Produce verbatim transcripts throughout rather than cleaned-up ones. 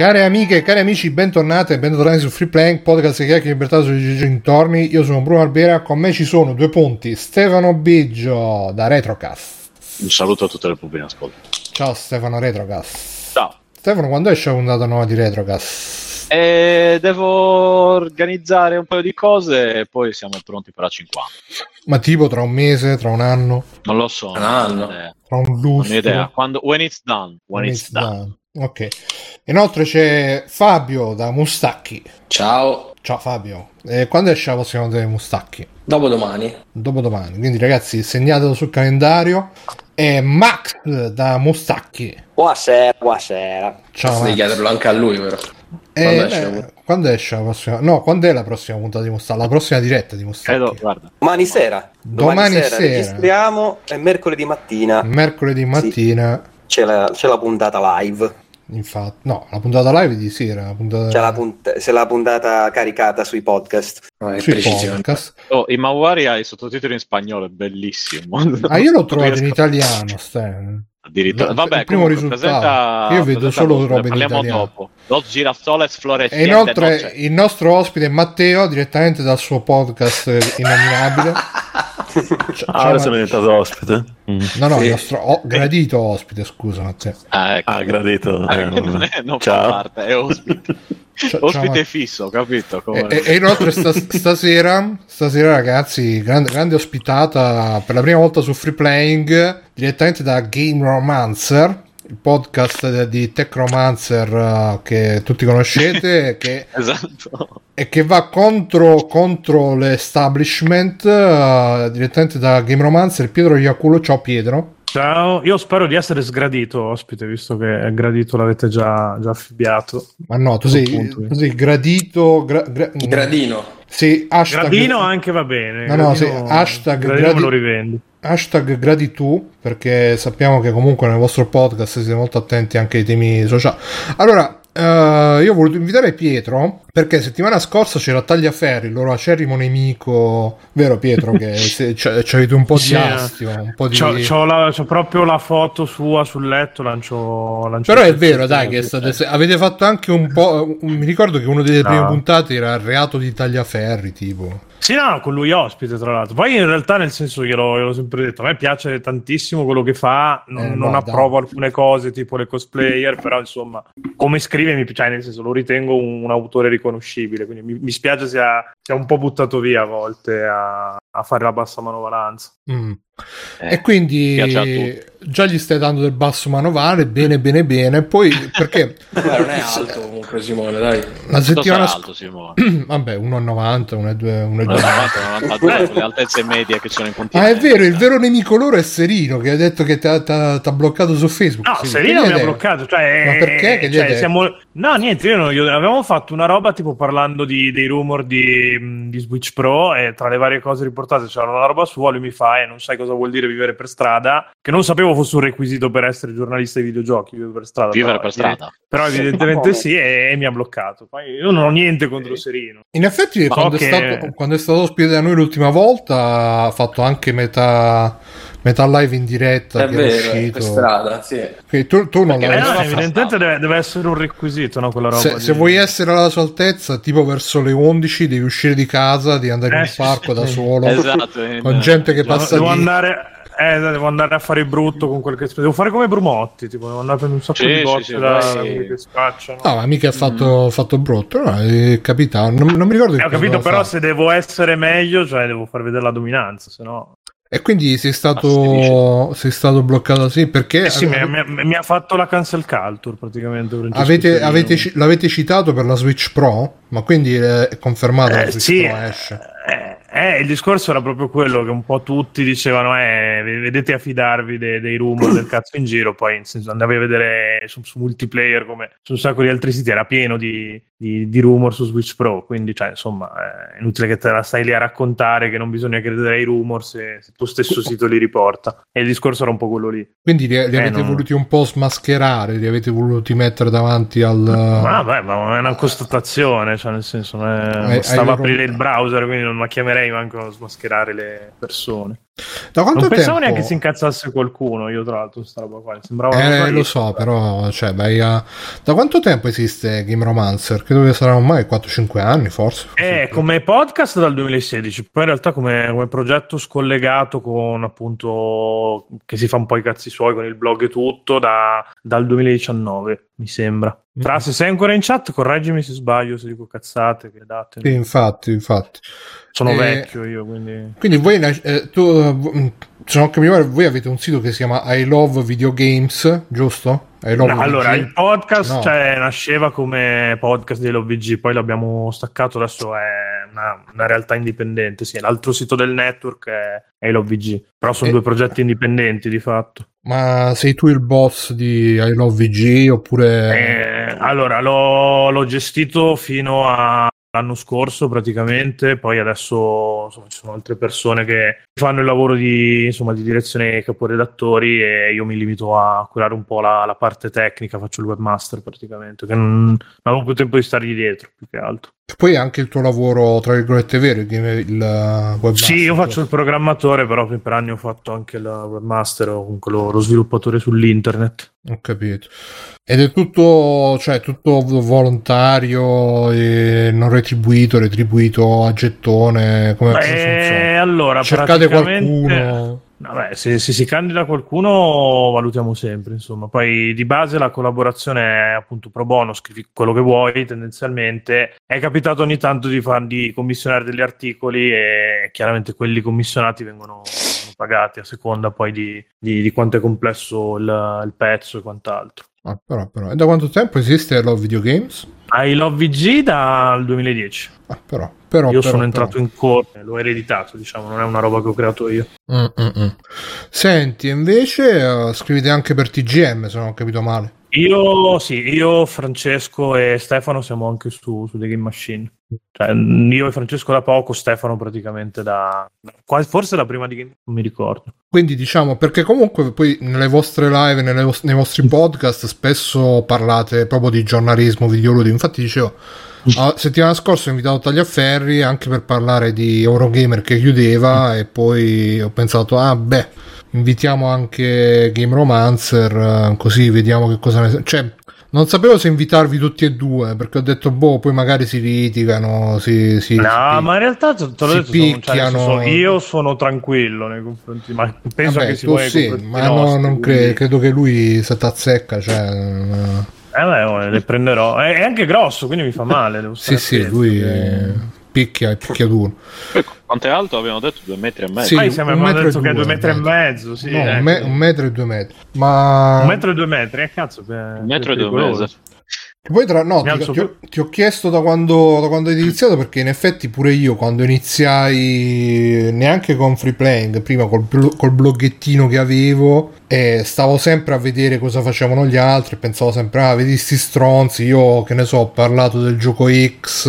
Care amiche e cari amici, bentornati e bentornati su Free Playing, podcast che chiacchiera libertà sui dintorni. Io sono Bruno Albera, con me ci sono due punti, Stefano Biggio da Retrocast. Un saluto a tutte le pubbliche in ascolto. Ciao Stefano Retrocast. Ciao. Stefano, quando esce la puntata nuova di Retrocast? Eh, devo organizzare un paio di cose e poi siamo pronti per la cinquanta. Ma tipo tra un mese, tra un anno? Non lo so. Un anno. Tra un lustro? Non ho idea. Quando, when it's done. When, When it's, it's done. done. Ok. Inoltre c'è Fabio da Mustacchi. Ciao. Ciao Fabio. E quando esce la prossima puntata di Mustacchi? Dopodomani. Dopodomani. Quindi ragazzi, segnatelo sul calendario. E Max da Mustacchi. Buonasera, buonasera. Ciao Devi Max. chiederlo anche a lui, però. Eh, Quando esce? eh, quando esce la prossima? No, quando è la prossima puntata di Mustacchi? La prossima diretta di Mustacchi? Credo, guarda. Domani sera. Domani sera. Registriamo e mercoledì mattina Mercoledì mattina. c'è la, c'è la puntata live. Infatti, no, la puntata live di sera. La puntata... C'è la, punt- c'è la puntata caricata sui podcast. No, è sui precisione. podcast. Oh, i Mawari ha i sottotitoli in spagnolo, è bellissimo. Ah, io l'ho trovato in Riesco- italiano, Stan. Addirittura. Il Vabbè, primo comunque, risultato. presenta, Io vedo presenta solo dopo, robe in parliamo italiano. dopo. Los girasoles E fluorescenti. inoltre il nostro ospite è Matteo, direttamente dal suo podcast innominabile. C- Ah, ciao, ora sei Ma- diventato ospite? Mm. No, no, Sì. il nostro o- gradito ospite, scusa Matteo. Ah, ecco. Ah, gradito. Ah, Eh, non, è, non fa ciao. parte, è ospite. Ciao- Ospite ciao, fisso, capito? Come... E, e- e inoltre sta- stasera, stasera ragazzi, grande, grande ospitata per la prima volta su Free Playing, direttamente da Game Romancer, il podcast di Tech Romancer uh, che tutti conoscete che, Esatto. e che va contro, contro l'establishment, uh, direttamente da Game Romancer, Pietro Iaculo. Ciao Pietro. Ciao, io spero di essere sgradito ospite, visto che è gradito l'avete già, già affibbiato. Ma no, tu sei, Appunto. tu sei gradito gra- gra- Gradino. sì, hashtag, Gradino anche va bene. No, no, Gradino- sì, hashtag Gradino gradi- me lo rivendi. hashtag gratitù, perché sappiamo che comunque nel vostro podcast siete molto attenti anche ai temi sociali. Allora, eh, io ho voluto invitare Pietro perché settimana scorsa c'era Tagliaferri, il loro acerrimo nemico, vero Pietro, che se, c'è, c'avete un po' di Sì, astio, un po' di... C'ho, c'ho la- c'ho proprio la foto sua sul letto, lancio, lancio Però è il vero, pezzettino dai, che su- state, avete fatto anche un po'. un- mi ricordo che una delle No. prime puntate era il reato di Tagliaferri, tipo. Sì, no, con lui ospite, tra l'altro. Poi in realtà, nel senso, glielo, gliel'ho sempre detto, a me piace tantissimo quello che fa, non, Eh, non no, approvo dai. alcune cose, tipo le cosplayer, però insomma, come scrive, mi, cioè, nel senso, lo ritengo un, un autore riconoscibile, quindi mi, mi spiace sia, sia un po' buttato via a volte a, a fare la bassa manovalanza. Mm. Eh, E quindi piace a tutti. già gli stai dando del basso manovale, bene, bene, bene. Poi perché Beh, non è alto comunque, Simone, dai. la Quanto settimana sarà scorsa, alto, Simone? vabbè, uno virgola novanta, uno virgola due. novanta, novantadue, con le altezze medie che sono in Ah, continente. è vero, il vero nemico loro è Serino, che ha detto che ti ha ti ha- ti ha bloccato su Facebook. No, Sì, Serino che mi ha idea? bloccato, cioè, Ma perché? Che gli cioè, hai detto? siamo... No, niente, io non, io, avevamo fatto una roba tipo parlando di, dei rumor di, di Switch Pro e tra le varie cose riportate c'era una roba sua, lui mi fa e non sai cosa vuol dire vivere per strada, che non sapevo fosse un requisito per essere giornalista di videogiochi, vivere per strada. Vivere però, per strada. Però evidentemente sì e, e mi ha bloccato. Poi io non ho niente contro Serino. In effetti, Ma quando, so è che- stato, quando è stato ospite da noi l'ultima volta, ha fatto anche metà, metà live in diretta. È che vero, è è uscito. per strada, sì. Ok, tu, tu non Perché Eh, l'hai no, fa evidentemente strada. deve, deve essere un requisito, no, quella roba. Se, di- se vuoi essere alla sua altezza, tipo verso le undici, devi uscire di casa, devi andare in Eh, un sì, parco sì, da sì. solo, Esatto, in- con gente che Devo- passa devo di... andare eh, devo andare a fare il brutto con quel che devo fare come Brumotti, tipo devo andare a prendere un sacco Sì, di sì, botte sì, da vai- quelli che spacciano. No, ma mica ha fatto, fatto brutto, no, è capitato. Non, non mi ricordo Eh, che ho cosa capito, aveva però fatto. se devo essere meglio, cioè devo far vedere la dominanza, se no... E quindi sei Ah, stato, sei stato bloccato così perché Eh sì, mi, ave- mi- mi ha fatto la cancel culture praticamente. Francesco avete, Serino. avete ci- l'avete citato per la Switch Pro, ma quindi è è confermato che Eh, la Switch sì, Pro esce. eh, eh, il discorso era proprio quello che un po' tutti dicevano, eh, vedete a fidarvi dei, dei rumor del cazzo in giro, poi in senso, andavi a vedere su, su multiplayer come su un sacco di altri siti, era pieno di, di, di rumor su Switch Pro, quindi cioè, insomma è inutile che te la stai lì a raccontare che non bisogna credere ai rumor se, se il tuo stesso sito li riporta, e il discorso era un po' quello lì. Quindi li, li Eh, avete non- voluti un po' smascherare, li avete voluti mettere davanti al... Ma vabbè, ma è una constatazione, cioè nel senso non è- Hai- stava a hai- aprire il browser, quindi non la chiamerei riuscirei manco a smascherare le persone. Da quanto non pensavo tempo... neanche si incazzasse qualcuno, io tra l'altro sta roba qua sembrava eh, una lo so, però cioè, vai a... da quanto tempo esiste Game Romancer? Credo che saranno ormai quattro cinque anni forse, eh, come podcast dal duemilasedici, poi in realtà come, come progetto scollegato con appunto che si fa un po' i cazzi suoi con il blog e tutto da, dal duemiladiciannove mi sembra. Tra, se sei ancora in chat correggimi se sbaglio, se dico cazzate, che date. Sì, infatti, infatti. Sono eh, vecchio io, quindi... Quindi voi, eh, tu, se non capivo, voi avete un sito che si chiama I Love Video Games, giusto? I Love no, allora, il podcast no. cioè, nasceva come podcast dell'O V G, poi l'abbiamo staccato, adesso è una, una realtà indipendente. Sì, l'altro sito del network è, è l'O V G, però sono eh, due progetti indipendenti di fatto. Ma sei tu il boss di I Love V G oppure... Eh, allora, l'ho, l'ho gestito fino a... l'anno scorso praticamente, poi adesso insomma, ci sono altre persone che fanno il lavoro di, insomma, di direzione caporedattori e io mi limito a curare un po' la, la parte tecnica, faccio il webmaster praticamente, che non, non avevo più tempo di stargli dietro più che altro. Poi anche il tuo lavoro tra virgolette vero, il, il webmaster. Sì, io faccio il programmatore, però per anni ho fatto anche il webmaster o comunque lo, lo sviluppatore sull'internet. Ho capito. Ed è tutto, cioè, tutto volontario e non retribuito, retribuito a gettone, come Beh, funziona? allora, cercate praticamente... qualcuno. Vabbè, se, se si candida qualcuno valutiamo sempre, insomma. Poi di base la collaborazione è appunto pro bono, scrivi quello che vuoi tendenzialmente. È capitato ogni tanto di, far, di commissionare degli articoli e chiaramente quelli commissionati vengono, vengono pagati a seconda poi di, di, di quanto è complesso il, il pezzo e quant'altro. Ah, però, però. E da quanto tempo esiste I Love Video Games? I Love V G dal duemiladieci. Ah, però, però, io però, sono però. entrato in corte, l'ho ereditato, diciamo, non è una roba che ho creato io. Mm-mm. Senti, invece uh, scrivete anche per T G M, se non ho capito male. Io sì, io, Francesco e Stefano siamo anche su, su The Game Machine. Cioè, io e Francesco da poco, Stefano praticamente da quasi, forse la prima di Game, non mi ricordo. Quindi diciamo, perché comunque poi nelle vostre live, nelle vos- nei vostri podcast spesso parlate proprio di giornalismo videoludico. Infatti dicevo, la settimana scorsa ho invitato Tagliaferri anche per parlare di Eurogamer che chiudeva e poi ho pensato, ah beh, invitiamo anche Game Romancer, così vediamo che cosa ne... Cioè, non sapevo se invitarvi tutti e due, perché ho detto, boh, poi magari si litigano, si... si no, si ma in realtà te l'ho detto, sono, cioè, senso, io sono tranquillo nei confronti, ma penso Vabbè, che si tu voglia sì, ma no, non cre- credo che lui se t'azzecca, cioè... non... Eh beh, le prenderò. È anche grosso, quindi mi fa male. Devo sì, sì, lui che... picchia e picchia duro. Quanto è alto? Abbiamo detto due metri e mezzo. Sì, Poi siamo un detto metro che è e due due, metri e mezzo. Sì, no, ecco. un, me- un metro e due metri. Ma... Un metro e due metri, eh, cazzo. Per, un metro e due mezzo. E poi tra no, ti, ti, ho, ti ho chiesto da quando, da quando hai iniziato, perché in effetti pure io quando iniziai neanche con Free Playing, prima col, col bloggettino che avevo, eh, stavo sempre a vedere cosa facevano gli altri e pensavo sempre, ah, vedi sti stronzi, io che ne so, ho parlato del gioco X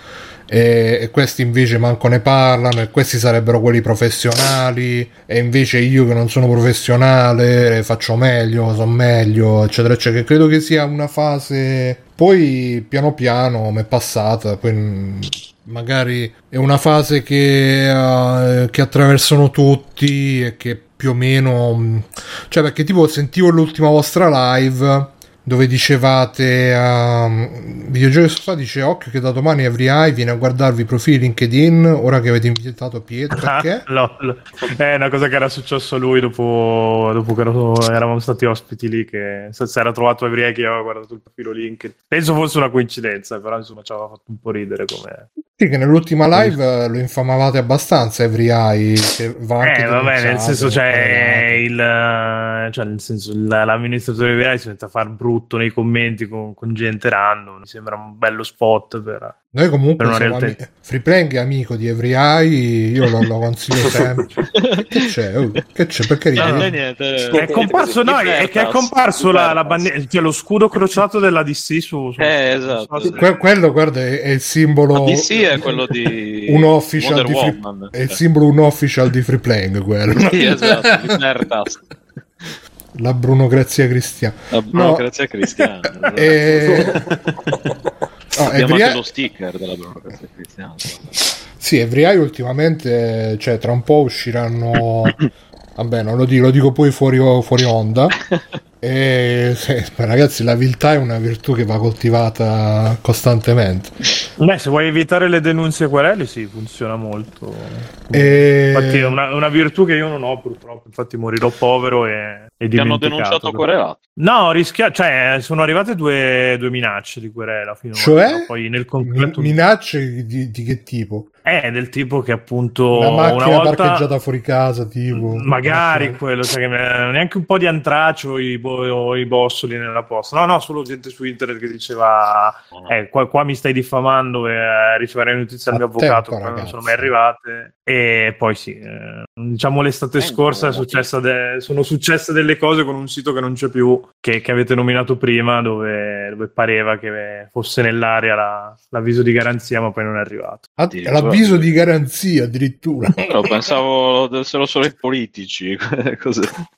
e, e questi invece manco ne parlano e questi sarebbero quelli professionali e invece io che non sono professionale faccio meglio, so meglio, eccetera eccetera. Credo che sia una fase, poi piano piano mi è passata, poi magari è una fase che, uh, che attraversano tutti e che più o meno, cioè, perché tipo sentivo l'ultima vostra live dove dicevate um, Videogiochi Sofà dice occhio che da domani Every Eye viene a guardarvi i profili LinkedIn ora che avete invitato Pietro. Perché? no, no. È una cosa che era successo a lui dopo, dopo che ero, eravamo stati ospiti lì, che si era trovato Every Eye che aveva guardato il profilo LinkedIn. Penso fosse una coincidenza, però insomma ci aveva fatto un po' ridere come... Sì, che nell'ultima live lo infamavate abbastanza Every Eye, che va anche eh vabbè, nel senso cioè il cioè nel senso l'amministratore Every Eye si mette a far brutto nei commenti con, con gente random, mi sembra un bello spot per noi comunque per siamo ami- Free Playing è amico di Every Eye, io lo, lo consiglio sempre. Che c'è? Oh, che c'è? Perché ridi? No, niente. È comparso, no, è che è comparso la, la bandiera, cioè lo scudo crociato della D C su, su eh, esatto. su, Que- quello, guarda, è, è il simbolo. La D C è quello di un official Wonder di free, Woman. è il simbolo un official di Free Playing, quello. Sì, esatto, di Nertas. La Bruno Grazia Cristiana. La Bruno no. Grazia Cristiana. Esatto. E... Oh, abbiamo anche lo sticker della Bruno Grazia Cristiana. Sì, Every Eye ultimamente, cioè tra un po' usciranno, vabbè non lo dico, lo dico poi fuori, fuori onda. E se, ragazzi, la viltà è una virtù che va coltivata costantemente. Beh, se vuoi evitare le denunce e querele, sì, funziona molto. E... Infatti è una, una virtù che io non ho purtroppo, infatti morirò povero e, e Ti hanno dimenticato. denunciato querelato? No, rischia... cioè sono arrivate due, due minacce di querela finora. Cioè? Poi nel concreto... Minacce di, di che tipo? Eh, del tipo che appunto La macchina una volta... parcheggiata fuori casa, tipo. Magari quello, cioè che neanche un po' di antracio i, bo- i bossoli nella posta. No, no, solo gente su internet che diceva eh, qua, qua mi stai diffamando e eh, riceverai notizie dal mio avvocato, tempo, non sono mai arrivate. E poi sì, eh, diciamo l'estate Tempo, scorsa è successa de- sono successe delle cose con un sito che non c'è più, che, che avete nominato prima, dove, dove pareva che fosse nell'aria la, l'avviso di garanzia, ma poi non è arrivato. Ah, l'avviso di garanzia addirittura. No, pensavo fossero solo i politici. Così.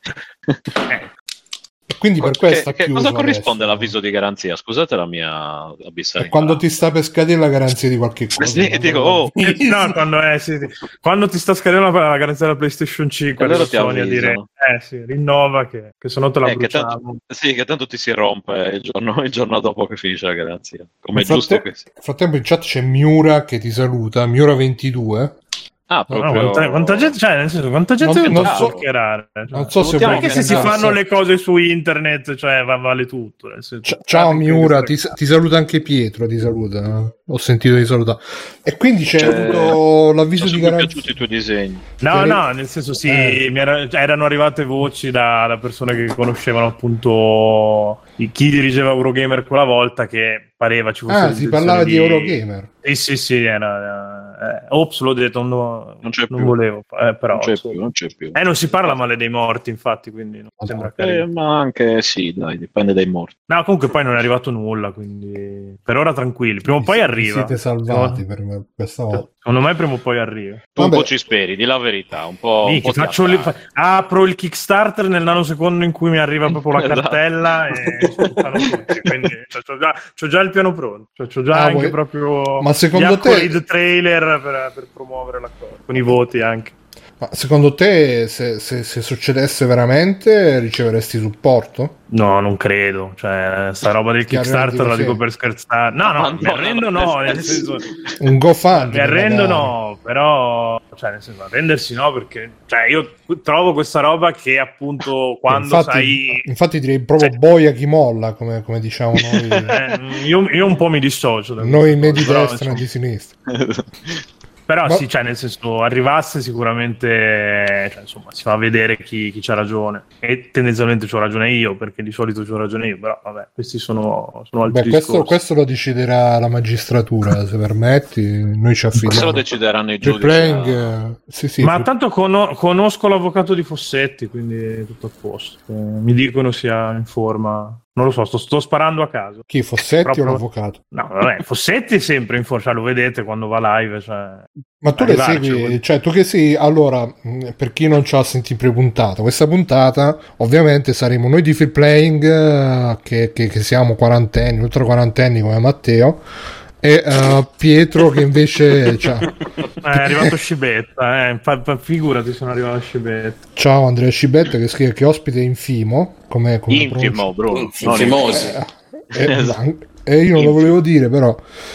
Eh. Quindi per questo che, ha che chiuso cosa corrisponde adesso. all'avviso di garanzia? Scusate la mia abissale. È quando ti sta per scadere la garanzia di qualche cosa. Sì, no? dico, oh, No, quando, è, sì, sì. Quando ti sta scadendo la, la garanzia della PlayStation cinque, Allora arriva ti Sony a dire avvisano. eh sì, rinnova che, che se no te la eh, che bruciamo. tanto, sì, che tanto ti si rompe il giorno, il giorno dopo che finisce la garanzia. Come è Nel giusto fratte- che sia. Nel frattempo in chat c'è Miura che ti saluta, Miura ventidue. Ah, No, no, proprio... quanta, quanta gente, cioè, nel senso, quanta gente Non- non, non so- chiacchierare. Cioè. non so se Salutiamo vuoi Anche se si candidarsi- fanno le cose su internet, cioè va- vale tutto. Nel senso, C- Ciao anche Miura, queste- ti, ti saluta anche Pietro, ti saluta. Ho sentito di salutare. E quindi c'è Cioè, avuto l'avviso Mi di sono garanzia. piaciuti i tuoi disegni. No, Che- no, nel senso sì, Eh. mi era- cioè, erano arrivate voci da, da persone che conoscevano appunto i- chi dirigeva Eurogamer quella volta, che pareva ci fosse Ah, si l'intenzione parlava di Eurogamer. Sì, sì, sì, era... Eh, ops, l'ho detto, non, Non c'è non più. volevo, eh, però... Non c'è insomma. più, non c'è più. Eh, non si parla male dei morti, infatti, quindi non Madonna. sembra carino. Eh, ma anche sì, dai, dipende dai morti. No, comunque poi non è arrivato nulla, quindi per ora tranquilli. Prima o poi Vi arriva. siete salvati Secondo, per questa volta. secondo me prima o poi arriva. Tu un Vabbè. po' ci speri, di la verità, un po'... un Minchia, po' ti faccio le- attacchi. fa- apro il Kickstarter nel nanosecondo in cui mi arriva proprio la Esatto. cartella e fanno tutti, quindi cioè, c'ho, già, c'ho già il piano pronto, cioè, c'ho già Ah, anche vuoi- proprio Ma secondo gli te- accolade trailer per, per promuovere la cosa, con i voti anche. Ma secondo te, se, se, se succedesse veramente, riceveresti supporto? No, non credo, cioè sta roba del Ti arrendi Kickstarter la così? dico per scherzare. No, no, Ah, mi no, arrendo no, no, no. nel senso... Un GoFundMe? Mi arrendo magari. no, però cioè nel senso arrendersi no, perché cioè io trovo questa roba che appunto quando infatti, sai infatti direi proprio Sì. boia chi molla, come, come diciamo noi, eh, io, io un po' mi dissocio da noi né queste di cose, però, destra né insomma, di sinistra. però Ma- sì, cioè nel senso arrivasse sicuramente cioè, insomma si fa vedere chi, chi c'ha ragione e tendenzialmente c'ho ragione io, perché di solito c'ho ragione io, però vabbè, questi sono, sono altri Beh, questo, discorsi. questo lo deciderà la magistratura, se permetti, noi ci Questo lo affidiamo. decideranno i Free giudici. playing, a- eh, sì, sì, Ma free- tanto cono- conosco l'avvocato di Fossetti, quindi tutto a posto. Eh, mi dicono sia in forma. Non lo so, sto, sto sparando a caso. chi, Fossetti Proprio- o l'avvocato? No, vabbè, Fossetti è sempre in forma, cioè, lo vedete quando va live. Cioè... Ma tu le Arrivarci, segui, vuol- cioè tu che sei, allora, mh, per chi non ci ha sentito pre-puntata, questa puntata ovviamente saremo noi di Free Playing, eh, che, che, che siamo quarantenni, ultra quarantenni come Matteo, e eh, Pietro che invece cioè, È arrivato Scibetta, eh. fa- fa- figurati sono arrivato Scibetta. ciao Andrea Scibetta che scrive che ospite infimo, come, come Infimo, Bruno. non Infimosi. E, Esatto. e io non lo volevo dire però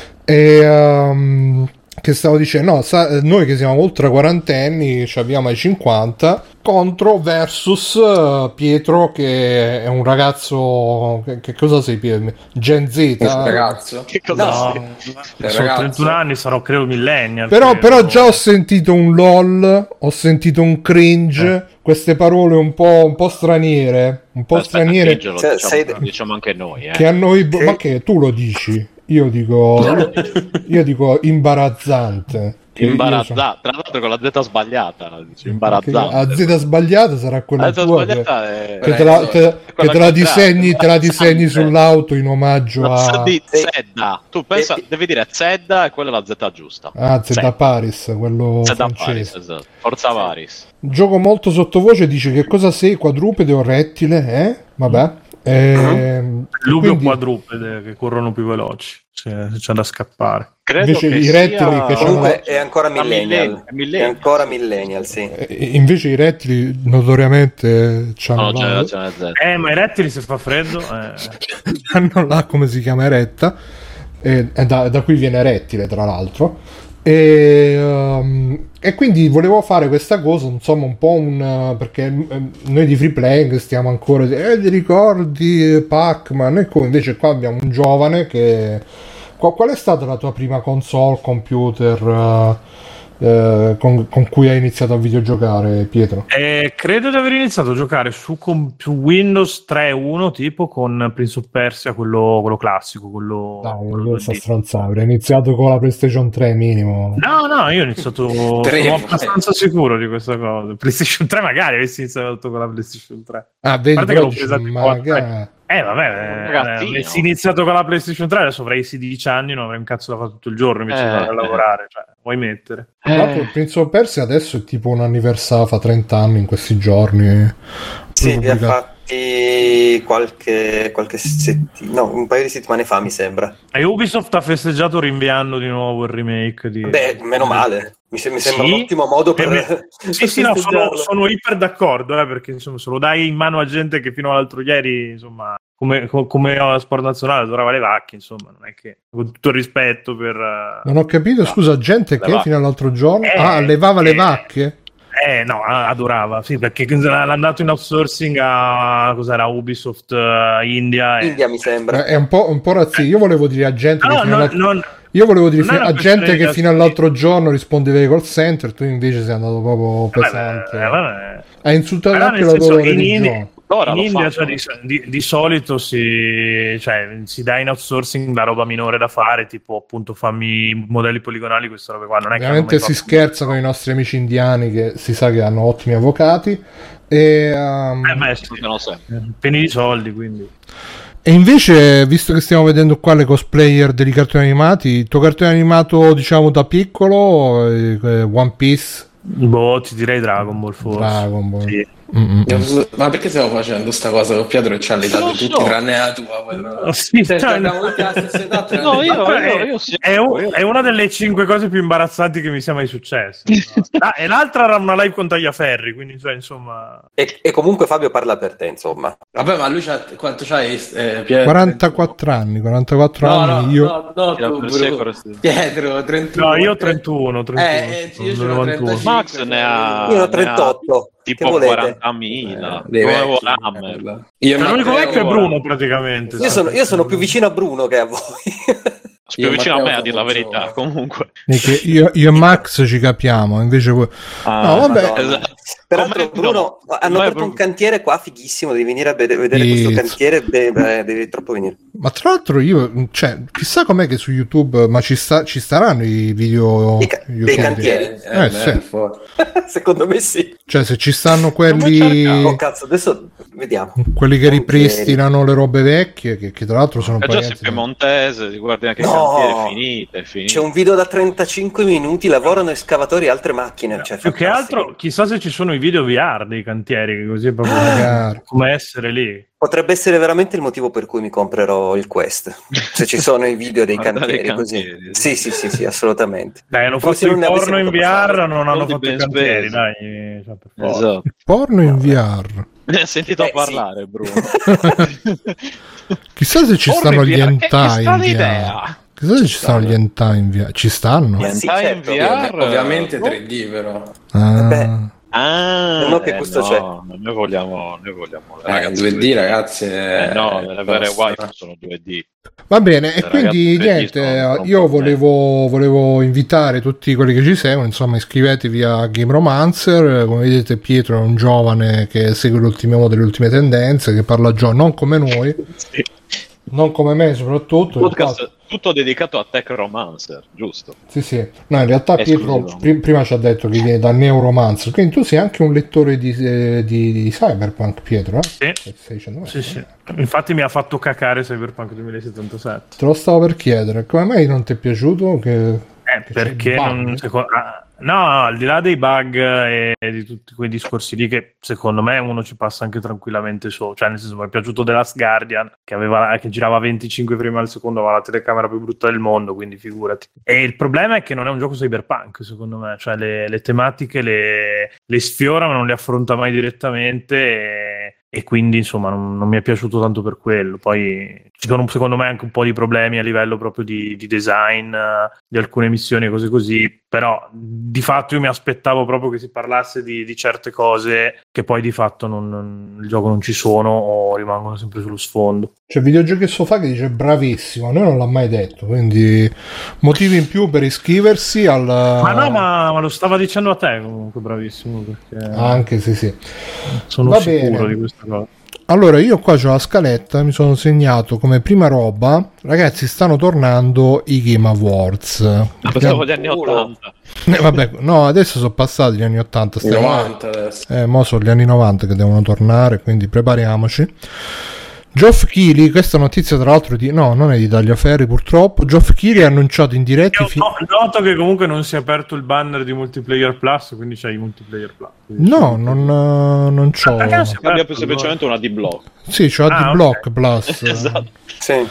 e, um, che stavo dicendo no, sa, noi che siamo ultra quarantenni ci abbiamo ai cinquanta contro versus uh, Pietro che è un ragazzo che, che cosa sei Pietro? Gen Z Il ragazzo? Che cosa No. sei? Il Sono ragazzo. trentuno anni, sarò credo millennial. però, credo. però già ho sentito un lol, ho sentito un cringe, Eh. queste parole un po', un po' straniere un po' Aspetta, straniere Angelo, Se- diciamo, sei- diciamo anche noi. Eh. che a noi ma che tu lo dici? Io dico io dico imbarazzante. Che io sono- Imbarazzata, tra l'altro con la Z sbagliata. Dici, imbarazzante. La Z sbagliata sarà quella La Z tua che, sbagliata è... che te la, te- che quella te la contraria, disegni, te la disegni imbarazzante. sull'auto in omaggio La Z a, di Zedda. Tu pensa, E- devi dire Zedda e quella è la Z giusta. a Zedda Paris, quello Zedda francese. Paris, esatto. Forza Varis. Gioco molto sottovoce, dice che cosa sei, quadrupede o rettile, eh? Vabbè. E, lupi quindi, o quadrupede che corrono più veloci, se, se c'è da scappare. Credo invece che i sia... rettili che Comunque è ancora Ah, millennial. millennial, millennial, È ancora sì, millennial, sì. e, invece i rettili notoriamente c'hanno No, la, generazione Z. Eh, ma i rettili se fa freddo... Eh. hanno là come si chiama eretta, e, e da, da qui viene rettile tra l'altro. E, um, e quindi volevo fare questa cosa, insomma, un po' un perché um, noi di Free Playing stiamo ancora eh, ti ricordi Pac-Man, e come invece qua abbiamo un giovane che qual, qual è stata la tua prima console computer uh, uh, con, con cui hai iniziato a videogiocare, Pietro? Eh, credo di aver iniziato a giocare su, com- su Windows tre punto uno tipo con Prince of Persia, quello, quello classico, quello, Dai, quello questa di- stronzata, avrei iniziato con la PlayStation tre minimo. No, no, io ho iniziato, Tre, sono eh. abbastanza sicuro di questa cosa. PlayStation tre magari avessi iniziato con la PlayStation tre. Ah, A vedi, parte che però l'ho dici, presa tipo a magari- Eh vabbè, eh, ragazzino. avessi iniziato con la PlayStation tre, adesso avrei sedici anni, non avrei un cazzo da fare tutto il giorno invece Eh, di andare a eh. lavorare, cioè, vuoi mettere? Tra l'altro il Prince of Persia adesso è tipo un anniversario, fa trenta anni in questi giorni. Sì, li ha Pubblicato. fatti qualche, qualche settimana, no, un paio di settimane fa mi sembra. E Ubisoft ha festeggiato rinviando di nuovo il remake di... Beh, meno male, mi, se- mi sembra Sì? un ottimo modo per... Per me- Sì, per sì, no, sono, festeggiarlo. sono iper d'accordo, eh, perché insomma, se lo dai in mano a gente che fino all'altro ieri, insomma, come, co- come la sport nazionale adorava le vacche, insomma, non è che, con tutto il rispetto per... eh, Non ho capito, no, scusa, gente le che vacche. fino all'altro giorno Eh, ah, allevava le eh. vacche? Eh no, a- adorava, sì, perché l'ha andato in outsourcing a cos'era Ubisoft eh, India. e- India mi sembra. Eh, È un po', un po' razzista. Io volevo dire a gente che No, fino non, all'altro... non, Io volevo dire non è fi- una a gente questione che di fino all'altro giorno rispondeva ai call center, tu invece sei andato proprio pesante. vabbè, vabbè. Hai insultato Però anche nel la senso, loro in religione. India, Ora in lo India fanno. cioè, di, di- di solito si, cioè, si dà in outsourcing la roba minore da fare, tipo appunto fammi modelli poligonali, queste robe qua. Non è che Ovviamente hanno mai si fatto- scherza con i nostri amici indiani che si sa che hanno ottimi avvocati e, um, Eh, beh, sì, Funzionano sempre. pieni di soldi, quindi. e invece visto che stiamo vedendo qua le cosplayer dei cartoni animati, il tuo cartone animato diciamo da piccolo eh, eh, One Piece, Boh, ti direi Dragon Ball forse. Dragon Ball. Sì. Mm-mm. Ma perché stiamo facendo sta cosa con Pietro e ci ha Non dato lo tutti so. tranne la tua? poi, no? Oh, sì, Cioè, cioè, abbiamo tutti la stessa età, tranne No, te. io, Vabbè, io, io sì. è, un- Io- è una delle cinque cose più imbarazzanti che mi sia mai successo. Ah, e l'altra era una live con Tagliaferri, quindi cioè, insomma... E, e comunque Fabio parla per te, insomma. Vabbè, ma lui c'ha, quanto c'hai? Eh, Pietro? quarantaquattro anni, quarantaquattro No, anni no, io no, no, Tira tu, per Bru- secolo, sì. Pietro, trentuno. No, io ho trentuno, trentuno. Eh, eh, sì, io sono ce l'ho novantuno. trentacinque. Max ne ha, Io ne ho ne ha trentotto. Che tipo volete? quarantamila. Dei Come vecchi, Warhammer. merda. Io Cioè, l'unico Matteo- vecchio è Bruno, praticamente. Io sono, io sono più vicino a Bruno che a voi. Più Io vicino a me, Matteo a dire la sono verità. giovane. Comunque. e che io, io e Max ci capiamo, invece voi... Ah, No, vabbè. Madonna. esatto. Peraltro, Come- Bruno, no, hanno ma è aperto un proprio- cantiere qua fighissimo. Devi venire a vede- vedere Sì. questo cantiere. Beh, beh, devi troppo venire. Ma tra l'altro io, cioè, chissà com'è che su YouTube, ma ci, sta, ci staranno i video Dei ca- YouTube dei di- cantieri. Eh, Eh, beh, sì. fuori. Secondo me sì. Cioè se ci stanno Come quelli, Oh cazzo, adesso vediamo. quelli che ripristinano le robe vecchie, che, che tra l'altro sono È già parenti. sei piemontese, ti guardi anche No. il cantiere, è finito, è finito. C'è un video da trentacinque minuti. Lavorano escavatori e altre macchine. Cioè, Più che fantastico. altro, chissà se ci sono i video V R dei cantieri, che così è proprio Magari. come essere lì. Potrebbe essere veramente il motivo per cui mi comprerò il Quest. Se ci sono i video dei Guardare cantieri, i così. cantieri, Sì, sì, sì, sì, assolutamente. Dai, hanno Come fatto se non il ne porno in avessimo V R, fatto non hanno Soldi fatto i ben cantieri, spesi. dai. Cioè, per forza. Esatto. Porno in V R. Ne hai sentito Eh, sì. parlare, Bruno. Chissà se ci Porno stanno in gli V R, che- che hentai strana in V R. idea. Chissà se ci stanno gli hentai in V R. Ci stanno? Ma sì, Hentai in certo. V R, Ovvi- Ovviamente no? tre D però. Ah. Beh. Ah, No, che eh, gusto no, c'è? Noi vogliamo, noi vogliamo le Eh, ragazze due D ragazzi. Eh, no, le vere tosta. wife sono due D. Va bene, e Ragazzi, quindi per chi niente, sono un io po' volevo, volevo invitare tutti quelli che ci seguono, insomma iscrivetevi a Game Romancer, come vedete Pietro è un giovane che segue l'ultimo modo delle ultime tendenze, che parla già non come noi, Sì. non come me soprattutto. Podcast tutto dedicato a Tech Romancer, giusto? Sì, sì. No, in realtà Pietro Esclusivo. prim- prima ci ha detto che viene da Neuromancer, quindi tu sei anche un lettore di, eh, di, di Cyberpunk, Pietro, eh? Sì. Stai dicendo me? Sì, sì. Infatti mi ha fatto cacare Cyberpunk duemilasettantasette. Te lo stavo per chiedere, come mai non ti è piaciuto? Che... Eh, perché non, secondo, ah, no, al di là dei bug e di tutti quei discorsi lì che secondo me uno ci passa anche tranquillamente su, cioè nel senso mi è piaciuto The Last Guardian che, aveva, che girava venticinque frame al secondo, aveva la telecamera più brutta del mondo, quindi figurati. E il problema è che non è un gioco cyberpunk secondo me, cioè le, le tematiche le, le sfiora ma non le affronta mai direttamente e, e quindi insomma non, non mi è piaciuto tanto per quello. Poi ci sono secondo me anche un po' di problemi a livello proprio di, di design uh, di alcune missioni e cose così, però di fatto io mi aspettavo proprio che si parlasse di, di certe cose che poi di fatto non, non, il gioco non ci sono o rimangono sempre sullo sfondo. C'è Videogiochi e Sofà che dice bravissimo, a noi non l'ha mai detto, quindi motivi in più per iscriversi al... Ma no, ma, ma lo stava dicendo a te comunque, bravissimo, perché anche sì sì. Sono Va sicuro bene. di questa cosa. Allora, io qua c'ho la scaletta, mi sono segnato come prima roba, ragazzi, stanno tornando i Game Awards. Ma pensavo gli anni ottanta. Eh, vabbè, no, adesso sono passati gli anni ottanta, stiamo... novanta adesso. Eh, mo sono gli anni novanta che devono tornare, quindi prepariamoci. Geoff Keighley, questa notizia tra l'altro di... no, non è di Tagliaferri purtroppo. Geoff Keighley ha annunciato in diretta... Io fi- no- noto che comunque non si è aperto il banner di Multiplayer Plus, quindi c'hai i Multiplayer Plus. No, non, uh, non c'ho... Perché non si è Cambia aperto, più semplicemente una D-Block. Sì, c'ho Ah, D-Block ok. Plus. Esatto. Sì.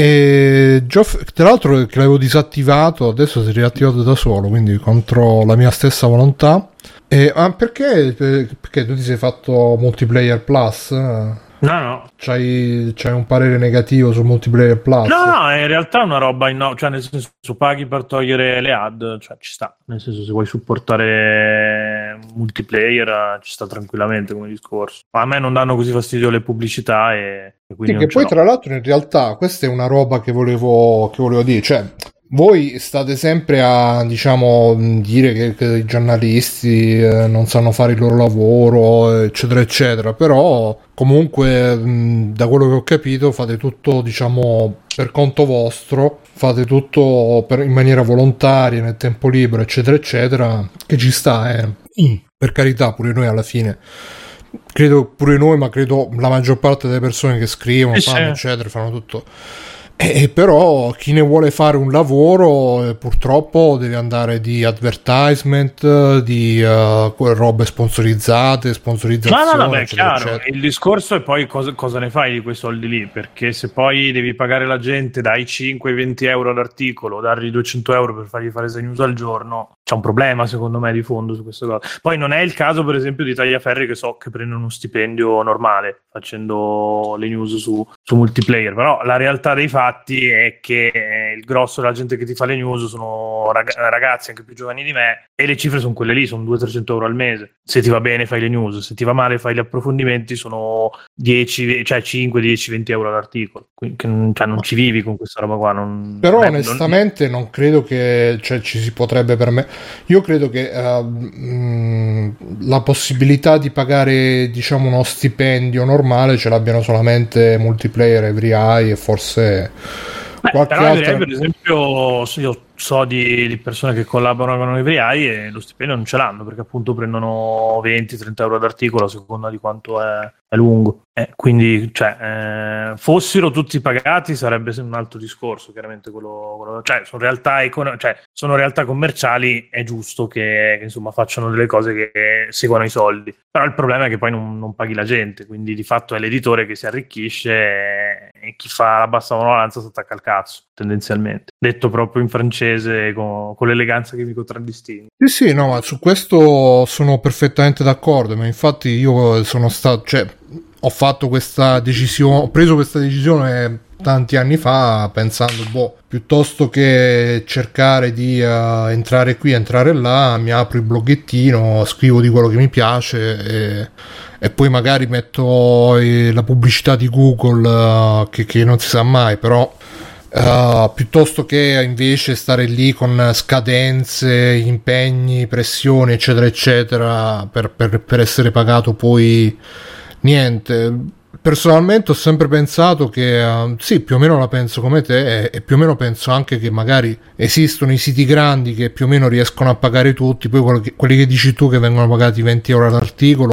E Geoff, tra l'altro che l'avevo disattivato, adesso si è riattivato da solo, quindi contro la mia stessa volontà. E, ah, perché, perché tu ti sei fatto Multiplayer Plus? No, no. C'hai, c'hai un parere negativo su Multiplayer Plus? No, no, in realtà è una roba in no, cioè nel senso paghi per togliere le ad, cioè ci sta, nel senso se vuoi supportare multiplayer ci sta tranquillamente come discorso. Ma a me non danno così fastidio le pubblicità e, e quindi Sì, non che ce poi l'ho. tra l'altro in realtà questa è una roba che volevo, che volevo dire, cioè voi state sempre a, diciamo, dire che, che i giornalisti eh, non sanno fare il loro lavoro, eccetera, eccetera, però comunque mh, da quello che ho capito fate tutto, diciamo, per conto vostro, fate tutto per, in maniera volontaria, nel tempo libero, eccetera, eccetera, che ci sta, eh. Mm. Per carità, pure noi alla fine... credo pure noi, ma credo la maggior parte delle persone che scrivono, Sì, fanno, sì. eccetera, fanno tutto. E però chi ne vuole fare un lavoro eh, purtroppo deve andare di advertisement, di uh, robe sponsorizzate, sponsorizzazioni, No, no, no, beh, è eccetera, chiaro. eccetera. Il discorso è poi cosa, cosa ne fai di quei soldi lì, perché se poi devi pagare la gente dai cinque ai venti euro all'articolo, dargli duecento euro per fargli fare sei news al giorno, c'è un problema secondo me di fondo su questa cosa. Poi non è il caso per esempio di Tagliaferri che so che prendono uno stipendio normale facendo le news su, su multiplayer, però la realtà dei fatti è che il grosso della gente che ti fa le news sono rag- ragazzi anche più giovani di me e le cifre sono quelle lì, sono duecento trecento euro al mese. Se ti va bene fai le news, se ti va male fai gli approfondimenti, sono dieci, cioè cinque, dieci, venti euro all'articolo. Quindi cioè, non ci vivi con questa roba qua. Non, Però non è- onestamente non... non credo che cioè, ci si potrebbe permettere. Io credo che uh, mh, la possibilità di pagare, diciamo, uno stipendio normale ce l'abbiano solamente Multiplayer, Every Eye e forse Beh, qualche però altra. direi, per esempio io so di, di persone che collaborano con Every Eye e lo stipendio non ce l'hanno perché appunto prendono venti trenta euro ad articolo a seconda di quanto è, è lungo. Eh, quindi cioè, eh, fossero tutti pagati sarebbe un altro discorso, chiaramente quello, quello cioè, sono realtà econo- cioè, sono realtà commerciali, è giusto che, che insomma facciano delle cose che seguano i soldi, però il problema è che poi non, non paghi la gente, quindi di fatto è l'editore che si arricchisce e, e chi fa la bassa manovalanza si attacca al cazzo tendenzialmente, detto proprio in francese con, con l'eleganza che mi contraddistingue. Sì, sì, no, ma su questo sono perfettamente d'accordo, ma infatti io sono stato, cioè, ho fatto questa decisione, ho preso questa decisione tanti anni fa pensando, boh, piuttosto che cercare di uh, entrare qui, entrare là, mi apro il bloggettino, scrivo di quello che mi piace e, e poi magari metto eh, la pubblicità di Google uh, che, che non si sa mai, però Uh, piuttosto che invece stare lì con scadenze, impegni, pressioni, eccetera, eccetera, per, per, per essere pagato poi niente. Personalmente ho sempre pensato che uh, sì, più o meno la penso come te e, e più o meno penso anche che magari esistono i siti grandi che più o meno riescono a pagare tutti, poi quelli che, quelli che dici tu che vengono pagati venti euro all'articolo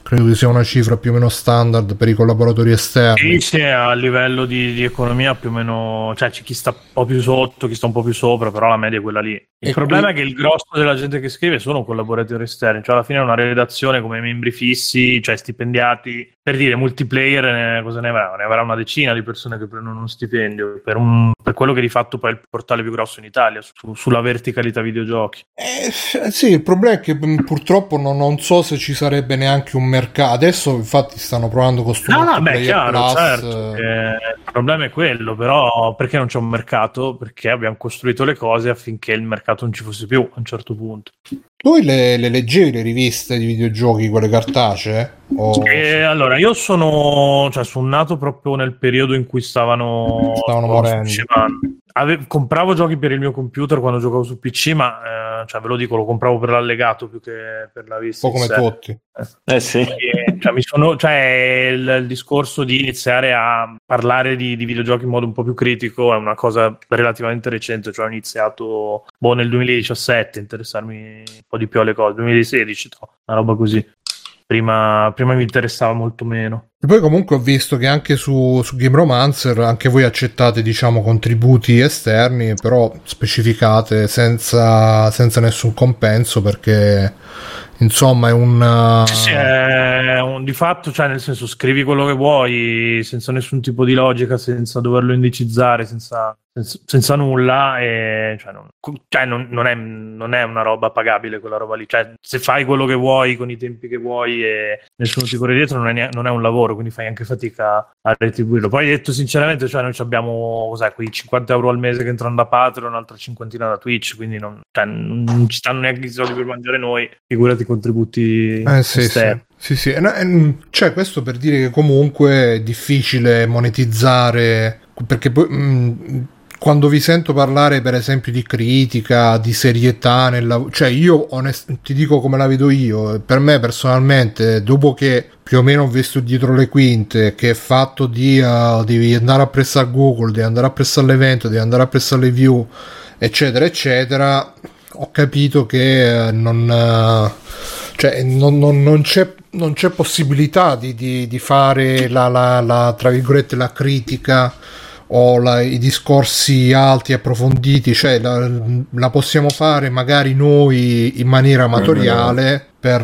credo che sia una cifra più o meno standard per i collaboratori esterni. Sì, sì, a livello di, di economia più o meno, cioè c'è chi sta un po' più sotto, chi sta un po' più sopra, però la media è quella lì. Il E problema qui- è che il grosso della gente che scrive sono collaboratori esterni, cioè alla fine è una redazione come membri fissi, cioè stipendiati, per dire multiplayer, ne, cosa ne avrà? Ne avrà una decina di persone che prendono uno stipendio per, un, per quello che di fatto poi è il portale più grosso in Italia, su, sulla verticalità videogiochi. Eh, sì, il problema è che mh, purtroppo non, non so se ci sarebbe neanche un mercato. Adesso infatti stanno provando con sto No, no, beh, multiplayer chiaro, plus, certo, eh. che il problema è quello, però perché non c'è un mercato? Perché abbiamo costruito le cose affinché il mercato non ci fosse più a un certo punto. Tu le, le leggevi le riviste di videogiochi, quelle cartacee? O E allora, io sono, cioè, sono nato proprio nel periodo in cui stavano, stavano stavano morendo? uscivando. Ave- compravo giochi per il mio computer quando giocavo su P C, ma eh, cioè, ve lo dico, lo compravo per l'allegato più che per la Un vista. po' in come sé. tutti. Eh sì. E, cioè, mi sono, cioè, il, il discorso di iniziare a parlare di, di videogiochi in modo un po' più critico è una cosa relativamente recente, cioè ho iniziato boh, nel duemiladiciassette a interessarmi un po' di più alle cose, duemilasedici, no? Una roba così. Prima, prima mi interessava molto meno. E poi comunque ho visto che anche su, su Game Romancer anche voi accettate, diciamo, contributi esterni, però specificate senza, senza nessun compenso, perché insomma è un... Sì, sì, è un, di fatto, cioè nel senso scrivi quello che vuoi senza nessun tipo di logica, senza doverlo indicizzare, senza, senza, senza nulla, e cioè, non, cioè non, non, è, non è una roba pagabile quella roba lì, cioè se fai quello che vuoi con i tempi che vuoi e nessuno ti corre dietro non è, neanche, non è un lavoro, quindi fai anche fatica a retribuirlo. Poi detto sinceramente, cioè noi abbiamo cos'è, quei cinquanta euro al mese che entrano da Patreon, un'altra cinquantina da Twitch, quindi non, cioè, non ci stanno neanche i soldi per mangiare noi, figurati contributi Eh sì, sì, esterni. sì, sì. E no, e, cioè questo per dire che comunque è difficile monetizzare, perché poi mh, quando vi sento parlare per esempio di critica, di serietà nella, cioè io onest- ti dico come la vedo io, per me personalmente, dopo che più o meno ho visto dietro le quinte che è fatto di uh, devi andare a pressare Google, devi andare a pressare l'evento, devi andare a pressare le view, eccetera eccetera, ho capito che uh, non uh, cioè non, non, non c'è non c'è possibilità di, di, di fare la, la, la tra virgolette la critica o la, i discorsi alti approfonditi, cioè la, la possiamo fare magari noi in maniera amatoriale per,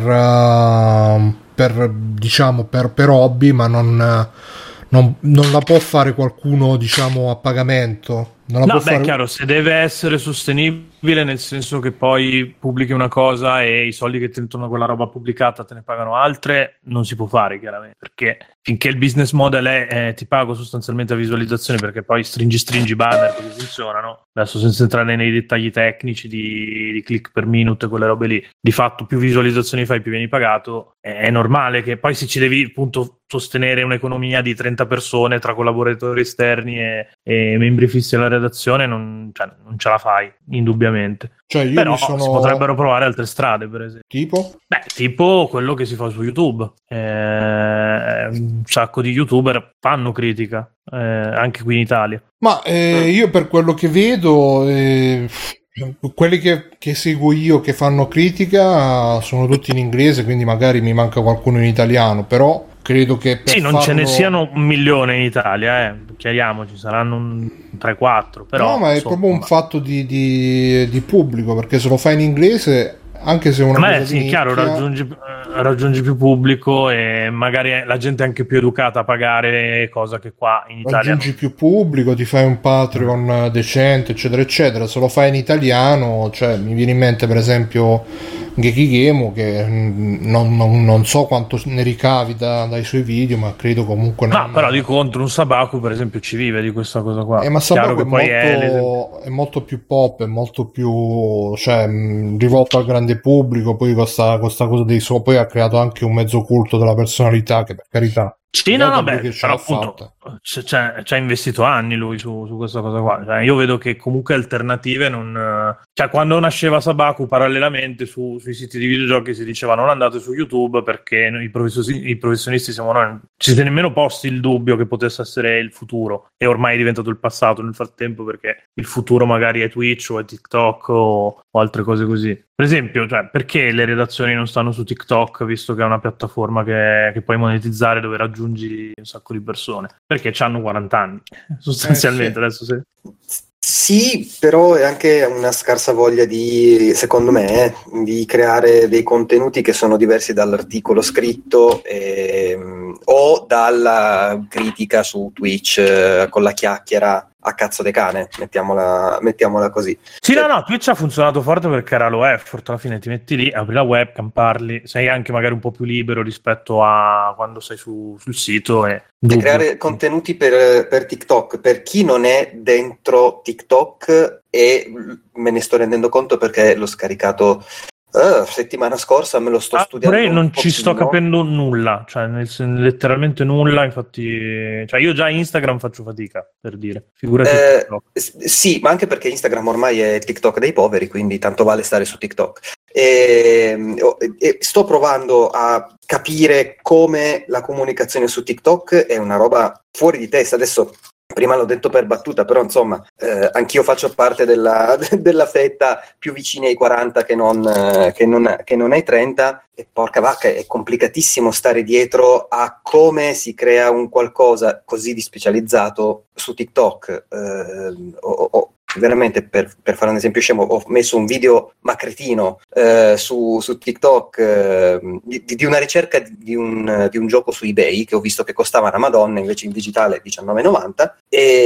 uh, per diciamo per, per hobby, ma non, non, non la può fare qualcuno, diciamo, a pagamento. Non la No, può beh, fare... chiaro, se deve essere sostenibile, nel senso che poi pubblichi una cosa e i soldi che ti entrano a quella roba pubblicata te ne pagano altre, non si può fare, chiaramente, perché finché il business model è eh, ti pago sostanzialmente a visualizzazione, perché poi stringi stringi banner così funzionano, adesso senza entrare nei dettagli tecnici di, di click per minute e quelle robe lì, di fatto più visualizzazioni fai più vieni pagato, è, è normale che poi se ci devi appunto sostenere un'economia di trenta persone tra collaboratori esterni e, e membri fissi alla redazione, non, cioè, non ce la fai, indubbiamente. Cioè io Però mi sono... si potrebbero provare altre strade, per esempio. Tipo? Beh, tipo quello che si fa su YouTube. Eh, un sacco di YouTuber fanno critica, eh, anche qui in Italia. Ma eh, io per quello che vedo, eh, quelli che, che seguo io che fanno critica sono tutti in inglese, quindi magari mi manca qualcuno in italiano, però credo che per sì, non farlo... ce ne siano un milione in Italia, eh. Chiariamoci, saranno un tre quattro, però... No, ma è insomma, proprio un fatto di, di, di pubblico, perché se lo fai in inglese, anche se è una ma cosa è, sì, di chiaro, nicchia, raggiungi, eh, raggiungi più pubblico e magari la gente è anche più educata a pagare, cosa che qua in Italia raggiungi non... più pubblico, ti fai un Patreon decente, eccetera, eccetera. Se lo fai in italiano, cioè mi viene in mente per esempio Gekigemu, che non, non, non so quanto ne ricavi da, dai suoi video, ma credo comunque non... No, però di contro un Sabaku per esempio ci vive di questa cosa qua. Eh, ma Chiaro Sabaku che è, poi molto, è, è molto più pop, è molto più, cioè, mh, rivolto al grande pubblico, poi con sta cosa dei suoi, poi ha creato anche un mezzo culto della personalità, che per carità... sì, no, no, beh, che ce però l'ha appunto fatta. ci ha investito anni lui su, su questa cosa qua. Cioè, io vedo che comunque alternative non... Cioè, quando nasceva Sabaku parallelamente su, sui siti di videogiochi si diceva non andate su YouTube perché noi, i, professionisti, i professionisti siamo noi. Non ci siete nemmeno posti il dubbio che potesse essere il futuro, e ormai è diventato il passato nel frattempo, perché il futuro magari è Twitch o è TikTok o, o altre cose così. Per esempio, cioè, perché le redazioni non stanno su TikTok, visto che è una piattaforma che, che puoi monetizzare, dove raggiungi un sacco di persone? Perché hanno quaranta anni, sostanzialmente. Eh, sì. Adesso se... Sì, però è anche una scarsa voglia di, secondo me, eh, di creare dei contenuti che sono diversi dall'articolo scritto ehm, o dalla critica su Twitch eh, con la chiacchiera a cazzo de cane, mettiamola, mettiamola così. Sì, cioè, no, no, Twitch ha funzionato forte perché era low effort, alla fine ti metti lì, apri la webcam, parli, sei anche magari un po' più libero rispetto a quando sei su, sul sito e... e creare contenuti per, per TikTok, per chi non è dentro TikTok, e me ne sto rendendo conto perché l'ho scaricato Uh, settimana scorsa, me lo sto ah, studiando. Non pochino. Ci sto capendo nulla, cioè nel, letteralmente nulla. Infatti, cioè io già Instagram faccio fatica, per dire. Figurati eh, sì, ma anche perché Instagram ormai è il TikTok dei poveri, quindi tanto vale stare su TikTok. E, e sto provando a capire come la comunicazione su TikTok è una roba fuori di testa. Adesso, prima l'ho detto per battuta, però insomma eh, anch'io faccio parte della, della fetta più vicini ai quaranta che non, eh, che, non, che non ai trenta, e porca vacca, è complicatissimo stare dietro a come si crea un qualcosa così di specializzato su TikTok. Eh, o, o, veramente, per, per fare un esempio scemo, ho messo un video macretino eh, su, su TikTok eh, di, di una ricerca di un, di un gioco su eBay che ho visto che costava una madonna, invece in digitale diciannove e novanta,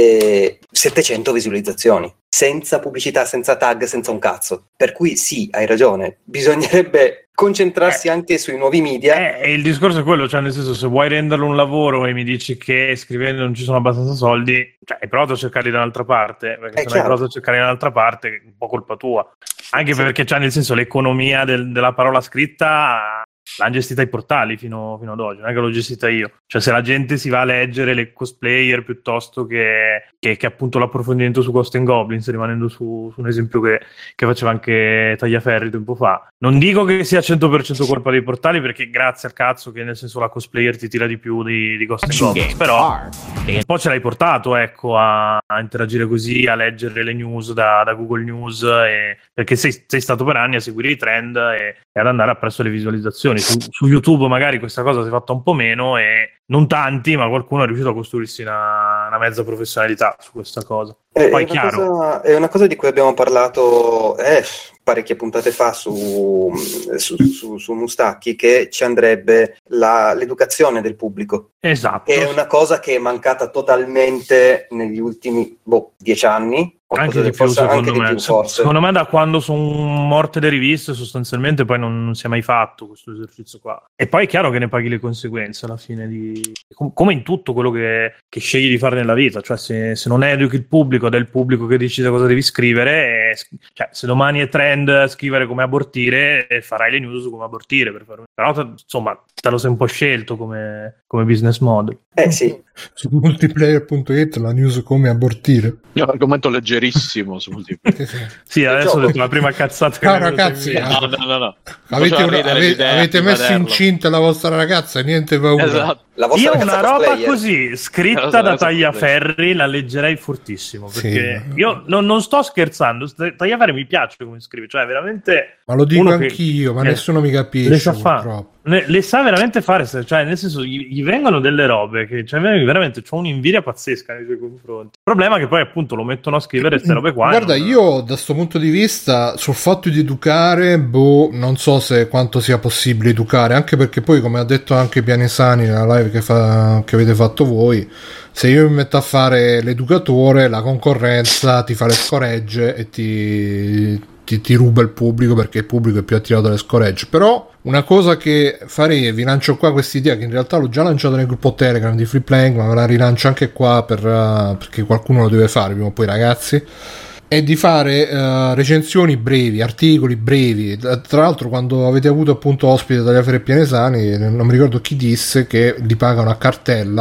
e settecento visualizzazioni, senza pubblicità, senza tag, senza un cazzo. Per cui sì, hai ragione, bisognerebbe concentrarsi eh, anche sui nuovi media. Eh, e il discorso è quello, cioè nel senso, se vuoi renderlo un lavoro e mi dici che scrivendo non ci sono abbastanza soldi, cioè hai provato a cercarli da un'altra parte, perché eh, se non hai provato a cercare da un'altra parte è un po' colpa tua, anche sì. Perché cioè nel senso l'economia del, della parola scritta l'hanno gestita i portali fino, fino ad oggi, non è che l'ho gestita io. Cioè se la gente si va a leggere le cosplayer piuttosto che, che, che appunto l'approfondimento su Ghost and Goblins, rimanendo su, su un esempio che, che faceva anche Tagliaferri tempo fa, non dico che sia cento per cento colpa dei portali, perché grazie al cazzo che nel senso la cosplayer ti tira di più di, di Ghost and Goblins, però un po' ce l'hai portato, ecco, a, a interagire così, a leggere le news da, da Google News, e, perché sei, sei stato per anni a seguire i trend e, e ad andare appresso le visualizzazioni. Su, su YouTube magari questa cosa si è fatta un po' meno, e non tanti, ma qualcuno è riuscito a costruirsi una, una mezza professionalità su questa cosa. È, Poi è, una chiaro. Cosa, è una cosa di cui abbiamo parlato eh, parecchie puntate fa su, su, su, su Mustacchi, che ci andrebbe la, l'educazione del pubblico. Esatto. È una cosa che è mancata totalmente negli ultimi boh, dieci anni. Anche di più, forse, secondo anche me. Di più, forse. Secondo me da quando sono morte le riviste sostanzialmente poi non, non si è mai fatto questo esercizio qua. E poi è chiaro che ne paghi le conseguenze alla fine, di come in tutto quello che, che scegli di fare nella vita. Cioè se, se non educhi il pubblico ed è il pubblico che decide cosa devi scrivere, e, cioè se domani è trend scrivere come abortire, farai le news su come abortire, per fare un... però insomma te lo sei un po' scelto come, come business model. Eh sì. Su multiplayer punto it la news come abortire. È un argomento leggerissimo su multiplayer. Sì, adesso ho detto la prima cazzata che no, ragazzi, no, no, no, no. Avete, una, avete, avete messo incinta la vostra ragazza, niente paura. Esatto. La vostra io una roba cosplayer. Così scritta esatto, da Tagliaferri la leggerei fortissimo, perché sì. io non, non sto scherzando, Tagliaferri mi piace come scrive, cioè veramente, ma lo dico anch'io, che, ma nessuno mi capisce, le sa fare, le, le sa veramente fare, cioè nel senso gli, gli vengono delle robe che cioè, veramente c'ho un'invidia pazzesca nei suoi confronti. Il problema è che poi appunto lo mettono a scrivere queste robe qua. Guarda, non... io da sto punto di vista sul fatto di educare, boh, non so se quanto sia possibile educare, anche perché poi, come ha detto anche Pianesani nella live che, fa, che avete fatto voi, se io mi metto a fare l'educatore, la concorrenza ti fa le scoregge e ti... Ti, ti ruba il pubblico, perché il pubblico è più attirato dalle scoregge. Però una cosa che farei, vi lancio qua questa idea che in realtà l'ho già lanciato nel gruppo Telegram di Free Playing, ma ve la rilancio anche qua per, uh, perché qualcuno lo deve fare prima o poi, ragazzi, è di fare uh, recensioni brevi, articoli brevi. Tra l'altro, quando avete avuto appunto ospite Tagliaferri e Pianesani, non mi ricordo chi disse che li pagano a cartella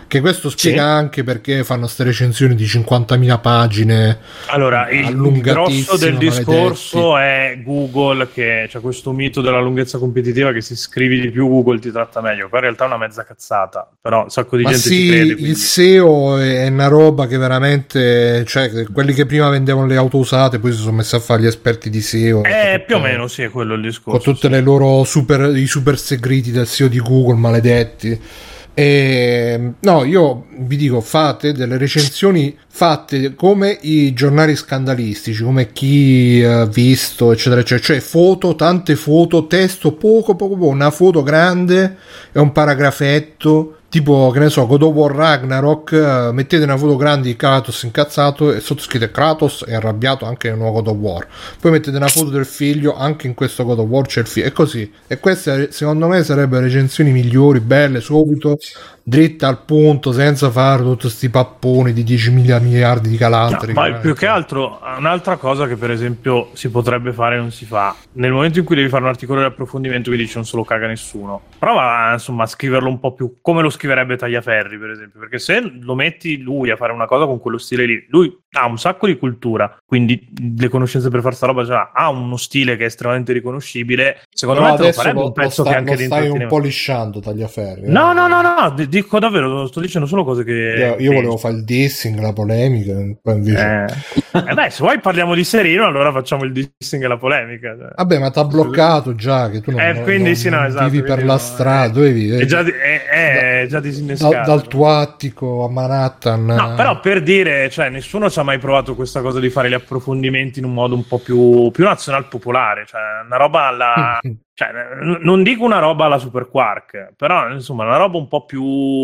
Che questo spiega Sì. anche perché fanno ste recensioni di cinquantamila pagine. Allora, il grosso del discorso è Google, che c'è questo mito della lunghezza competitiva, che se scrivi di più Google ti tratta meglio. Poi in realtà è una mezza cazzata, però un sacco di Ma gente sì, ci crede. Quindi... il S E O è una roba che veramente, cioè, quelli che prima vendevano le auto usate poi si sono messi a fare gli esperti di S E O. Eh, più o meno sì, è quello il discorso. Con tutte sì. le loro super, i super segreti del S E O di Google, maledetti. E, no, io vi dico, fate delle recensioni fatte come i giornali scandalistici, come chi ha visto, eccetera, eccetera, cioè foto, tante foto, testo poco, poco, poco, una foto grande e un paragrafetto. Tipo, che ne so, God of War Ragnarok, uh, mettete una foto grande di Kratos incazzato e sotto scrivete Kratos è arrabbiato anche nel nuovo God of War. Poi mettete una foto del figlio, anche in questo God of War c'è il figlio. E così. E queste, secondo me, sarebbero recensioni migliori, belle, subito, dritta al punto, senza fare tutti questi papponi di diecimila miliardi di calantri. No, ma più che altro, un'altra cosa che per esempio si potrebbe fare e non si fa, nel momento in cui devi fare un articolo di approfondimento che dici non se lo caga nessuno, prova insomma a scriverlo un po' più come lo scriverebbe Tagliaferri, per esempio, perché se lo metti lui a fare una cosa con quello stile lì, lui ha un sacco di cultura, quindi le conoscenze per fare sta roba, cioè, ha uno stile che è estremamente riconoscibile, secondo no, me te lo adesso farebbe lo, un pezzo lo sta, che anche lo di stai un intrattenimento. po' lisciando Tagliaferri. eh. No, no, no, no, d- dico davvero, sto dicendo solo cose che... Io, io volevo fare il dissing, la polemica, poi invece... Eh. eh beh, se vuoi parliamo di Serino, allora facciamo il dissing e la polemica. Cioè. Vabbè, ma t'ha bloccato già, che tu non, Eh, non, quindi non, sì, no, non esatto, vivi per quindi la no, strada, eh, dove vivi? È già, di- è, è Da- già disinnescato. Dal, dal tuo attico a Manhattan. No, però per dire, cioè, nessuno ci ha mai provato questa cosa di fare gli approfondimenti in un modo un po' più, più nazional popolare, cioè una roba alla... Cioè, n- non dico una roba alla Super Quark, però insomma una roba un po' più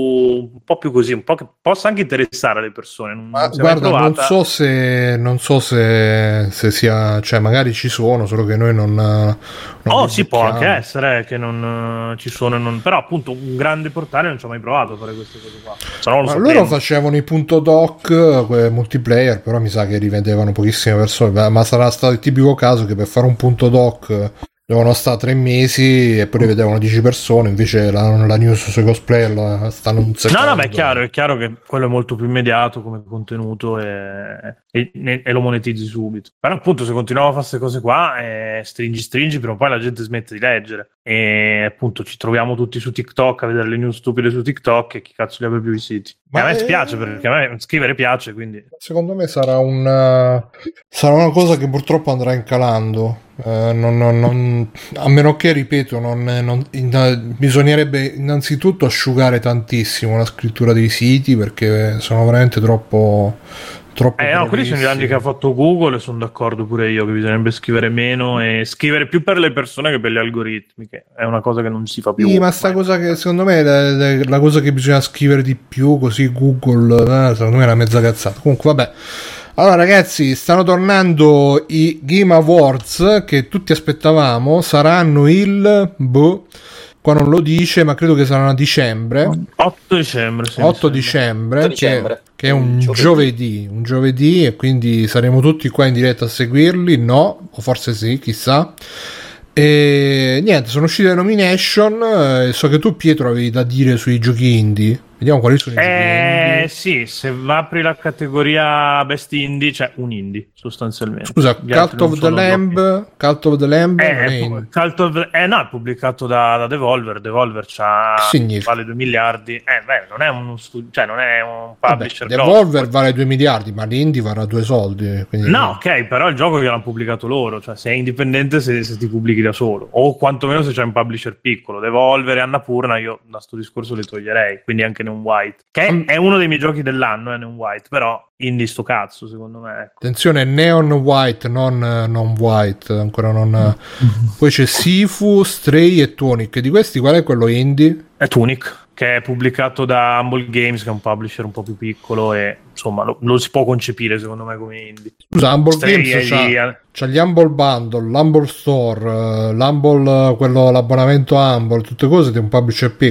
un po' più così, un po' che possa anche interessare le persone. Non, Ma non si è mai guarda, non provata. so se non so se, se sia, cioè magari ci sono, solo che noi non, non Oh, li sì, può becchiamo. anche essere che non eh, ci sono, e non... però appunto un grande portale non ci ho mai provato a fare queste cose qua. Se no lo Ma sapevo. loro facevano i punto doc, quei multiplayer, però mi sa che rivedevano pochissime persone. Ma ma sarà stato il tipico caso che per fare un punto doc devono stare tre mesi e poi ne vedevano dieci persone, invece la, la news sui cosplayer la, stanno un secondo. No, no, beh, è chiaro, è chiaro che quello è molto più immediato come contenuto e, e, e lo monetizzi subito. Però appunto se continuiamo a fare queste cose qua, eh, stringi stringi, prima o poi la gente smette di leggere. E appunto ci troviamo tutti su TikTok a vedere le news stupide su TikTok e chi cazzo li avrà più i siti. Ma e a me è- spiace perché a me scrivere piace, quindi... Secondo me sarà un sarà una cosa che purtroppo andrà incalando. Eh, non, non- non- a meno che, ripeto, non, non- in- bisognerebbe innanzitutto asciugare tantissimo la scrittura dei siti, perché sono veramente troppo troppo Eh no, quelli sono i danni che ha fatto Google e sono d'accordo pure io che bisognerebbe scrivere meno e scrivere più per le persone che per gli algoritmi, che è una cosa che non si fa più. Sì, ma sta cosa che secondo me è la, la- la cosa che bisogna scrivere di più, così Google, eh, secondo me è una mezza cazzata. Comunque vabbè. Allora ragazzi, stanno tornando i Game Awards che tutti aspettavamo, saranno il boh, qua non lo dice, ma credo che saranno a dicembre. otto dicembre, sì, otto mi sembra. dicembre, otto che, dicembre. che è un Giovedì. giovedì. un giovedì e quindi saremo tutti qua in diretta a seguirli, no, o forse sì, chissà. E niente, sono uscite le nomination, eh, so che tu Pietro avevi da dire sui giochi indie, vediamo quali sono i giochi Eh indie. sì, se apri la categoria Best Indie, c'è un indie sostanzialmente. Scusa, Gli altri Cult non of the sono Lamb, giochi. Cult of the Lamb Eh, non è è pu- indie. Cult of the- eh, no, è pubblicato da, da Devolver. Devolver c'ha Che significa? vale due miliardi. Eh, beh, non è un studio, cioè non è un Vabbè, publisher Devolver grosso. vale due miliardi, ma l'indie varrà due soldi, quindi No, ok, però il gioco gliel'hanno pubblicato loro, cioè sei indipendente se, se ti pubblichi da solo, o quantomeno se c'è un publisher piccolo. Devolver e Annapurna io da sto discorso li toglierei, quindi anche Neon White, che è, è uno dei miei giochi dell'anno, è Neon White, però indie sto cazzo secondo me, ecco. attenzione, Neon White, non, non White, ancora non. Poi c'è Sifu, Stray e Tunic. Di questi qual è quello indie? È Tunic, che è pubblicato da Humble Games, che è un publisher un po' più piccolo e insomma lo, lo si può concepire secondo me come indie. Scusa, Humble Stray Games è di- c'ha, c'ha gli Humble Bundle, l'Humble Store, eh, l'Humble, quello, l'abbonamento Humble, tutte cose di un publisher piccolo?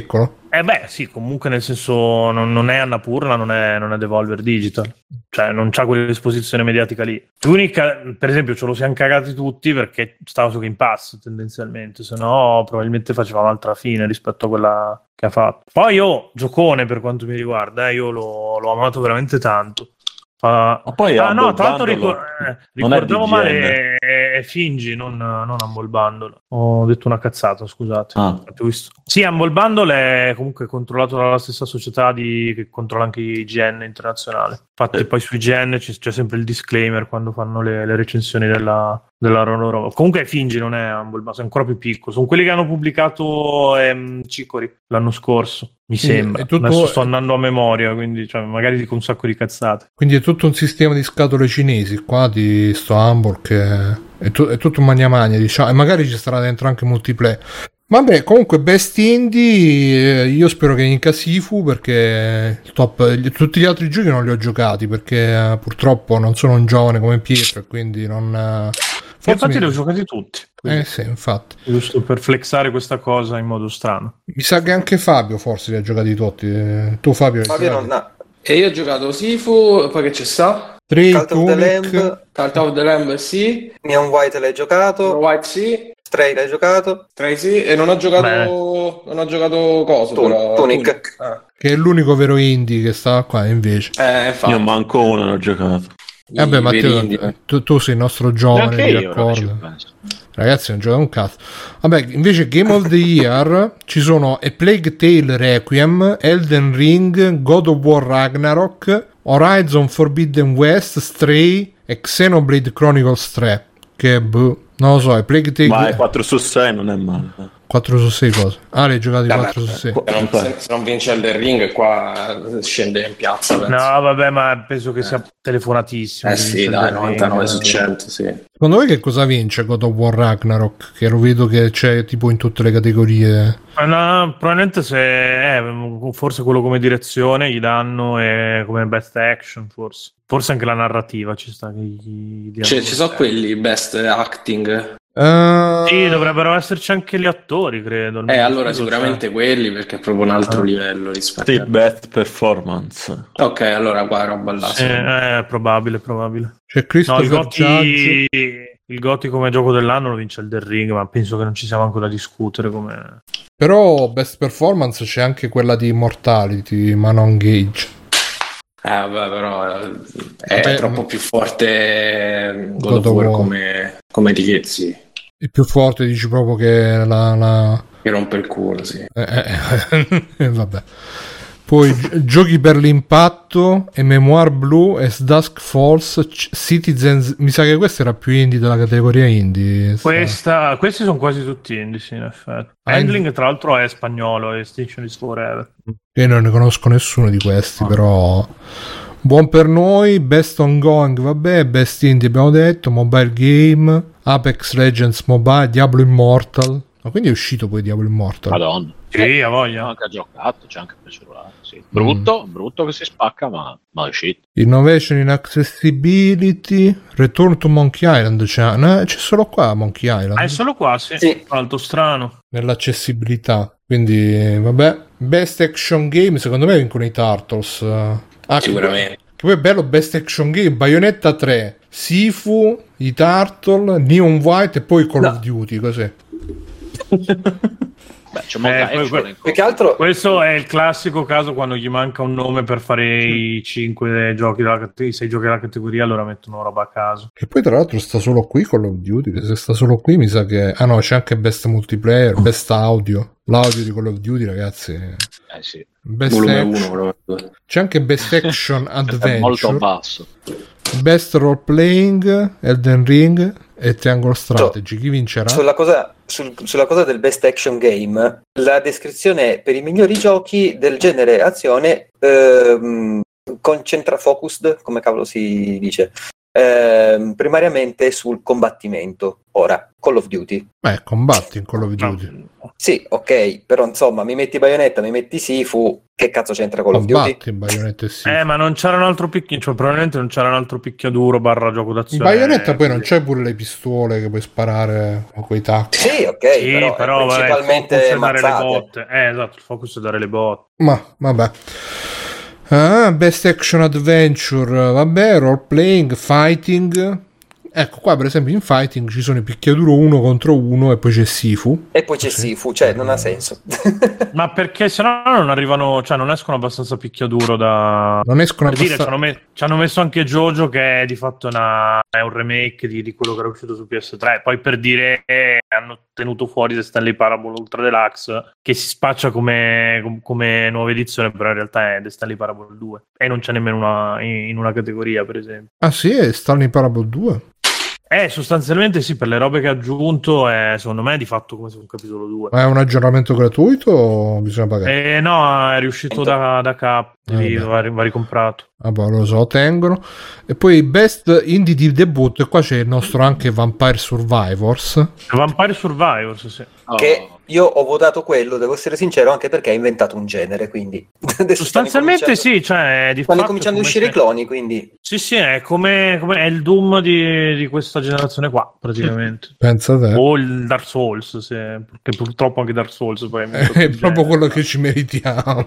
Eh beh, sì, comunque nel senso non, non è Annapurna, non è, non è Devolver Digital, cioè non c'ha quell'esposizione mediatica lì. L'unica, per esempio, ce lo siamo cagati tutti perché stava su Game Pass tendenzialmente, se no probabilmente faceva un'altra fine rispetto a quella che ha fatto. Poi io, giocone per quanto mi riguarda, eh, io l'ho, l'ho amato veramente tanto. Uh, Ma poi ah no, tra l'altro Humble ricor- Bundle eh, non è ricordavo D G N. male, è, è Fingi, non, non Humble Bundle. Ho detto una cazzata, scusate. Ah. Avete visto? Sì, Humble Bundle è comunque controllato dalla stessa società di, che controlla anche i I G N internazionale. Infatti Eh. poi sui I G N c'è, c'è sempre il disclaimer quando fanno le, le recensioni della, della loro roba. Comunque è Fingi, non è Humble Bundle, è ancora più piccolo. Sono quelli che hanno pubblicato ehm, Cicori l'anno scorso. Mi Quindi sembra. è tutto- Adesso sto andando a memoria, quindi cioè, magari dico un sacco di cazzate. Quindi è tutto un sistema di scatole cinesi qua di sto Hamburg che è, tu- è tutto un magna magna, diciamo, e magari ci sarà dentro anche multiplayer. Vabbè, comunque Best Indie, eh, io spero che vinca Sifu perché il top, gli- tutti gli altri giochi non li ho giocati perché eh, purtroppo non sono un giovane come Pietro e quindi non... eh, E infatti mi- li ho giocati tutti. Eh sì, infatti. Giusto per flexare questa cosa in modo strano. Mi sa che anche Fabio forse li ha giocati tutti. Eh, Tu Fabio, Fabio non ha E io ho giocato Sifu, poi che c'è sta? Tre, Cult of the Tunic, Lamb, Cult of the Lamb sì, Neon White l'hai giocato, White sì, Stray l'hai giocato, Stray sì, e non ho giocato Beh. non ho giocato coso Tun- però Tunic. Ah. che è l'unico vero indie che sta qua invece. Eh, infatti. Io manco uno ne ho giocato. Eh, Vabbè, I veri Matteo, indie. tu, tu sei il nostro giovane, Anche mi io, ora che ci raccordo. penso. Ragazzi, non giocate un cazzo. Vabbè, invece Game of the Year ci sono A Plague Tale Requiem, Elden Ring, God of War Ragnarok, Horizon Forbidden West, Stray e Xenoblade Chronicles tre. Che boh, non lo so, A Plague Tale Ma è quattro su sei non è male. quattro su sei cose. Ah, le hai giocate Vabbè, quattro su sei. Se non, se, se non vince il Ring qua scende in piazza penso. No, vabbè, ma penso che sia telefonatissimo. Eh sì, dai, novantanove su cento, sì. Secondo voi che cosa vince God of War Ragnarok? Che lo vedo che c'è tipo in tutte le categorie. No, probabilmente se eh, forse quello come direzione gli danno e come best action forse. Forse anche la narrativa ci sta. Che gli diano Cioè, ci sono quelli best acting. Uh, Sì, dovrebbero esserci anche gli attori, credo. Eh, allora Quello sicuramente c'è. quelli perché è proprio un altro Ah. livello rispetto Sì, a... best performance. Ok, allora qua roba là. Sì, eh, probabile, probabile. C'è No, il Christopher Gotti, Judge. il Gotti come gioco dell'anno lo vince il The Ring, ma penso che non ci sia manco da discutere come... Però best performance c'è anche quella di Immortality, ma non Gage. Eh, vabbè, però eh, è Vabbè, troppo più forte God, God of of War War. come, come etichetti. Il più forte dici proprio che la... la... Che rompe il culo, sì. Eh, eh, eh, vabbè. Poi gi- giochi per l'impatto, M M O R Blue, As Dusk Falls, C- Citizens. Mi sa che questo era più indie della categoria indie. sta- Questa, questi sono quasi tutti indie, sì, in effetti. Ah, Handling, tra l'altro, è spagnolo, è Extinction is Forever. Io non ne conosco nessuno di questi, però buon per noi. Best ongoing, vabbè, best indie abbiamo detto, mobile game, Apex Legends Mobile, Diablo Immortal. Ma quindi è uscito poi Diablo Immortal? Madonna. Sì, a C'è voglia. anche giocato, c'è anche per cellulare. Sì. Brutto, brutto che si spacca, ma, ma è uscito. Innovation in Accessibility, Return to Monkey Island, c'è, no, c'è solo qua Monkey Island, Ah, è solo qua, sì. Sì. Tra l'altro strano. nell'accessibilità. Quindi, vabbè. Best Action Game, secondo me vincono i Turtles. Ah, che- Sicuramente. Che poi è bello Best Action Game, Bayonetta tre, Sifu, i Turtle, Neon White e poi Call No. of Duty, così. Beh, c'è molta Eh, que- action que- in più che altro Questo è il classico caso quando gli manca un nome per fare i cinque giochi della cate- i sei giochi della categoria, allora mettono roba a caso. Che poi tra l'altro sta solo qui Call of Duty, che se sta solo qui mi sa che... Ah no, c'è anche Best Multiplayer, Best Audio. L'audio di Call of Duty, ragazzi. Eh sì, Best Volume Action. uno. proprio. C'è anche Best Action è molto Adventure, basso. Best Role Playing, Elden Ring e Triangle Strategy. Chi vincerà? sulla cosa, sul- sulla cosa del best action game, la descrizione è per i migliori giochi del genere azione ehm, concentra focused, come cavolo si dice, ehm, primariamente sul combattimento. Ora, Call of Duty. Beh, combatti in Call of Duty. Sì, ok, però insomma, mi metti Bayonetta, mi metti Sifu, che cazzo c'entra Call of Duty? Combatti in Bayonetta e sì. Eh, ma non c'era un altro picchiaduro, cioè probabilmente non c'era un altro picchiaduro barra gioco In d'azione. Bayonetta poi non così. c'è pure le pistole che puoi sparare con quei tacchi. Sì, ok, Sì, però, però, è vabbè, il principalmente focus è dare le mazzate. botte. Eh, esatto, il focus è dare le botte. Ma vabbè. Ah, Best Action Adventure, vabbè, role playing, fighting. Ecco qua per esempio in fighting ci sono i picchiaduro uno contro uno e poi c'è Sifu. E poi c'è Sì. Sifu, cioè non ha senso. Ma perché sennò non arrivano, cioè non escono abbastanza picchiaduro da... Non escono Per dire, ci abbastanza... hanno, me- ci hanno messo anche JoJo che è di fatto una, è un remake di, di quello che era uscito su P S tre. Poi per dire eh, hanno tenuto fuori The Stanley Parable Ultra Deluxe che si spaccia come, com- come nuova edizione, però in realtà è The Stanley Parable due e non c'è nemmeno una, in, in una categoria, per esempio. Ah sì, è Stanley Parable due? Eh, sostanzialmente sì, per le robe che ha aggiunto è secondo me di fatto come se fosse un capitolo due. Ma è un aggiornamento gratuito o bisogna pagare? Eh, no, è riuscito da, da capo, devi- Ah, va, va ricomprato. Vabbè, lo so, tengono. E poi Best Indie di debutto, e qua c'è il nostro anche Vampire Survivors. Vampire Survivors, sì. Oh. Che io ho votato quello, devo essere sincero, anche perché ha inventato un genere, quindi adesso Sostanzialmente stanno sì, cioè di stanno fatto cominciando a come uscire se- i cloni, quindi Sì, sì, è come, come è il Doom di, di questa generazione qua, praticamente. Pensa te. O il Dark Souls, se, perché purtroppo anche Dark Souls poi è, È proprio quello che ci meritiamo.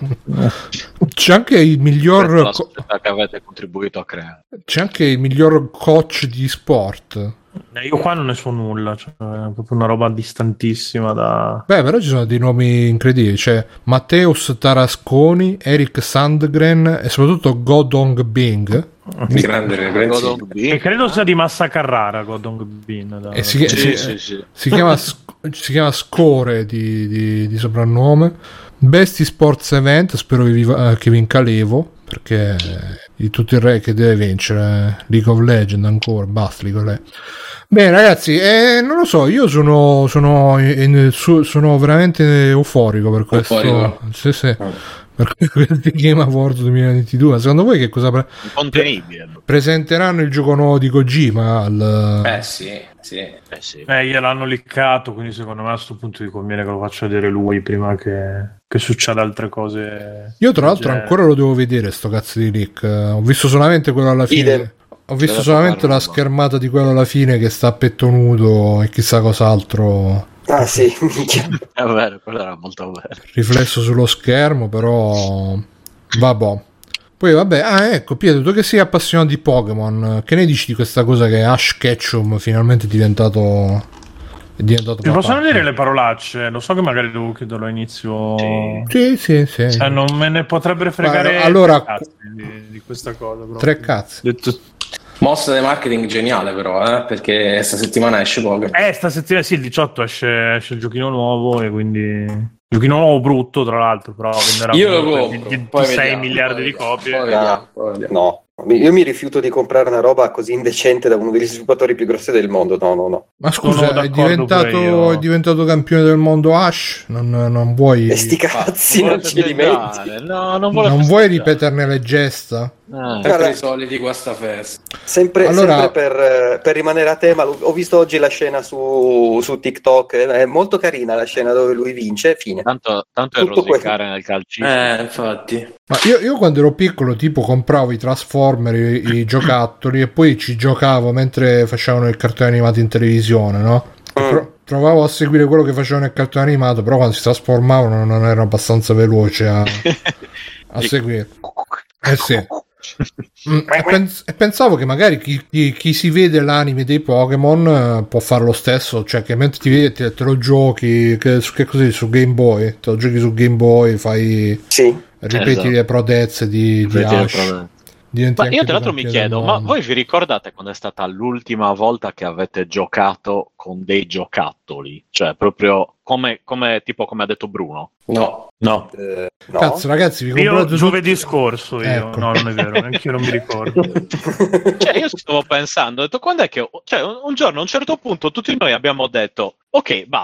C'è anche il miglior Questa è la co- società che avete contribuito a creare. c'è anche il miglior coach di sport. Eh, Io qua non ne so nulla, cioè, è proprio una roba distantissima da... Beh, però ci sono dei nomi incredibili. C'è Matteus Tarasconi, Eric Sandgren e soprattutto Godong Bing. Grande referenza. Godong E B. credo sia di Massa Carrara, Godong Bin. Da... E si, Sì, si- sì, sì. si chiama, Sc- si chiama Score di, di- di soprannome. Best Sports Event, spero che, viva- che vinca l'Evo, perché di tutto il re che deve vincere League of Legends ancora, basta League of Legends. Bene ragazzi, eh, non lo so, io sono, sono, in- su- sono veramente euforico per questo. Euforico? Sì, sì. Per questi Game Awards duemilaventidue. Secondo voi che cosa pre- Incontenibile. presenteranno il gioco nuovo di Kojima al... Eh sì, sì. Eh sì. Eh, gliel'hanno liccato, quindi secondo me a questo punto gli conviene che lo faccia vedere lui prima che, che succeda altre cose. Io tra l'altro Cioè- ancora lo devo vedere sto cazzo di leak. Eh, Ho visto solamente quello alla fine. Idem. Ho visto Deve solamente fare la roba. schermata di quello alla fine che sta a petto nudo e chissà cos'altro ah sì, minchia. È vero, quello era molto vero. riflesso sullo schermo, però vabbè. Poi vabbè, ah ecco Pietro, tu che sei appassionato di Pokémon, che ne dici di questa cosa che Ash Ketchum finalmente è diventato è diventato Ti possono papà? dire le parolacce? Lo so che magari devo chiederlo a inizio. Sì, Sì. sì, sì. Cioè, non me ne potrebbero fregare Guarda, allora- tre cazzi di, di questa cosa. proprio. Tre cazzi. Detto- Mossa di marketing geniale però, eh, perché sta settimana esce Pokémon. Eh, sta settimana sì, il diciotto esce, esce il giochino nuovo e quindi... Giochino nuovo brutto, tra l'altro, però venderà Io lo comunque compro, di, di poi sei vediamo, miliardi poi di vediamo, copie. poi vediamo, poi vediamo. No, io mi rifiuto di comprare una roba così indecente da uno degli sviluppatori più grossi del mondo. No, no, no. Ma Sono scusa, è d'accordo pure diventato, io. è diventato campione del mondo Ash? Non, non vuoi... E sti cazzi, non vuole ce li metti. festeggiare. No, non vuole Non vuoi festeggiare. ripeterne le gesta? Eh. Sempre Guarda- i soliti qua sta festa. Sempre, Allora- sempre per, eh, per rimanere a tema, lo- ho visto oggi la scena su, su TikTok, eh, è molto carina la scena dove lui vince, fine. Tanto, tanto è Tutto rosicare nel calcismo. Eh, infatti. Ma io, io quando ero piccolo tipo compravo i Transformer, i, i giocattoli e poi ci giocavo mentre facevano il cartone animato in televisione, no? E Mm. pro- provavo a seguire quello che facevano nel cartone animato, però quando si trasformavano non ero abbastanza veloce a, a seguire. Eh sì. Mm, e, pens- e pensavo che magari chi, chi- chi si vede l'anime dei Pokémon eh, può fare lo stesso, cioè che mentre ti vedi te, te lo giochi, che, su, che così, su Game Boy, te lo giochi su Game Boy, fai Sì, ripeti Esatto. le prodezze di, di Ripeti le Ash. prodezze. Diventi Ma anche io tra l'altro tu mi campione chiedo, del ma mondo. voi vi ricordate quando è stata l'ultima volta che avete giocato con dei giocattoli? Cioè proprio come, come tipo come ha detto Bruno? No. No, eh, no. Cazzo ragazzi, vi io comprate giovedì tutti- scorso io. Ecco. No, non è vero, neanche io non mi ricordo. Cioè io stavo pensando, ho detto quando è che... Cioè un, un giorno a un certo punto tutti noi abbiamo detto ok basta,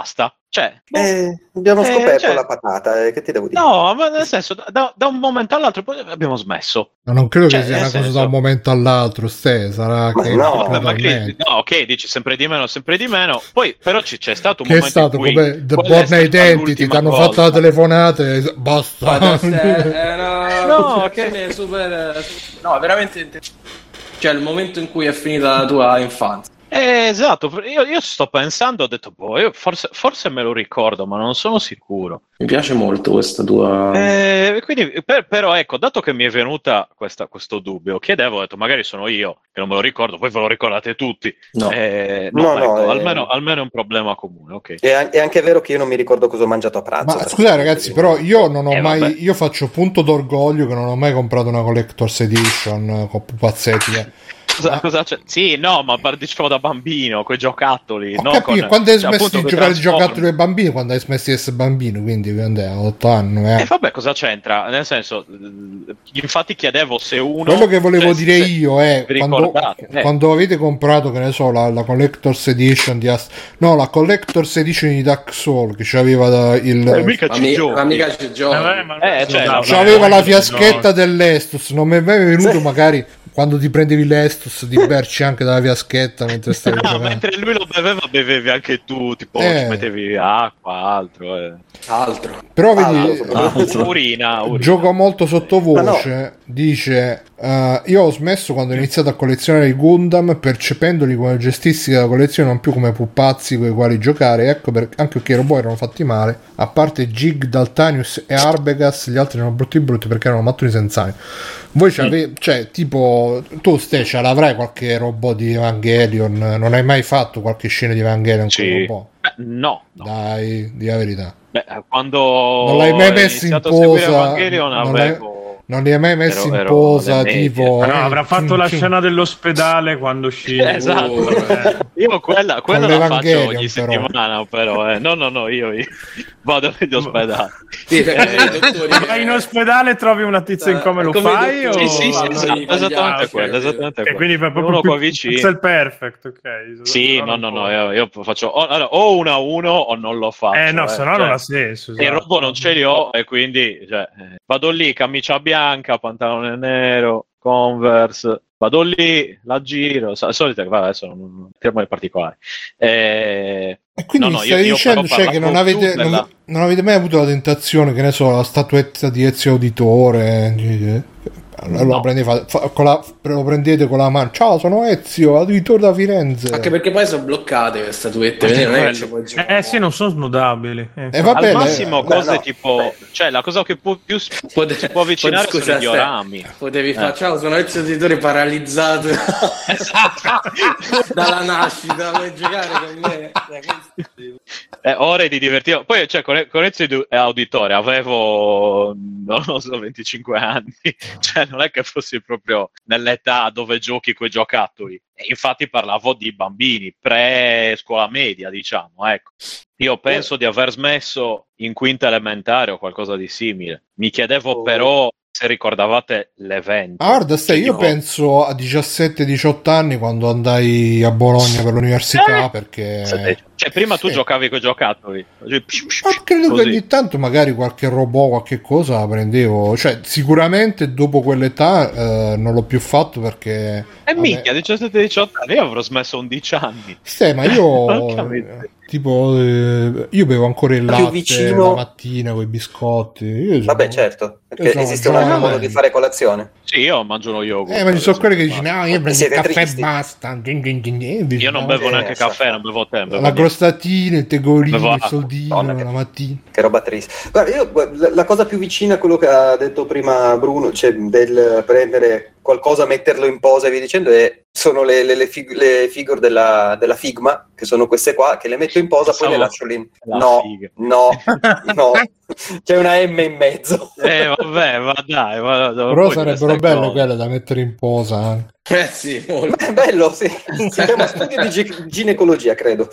Cioè, boh. Eh, abbiamo Eh, scoperto cioè- la patata, eh, che ti devo dire? No, ma nel senso, da, da un momento all'altro poi abbiamo smesso. Ma non credo Cioè, che sia nel una cosa senso- da un momento all'altro, ste, sarà Ma che no. Vabbè, ma che- totalmente. no, ok, dici sempre di meno, sempre di meno. Poi, però, ci, c'è stato un Che è momento stato in cui come The quella è Born stata Identity, l'ultima ti hanno volta. fatto la telefonata e basta. Poi adesso è, è una No, concezione super, no, veramente inter- cioè il momento in cui è finita la tua infanzia. Eh, esatto, io, io sto pensando, ho detto, boh, io forse, forse me lo ricordo, ma non sono sicuro. Mi piace molto questa tua Eh, quindi, per- però, ecco, dato che mi è venuta questa- questo dubbio, chiedevo, ho detto, magari sono io che non me lo ricordo, poi ve lo ricordate tutti. no. Eh, No, no, no, ecco, eh. almeno, almeno è un problema comune, ok. È, an- è anche vero che io non mi ricordo cosa ho mangiato a pranzo. Ma scusate ragazzi, però io non ho Eh, mai, vabbè. io faccio punto d'orgoglio che non ho mai comprato una Collector's Edition eh, con pupazzetti. eh. Cosa, cosa c'è? Sì, no, ma partecipo da bambino, coi giocattoli. Ho non capito, con- quando hai cioè, smesso appunto, di coi giocare ai Transformers. giocattoli ai bambini, quando hai smesso di essere bambino, quindi quando hai otto anni. Eh. E vabbè, cosa c'entra? Nel senso, eh, infatti chiedevo se uno... Quello che volevo cioè, dire se- io è vi quando, ricordate? Eh. quando avete comprato, che ne so, la, la Collector's Edition di Ast- no, la Collector's Edition di Dark Souls che c'aveva da- il Eh, mica Ma ci mi- giochi. ma mica ci giochi. Eh, beh, ma- Eh, cioè, no, no, c'aveva no, la no, fiaschetta no. dell'Estus, non mi è mai venuto Sì. magari quando ti prendevi l'Estus di berci anche dalla fiaschetta mentre stavi No, giocando. mentre lui lo beveva, bevevi anche tu, tipo Eh. ci mettevi acqua, altro. Eh. Altro. Però Ah, vedi, altro. Urina, urina. gioco molto sottovoce, dice eh, io ho smesso quando ho iniziato a collezionare i Gundam percependoli come gestissi della collezione, non più come pupazzi con i quali giocare, ecco per, anche perché i robot erano fatti male, a parte Jig, Daltanius e Arbegas, gli altri erano brutti brutti perché erano mattoni senza anima. Voi c'ave, cioè tipo tu ste ce l'avrai qualche robot di Evangelion, non hai mai fatto qualche scena di Evangelion con i Sì. robot? Beh, no, no. Dai, di la verità. Beh, quando Non l'hai mai ho messo in iniziato a seguire posa, Evangelion non l'hai- avevo... Non li hai mai messi Ero- in ero posa, alle medie. tipo... Ma no, eh, avrà fatto cin- la cin- scena dell'ospedale quando uscì. Eh, esatto. Uh, eh. Io quella, quella Con la faccio l'Evangelion, ogni però. settimana, però. Eh. No, no, no, io, io vado negli ospedali. Sì, perché Eh, i dottori- Vai in ospedale, trovi una tizia in coma e lo Come i fai? dottori O... Sì, sì, sì, vanno esatto, i esattamente pagliacci, quello, eh, esattamente E quello. quindi fai proprio Uno qua pi- vicino. pixel perfect, ok. Sì, no, no, no, io, io faccio o, allora, o uno a uno o non lo faccio. Eh no, se no cioè, non ha senso. e il esatto. robot non ce li ho e quindi cioè, eh, vado lì, camicia bianca, pantalone nero, Converse, vado lì, la giro, sa- solite, vabbè, adesso non, non entriamo nei particolari. Eh, E quindi no, mi no, stai io- io dicendo però cioè, che non parlavo avete, più non, della- non avete mai avuto la tentazione, che ne so, la statuetta di Ezio Auditore? eh, Allora No. lo, prendete, fa- con la, lo prendete con la mano. Ciao, sono Ezio, Auditore da Firenze. Anche perché poi sono bloccate le statuette, Ma quindi non è che quello- ci puoi giocare. Eh sì, non sono snodabili. Eh, E vabbè, al le- massimo beh, cose no, tipo, beh. cioè la cosa che può più si Pote- può avvicinare Scusa, sono i Ste, diorami. Potevi Eh. fare, ciao, sono Ezio Auditore paralizzato dalla nascita, vuoi giocare con me? Eh, ore di divertimento. Poi, cioè, con, con Ezio Edu- Auditore avevo, non lo so, venticinque anni. Cioè, non è che fossi proprio nell'età dove giochi coi giocattoli. E infatti parlavo di bambini, pre-scuola media, diciamo, ecco. Io penso di aver smesso in quinta elementare o qualcosa di simile. Mi chiedevo Oh. però se ricordavate l'evento. Ah, guarda, stai, Cioè, io tipo- penso a diciassette diciotto anni quando andai a Bologna per l'università Eh, perché... Cioè, prima tu Sì. giocavi coi giocattoli. Cioè, Ma credo che così. ogni tanto magari qualche robot, qualche cosa la prendevo. Cioè, sicuramente dopo quell'età eh, non l'ho più fatto perché... E vabbè, minchia, diciassette diciotto anni, io avrò smesso undici anni. Sì, ma Porca io miseria. eh, tipo eh, io bevo ancora il Più latte vicino- la mattina con i biscotti. Io sono- Vabbè, certo, perché sono esiste un altro giovane. modo di fare colazione. Sì, io mangio uno yogurt. Eh, ma ci sono quelli che dicono: no, io prendo il Siete caffè e tristi. basta. Io non bevo Eh, neanche so. caffè, non bevo tè. non bevo La niente. crostatina, il tegolino, Bevo il acqua. soldino Madonna, che- la mattina. Che roba triste. Guarda, io la, la cosa più vicina a quello che ha detto prima Bruno, cioè del prendere qualcosa, metterlo in posa e via dicendo, è, sono le, le, le, fig- le figure della, della Figma, che sono queste qua, che le metto in posa, poi Pensavo le lascio lì. la No, figa. no, no, c'è una M in mezzo. Eh, vabbè, ma dai. Ma, Però sarebbero belle quelle da mettere in posa. anche. Eh sì, molto. Beh, bello, sì. Si chiama studio di gi- ginecologia, credo.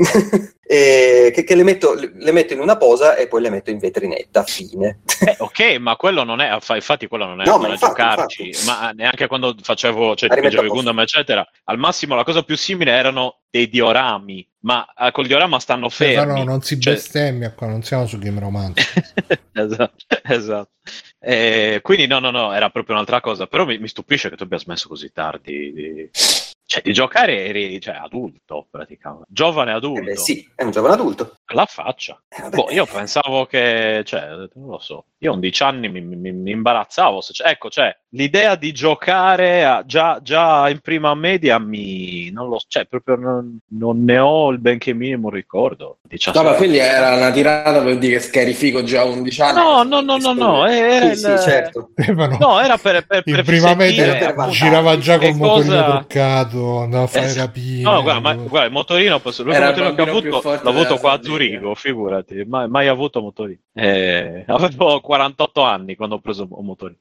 E che, che le, metto, le metto in una posa e poi le metto in vetrinetta, fine. Eh, ok, ma quello non è, infatti quello non è, No, non ma è infatti, giocarci, infatti. ma neanche quando facevo, cioè La rimetto dipingevo a i posto. Gundam eccetera, al massimo la cosa più simile erano dei diorami, ma eh, col diorama stanno Stefano, fermi. non si cioè... bestemmia qua, non siamo su Game Romantic. esatto, esatto. Eh, quindi no, no, no, era proprio un'altra cosa, però mi, mi stupisce che tu abbia smesso così tardi di... Cioè, di giocare eri cioè, adulto, praticamente. Giovane adulto. Eh beh, sì, è un giovane adulto. La faccia. Eh, vabbè. Boh, io pensavo che, cioè, non lo so, io a undici anni mi, mi, mi imbarazzavo. Se, cioè, ecco, cioè, l'idea di giocare a, già, già in prima media mi, non lo so, cioè, proprio non, non ne ho il benché minimo ricordo. diciassette Vabbè, quindi era una tirata per dire che scarifico già a undici anni. No, no, no, no, no, era Sì, il... sì, certo. Stefano, No, era per, per, in per prima media sentire, appunto, girava già che col motorino cosa- truccato, andava a fare Esatto. rapine. No, guarda, ma, guarda, il motorino, posso, l'unico Era il motorino che ho bambino più avuto, forte l'ho avuto della qua a Sardegna. Zurigo, figurati, mai, mai avuto motorino. Eh, avevo quarantotto anni quando ho preso un motorino.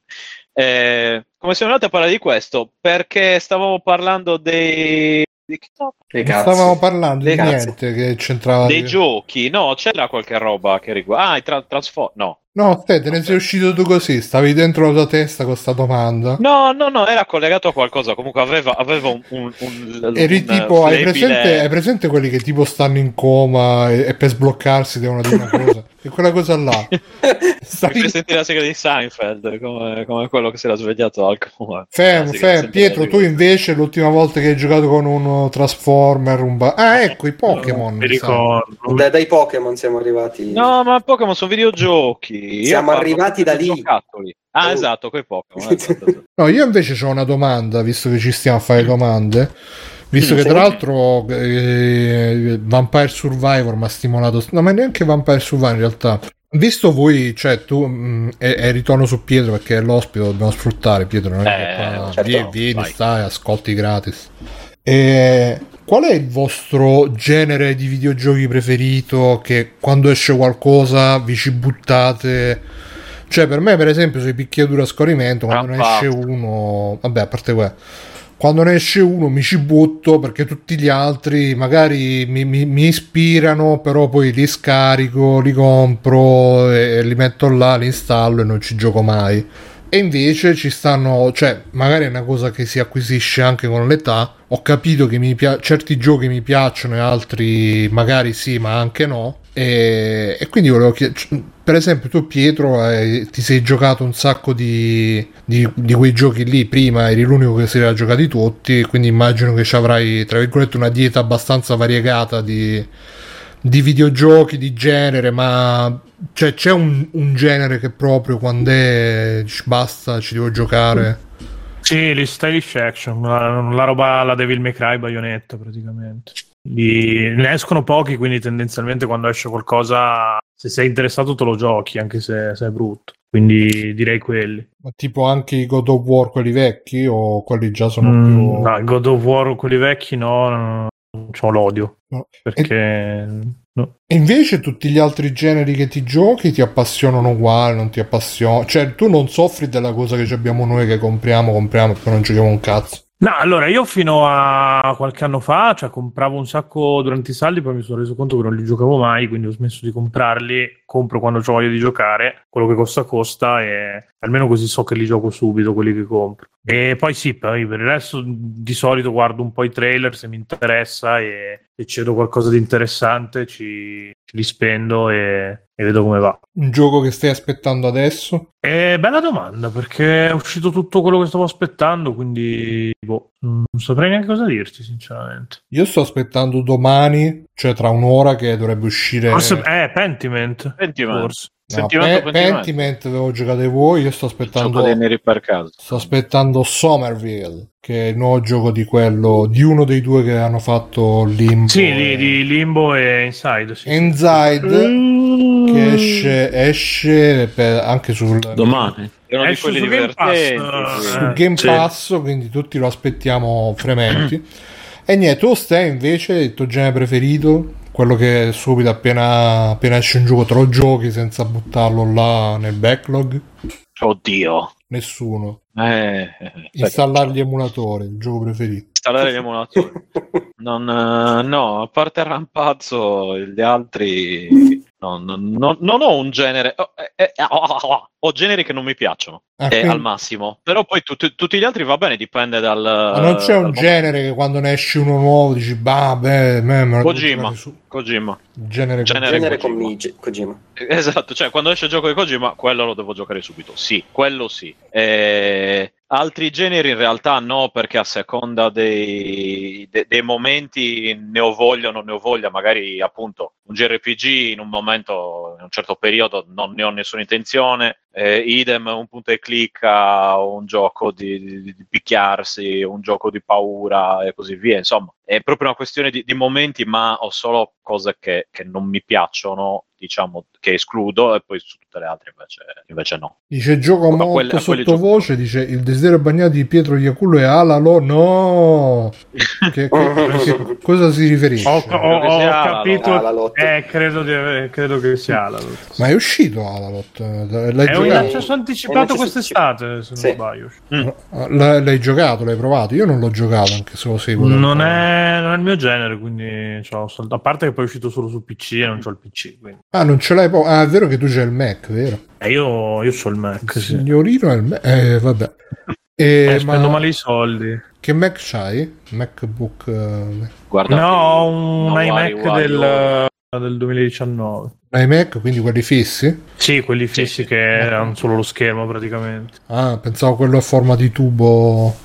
Eh, come siamo andati a parlare di questo? Perché stavamo parlando dei... di che no? Che Non cazzo. stavamo parlando Dei di cazzi. niente che c'entrava. Dei di- giochi, no, c'era qualche roba che riguarda... Ah, i tra- Transform... No. No, te, te ne Ok. sei uscito tu così, stavi dentro la tua testa con sta domanda. No, no, no, era collegato a qualcosa, comunque aveva, aveva un... un, un Eri un tipo, hai flebile- presente, hai presente quelli che tipo stanno in coma e, e per sbloccarsi devono dire una cosa? E quella cosa là. Mi Stavi... fai sentire la sigla di Seinfeld, come, come quello che si era svegliato al coma. Fermo, La sigla fermo. sempre Pietro, di- tu invece l'ultima volta che hai giocato con uno Transformer, un ba- ah ecco i Pokémon. Mi mi sa. ricordo. Da- dai Pokémon siamo arrivati. No, ma Pokémon sono videogiochi. Io Siamo parlo arrivati proprio da di lì. giocattoli. Ah, Oh. esatto, quei Pokémon. Esatto, esatto. No, io invece ho una domanda, visto che ci stiamo a fare domande. Visto Mm, che sì. tra l'altro eh, Vampire Survivor mi ha stimolato, no, ma neanche Vampire Survivor in realtà. Visto voi, cioè tu, mh, e, e ritorno su Pietro perché è l'ospite, lo dobbiamo sfruttare. Pietro, non è che Eh, qua, certo, vieni, vieni, vai. stai, ascolti gratis. E qual è il vostro genere di videogiochi preferito che quando esce qualcosa vi ci buttate? Cioè, per me, per esempio, sui picchiatura a scorrimento, quando ne Rampart. esce uno, vabbè, a parte quello, quando ne esce uno mi ci butto perché tutti gli altri magari mi, mi- mi ispirano, però poi li scarico, li compro e, e li metto là, li installo e non ci gioco mai. E invece ci stanno, cioè, magari è una cosa che si acquisisce anche con l'età. Ho capito che mi pia- certi giochi mi piacciono e altri magari sì, ma anche no. E, e quindi volevo chiedere, per esempio, tu Pietro eh, ti sei giocato un sacco di, di, di quei giochi lì. Prima eri l'unico che si era giocati tutti, quindi immagino che ci avrai, tra virgolette, una dieta abbastanza variegata di, di videogiochi di genere, ma cioè, c'è un, un genere che proprio quando è dici, basta, ci devo giocare. Sì, gli stylish action, la, la roba la Devil May Cry Bayonetta praticamente. Gli- ne escono pochi, quindi tendenzialmente quando esce qualcosa, se sei interessato te lo giochi, anche se, se è brutto. Quindi direi quelli. Ma tipo anche i God of War, quelli vecchi, o quelli già sono Mm, più... no, God of War, quelli vecchi no, no, c'ho l'odio. No. Perché... no. E invece tutti gli altri generi che ti giochi ti appassionano uguali, non ti appassionano... Cioè, tu non soffri della cosa che ci abbiamo noi che compriamo, compriamo, perché non giochiamo un cazzo. No, allora io fino a qualche anno fa, cioè compravo un sacco durante i saldi, poi mi sono reso conto che non li giocavo mai, quindi ho smesso di comprarli, compro quando ho voglia di giocare, quello che costa costa e almeno così so che li gioco subito quelli che compro. E poi sì, poi per il resto di solito guardo un po' i trailer se mi interessa e se cedo qualcosa di interessante ci, ci li spendo e, e vedo come va. Un gioco che stai aspettando adesso? E bella domanda, perché è uscito tutto quello che stavo aspettando, quindi boh, non saprei neanche cosa dirti, sinceramente. Io sto aspettando domani, cioè tra un'ora che dovrebbe uscire... Forse eh, Pentiment. Pentiment. Forse. No, Sentimento Pe- Pentiment. Pentiment avevo giocato voi, io sto Gioco aspettando... dei neri per caso. Sto aspettando Somerville, che è il nuovo gioco di quello, di uno dei due che hanno fatto Limbo. Sì, e... di, di Limbo e Inside. Sì, Inside, sì. che esce, esce per- anche sul, Domani. È uno di Esce quelli su Game Pass, divertenti. eh. sì. sul Game Sì. Pass, quindi tutti lo aspettiamo frementi. E niente, tu stai invece, il tuo genere preferito? Quello che subito appena, appena esce un gioco te lo giochi senza buttarlo là nel backlog? Oddio. Nessuno. Eh, eh, Installare gli emulatori, il gioco preferito. Installare gli emulatori. Non, eh, no, a parte Rampazzo, gli altri... No, no, no, non ho un genere... Oh, eh, eh, oh, oh, oh, ho generi che non mi piacciono, Ah, eh, quindi- al massimo. Però poi tutti, tutti gli altri va bene, dipende dal... Ma non c'è un dal genere che quando ne esce uno nuovo dici, bah, beh, me, me lo devo Kojima. giocare su. Kojima. Genere, Genere- Genere con Kojima. Migi- Kojima. Esatto, cioè quando esce il gioco di Kojima, quello lo devo giocare subito. Sì, quello sì. Eh, altri generi in realtà no, perché a seconda dei, de- dei momenti ne ho voglia o non ne ho voglia. Magari appunto un J R P G in un momento, in un certo periodo non ne ho nessuna intenzione. Eh, idem un punto e clicca, un gioco di, di, di picchiarsi, un gioco di paura e così via. Insomma, è proprio una questione di, di momenti, ma ho solo cose che, che non mi piacciono, diciamo, che escludo, e poi su tutte le altre invece, invece no. Dice gioco Ma molto quelli- a quelli sottovoce, dice il desiderio bagnato di Pietro Iacullo e Alalo. No! Che, che- che- cosa si riferisce? Ho, ho- Credo che ho sia capito, Alalot. eh, credo, di ave- credo che sia Alalot. Ma è uscito Alalot? L'hai È un giocato? accesso È anticipato un accesso quest'estate, se non Sì. sbaglio. L- l'hai giocato? L'hai provato? Io non l'ho giocato, anche se lo seguo. da un Non po'. è, non è il mio genere, quindi c'ho sol- a parte che poi è uscito solo su P C e non c'ho il P C. Quindi. Ah, non ce l'hai? Po- ah, è vero che tu c'hai il Mac, vero? Eh, io, io so il Mac, sì. Signorino è il Mac. Eh, vabbè. E, Eh, spendo ma male i soldi. che Mac c'hai? MacBook? eh, Guarda, No, ho un no, iMac Wari- Wari- del, del duemiladiciannove. iMac, quindi quelli fissi? Sì, quelli fissi sì. che erano solo lo schermo praticamente. Ah, pensavo quello a forma di tubo.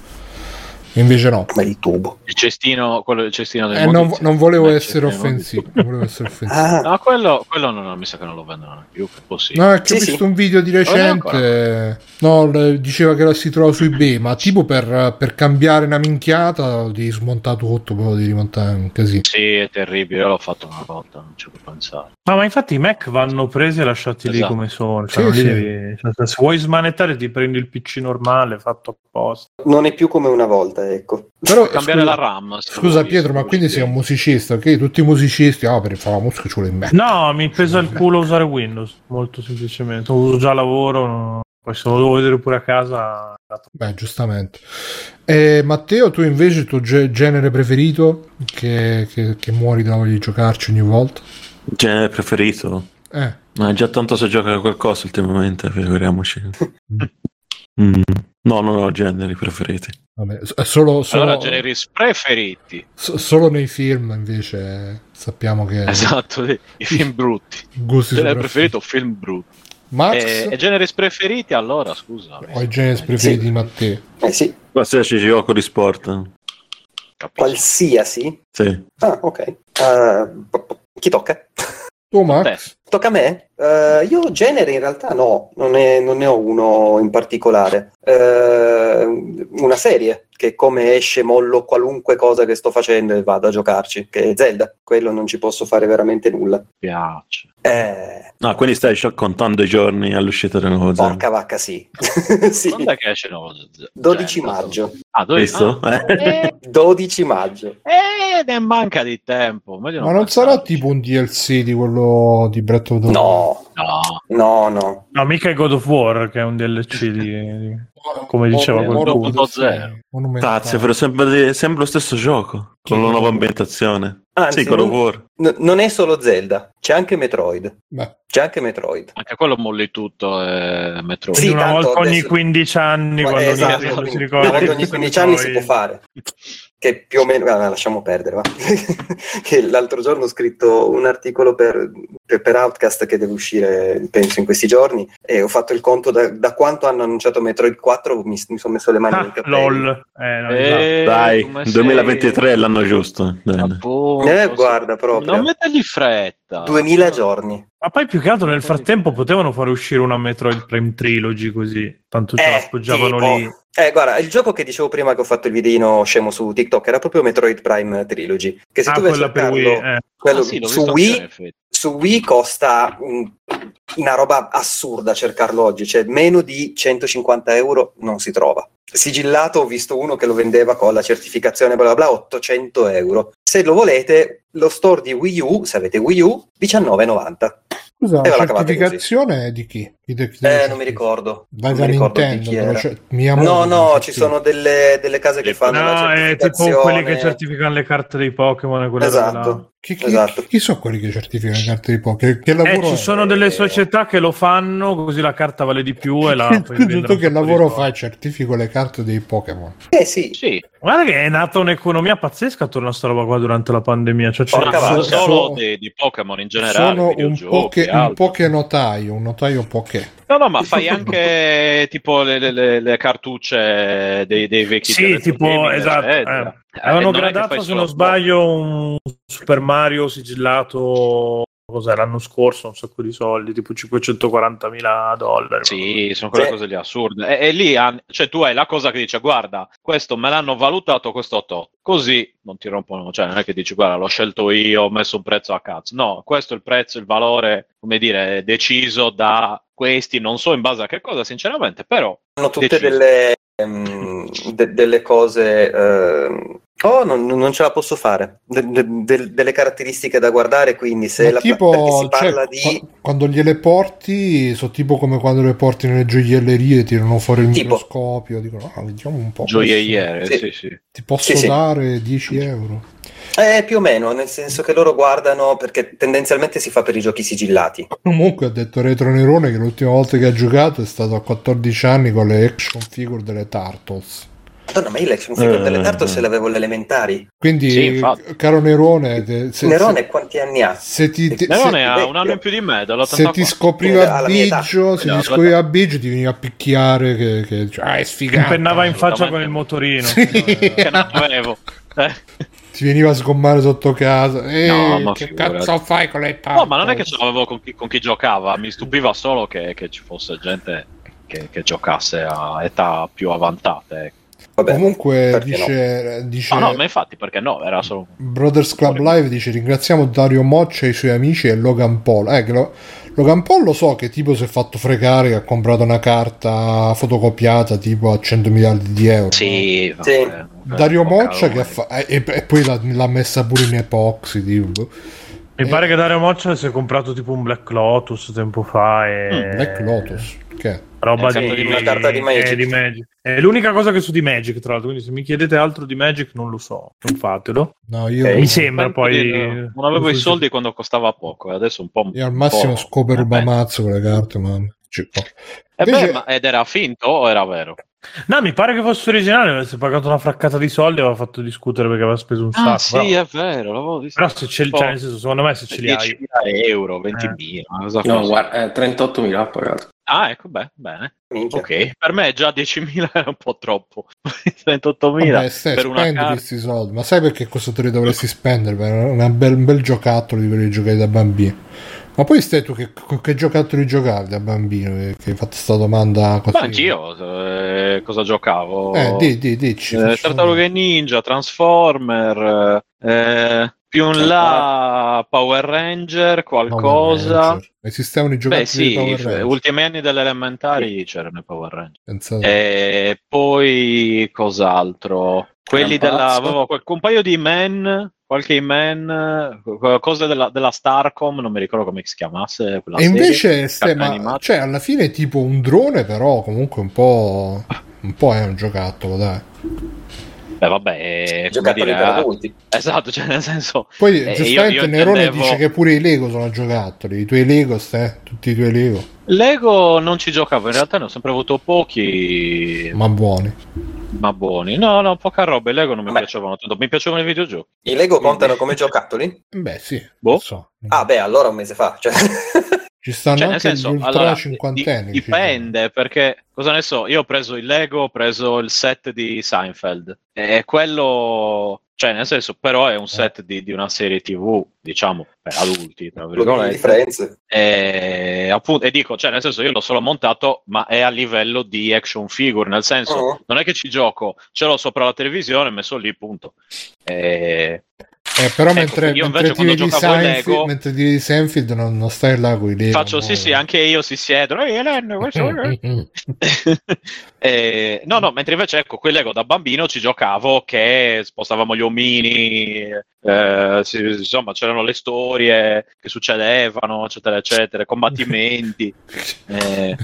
Invece no. Ma il tubo. il cestino, quello del cestino del Eh, non, Modizio. non volevo Eh, essere cestino del offensivo. Non volevo essere offensivo. Ah, No, quello, quello non, non mi sa che non lo vendono neanche più, che possibile. No, è che Sì, ho visto sì. un video di recente. No, le- diceva che la si trova su eBay, ma tipo per, per cambiare una minchiata di smontare tutto, proprio di rimontare un casino. Sì, è terribile, io l'ho fatto una volta, non ci può pensare. Ma, ma infatti i Mac vanno presi e lasciati lì Esatto. come sono. Sì, Cioè, non li sì. devi- cioè, se vuoi smanettare ti prendi il P C normale fatto apposta. non è più come una volta, ecco. Però, Cambiare scusa, la RAM. se scusa vuoi, Pietro, se ma vuoi quindi ci sei un tieni. musicista, ok? Tutti i musicisti, ah, per fare la musica ci vuole il Mac. No, mi pesa il culo usare Windows, molto semplicemente. Lo uso già a lavoro, no. Poi se lo devo vedere pure a casa. Beh, giustamente. E Matteo, tu invece il tuo ge- genere preferito che, che, che muori da voglia di giocarci ogni volta? Genere preferito? Eh, Ma già tanto si gioca qualcosa ultimamente, figuriamoci. Mm. No, non ho generi preferiti. vabbè, s- solo, solo, Allora, generi preferiti. so- solo nei film invece eh, sappiamo che Esatto, i i film brutti. gusti Genere sopraffatti. preferito, film brutti. Max E, e generi preferiti, allora, scusa. o i generi preferiti Sì. di Matteo? Eh sì, Qualsiasi gioco di sport. Capisco. qualsiasi. Sì. Ah, ok. Eh, p- p- chi tocca? Tu Max? Tocca a me? Eh, io genere in realtà no, non ne, non ne ho uno in particolare. Eh, una serie che come esce mollo qualunque cosa che sto facendo e vado a giocarci, che è Zelda. Quello non ci posso fare veramente nulla. Mi piace. Eh, No, quindi stai già contando i giorni all'uscita del nuovo Zelda. porca vacca, sì. sì. Quando è che esce il nuovo Z- dodici Zelda? maggio. Ah, dodici Visto? ah, Eh. eh, dodici maggio. eh, ne manca di tempo. Meglio Ma non pensarci. sarà tipo un D L C di quello di Breath of the Wild? No, No, no, no. No, mica è God of War che è un D L C di, di- come diceva Oro- qualcuno. Oro punto zero. monumentale. Tazia, però sembra, di- sembra lo stesso gioco, con la nuova ambientazione. Anzi, Sì, God of non- War. n- non è solo Zelda, c'è anche Metroid. Beh, C'è anche Metroid. anche quello molli tutto e Metroid. Sì, Quindi una tanto volta ogni adesso- quindici anni, Ma- quando esatto, Nintendo quindi si una ricorda volta che ogni sono quindici i anni suoi- si può fare. Che più o meno, ah, lasciamo perdere, va. Che l'altro giorno ho scritto un articolo per, per, per Outcast che deve uscire, penso, in questi giorni, e ho fatto il conto da, da quanto hanno annunciato Metroid quattro, mi, mi sono messo le mani nei Ah, capelli. lol. Eh, no, esatto. Eh, Dai, come sei- duemilaventitré è l'anno giusto. Bene. Appunto, Eh, sì. guarda, proprio. Non mettergli fretta. duemila giorni. Ma poi più che altro nel frattempo potevano fare uscire una Metroid Prime Trilogy così, tanto ce Eh, l'appoggiavano tipo- lì. Eh, guarda, il gioco che dicevo prima che ho fatto il videino scemo su TikTok era proprio Metroid Prime Trilogy. Che se Ah, tu vai a quella per cercarlo, Wii, eh. quello Ah, sì, l'ho su visto anch'io, in Wii, effetti. su Wii costa un- una roba assurda cercarlo oggi, cioè meno di centocinquanta euro non si trova. Sigillato ho visto uno che lo vendeva con la certificazione bla bla bla, ottocento euro. Se lo volete, lo store di Wii U, se avete Wii U, diciannove e novanta. scusa, Eh, la la cavate certificazione è di chi? Chi te- chi Eh, te- non mi ricordo. Vai Non da mi ricordo di Nintendo, chi te lo era. c'è- Miyamoto No, te lo no, certifica. ci sono delle, delle case che fanno la No, è tipo certificazione. quelli che certificano le carte dei Pokémon e quelle robe là. Esatto. Chi, chi- Esatto. chi sono quelli che certificano le carte di Pokémon? Che, che Eh, lavoro ci è? sono delle società che lo fanno, così la carta vale di più e la puoi Quindi vendere tu un che sacco di lavoro soldi. fai? Certifico le carte dei Pokémon. Eh sì, Sì, Guarda che è nata un'economia pazzesca attorno a sta roba qua durante la pandemia. Cioè, c'è- Porca ma non vacca. solo So- di, di Pokémon in generale, Sono un, videogiochi, poke, un altro. Pokénotaio, un notaio Poké. No, no, ma fai anche tipo le, le- le- le cartucce dei, dei vecchi Sì, retro tipo, gaming, esatto. eccetera. eh. Eh, Avevano non è che gradato, fai se solo- non sbaglio, un Super Mario sigillato, cos'è, l'anno scorso, un sacco di soldi, tipo cinquecentoquarantamila dollari. Sì, sono quelle Sì. cose lì assurde. E, e lì han- cioè, tu hai la cosa che dice: guarda, questo me l'hanno valutato, questo tot. Così non ti rompono, cioè non è che dici: guarda, l'ho scelto io, ho messo un prezzo a cazzo. No, questo è il prezzo, il valore, come dire, deciso da questi, non so in base a che cosa, sinceramente, però. hanno tutte deciso. delle, ehm, de- delle cose. ehm, oh, non, non ce la posso fare. De- de- de- delle caratteristiche da guardare, quindi se Ma la, perché tipo, si parla cioè, di. qua- quando gliele porti, sono tipo come quando le porti nelle gioiellerie, tirano fuori il Tipo. microscopio, dicono, ah, vediamo un po'. Gioielliere, Sì. sì, sì. Ti posso Sì, sì. dare dieci euro? Eh, più o meno, nel senso che loro guardano, perché tendenzialmente si fa per i giochi sigillati. Comunque ha detto Retro Nerone che l'ultima volta che ha giocato è stato a quattordici anni con le action figure delle Turtles. Madonna, ma io le action figure Eh, delle Turtles eh. le avevo alle elementari. Quindi, Sì, infatti. caro Nerone, te- se, Nerone se, quanti anni ha? se ti, te- Nerone se- ha vecchio. un anno in più di me, se dall'ottantaquattro. ti scopriva Alla mia età. Biggio, se No, ti scopriva Biggio ti veniva a picchiare che, che cioè, ah, è sfigato. Impennava in faccia assolutamente. con il motorino. Sì. Che non avevo. Eh. Ti veniva a sgommare sotto casa. Eh, No, ma che figurati. cazzo fai con le Turtles? No, ma non è che ce l'avevo con chi, con chi giocava, mi stupiva solo che, che ci fosse gente che, che giocasse a età più avanzate. ecco. Vabbè, Comunque perché dice, dice No, no, ma infatti, perché no? Era solo. Brothers Club Live dice ringraziamo Dario Moccia e i suoi amici e Logan Paul. Eh, che lo- Logan Paul lo so che tipo si è fatto fregare, che ha comprato una carta fotocopiata tipo a cento miliardi di euro. Sì, Sì. vabbè, Dario vabbè, Moccia cavolo. che ha fa- e, e poi l'ha, l'ha messa pure in epoxy tipo. Mi pare che Dario Moccia si è comprato tipo un Black Lotus tempo fa e... Mm, Black Lotus che è? Roba È di, carta di Magic. Carta di Magic. È di Magic. È l'unica cosa che so di Magic, tra l'altro, quindi se mi chiedete altro di Magic non lo so, non fatelo. No, io, Ok. Mi sembra Penso poi... di- Non avevo i soldi quando costava poco, e adesso un po'. io al massimo un po'- scopo eh, rubamazzo con le carte, ma cioè, oh. Eh beh, Invece- ma- ed era finto o era vero? No, mi pare che fosse originale, avesse pagato una fraccata di soldi e aveva fatto discutere perché aveva speso un Ah, sacco. sì, però, è vero, l'avevo visto. però se ce li, cioè, nel senso, secondo me se ce li hai... diecimila euro, ventimila. cosa No, fosse. guarda, eh, trentottomila ha pagato. Ah, ecco, beh, bene. Minchia. Ok, per me già diecimila era un po' troppo. trentottomila Vabbè, stai, per una spendi carta. questi soldi, ma sai perché questo te li dovresti spendere? Per una bel- un bel giocattolo di quelli giocati da bambino. Ma poi stai tu che, con che giocattoli giocavi da bambino? Che, che hai fatto sta domanda così? Ma anch'io, eh, cosa giocavo? Eh, di, di, dici. Eh, facciamo- Tartarughe Ninja, Transformer, eh, più in là Power Ranger, Power qualcosa. Ranger. Esistevano i Beh giocattoli sì, di Power f- Ranger. ultimi anni delle elementari c'erano i Power Ranger. Pensate. E poi cos'altro? Quelli della Rampazzo. avevo quel- un paio di Man, qualche Man, cose della, della Starcom, non mi ricordo come si chiamasse quella E invece, serie, ste, ma, animata. cioè, alla fine è tipo un drone, però comunque un po', un po' è un giocattolo, dai. Beh, vabbè, è, come Giocattoli dire, per eh, adulti. esatto, cioè nel senso. Poi eh, giustamente io- io Nerone intendevo- dice che pure i Lego sono giocattoli. I tuoi Lego, ste, tutti i tuoi Lego, Lego non ci giocavo, in realtà ne ho sempre avuto pochi, ma buoni. ma buoni. No, no, poca roba. I Lego non mi Beh. piacevano tanto, mi piacevano i videogiochi. I Lego contano come giocattoli? Beh, sì, Boh. non so. Ah, beh, allora un mese fa. Cioè. Ci stanno Cioè, nel anche senso, gli ultra allora, cinquantenni. di- che ci sono. dipende, perché cosa ne so, io ho preso il Lego, ho preso il set di Seinfeld e quello, cioè nel senso, però è un set di, di una serie tivù, diciamo, per adulti, tra Quello di virgolette. differenze. E, appunto, e dico, cioè nel senso, io l'ho solo montato, ma è a livello di action figure, nel senso, Oh. non è che ci gioco, ce l'ho sopra la televisione, messo lì, punto. E... Eh, però ecco, mentre, io mentre, invece ti vedi Seinfeld, Lego... mentre ti vedi Seinfeld non, non stai là con i Lego. Faccio sì, sì, anche io si siedono. eh, no, no, mentre invece ecco, quel Lego da bambino ci giocavo che spostavamo gli omini, eh, sì, insomma c'erano le storie che succedevano, eccetera, eccetera, combattimenti. eh.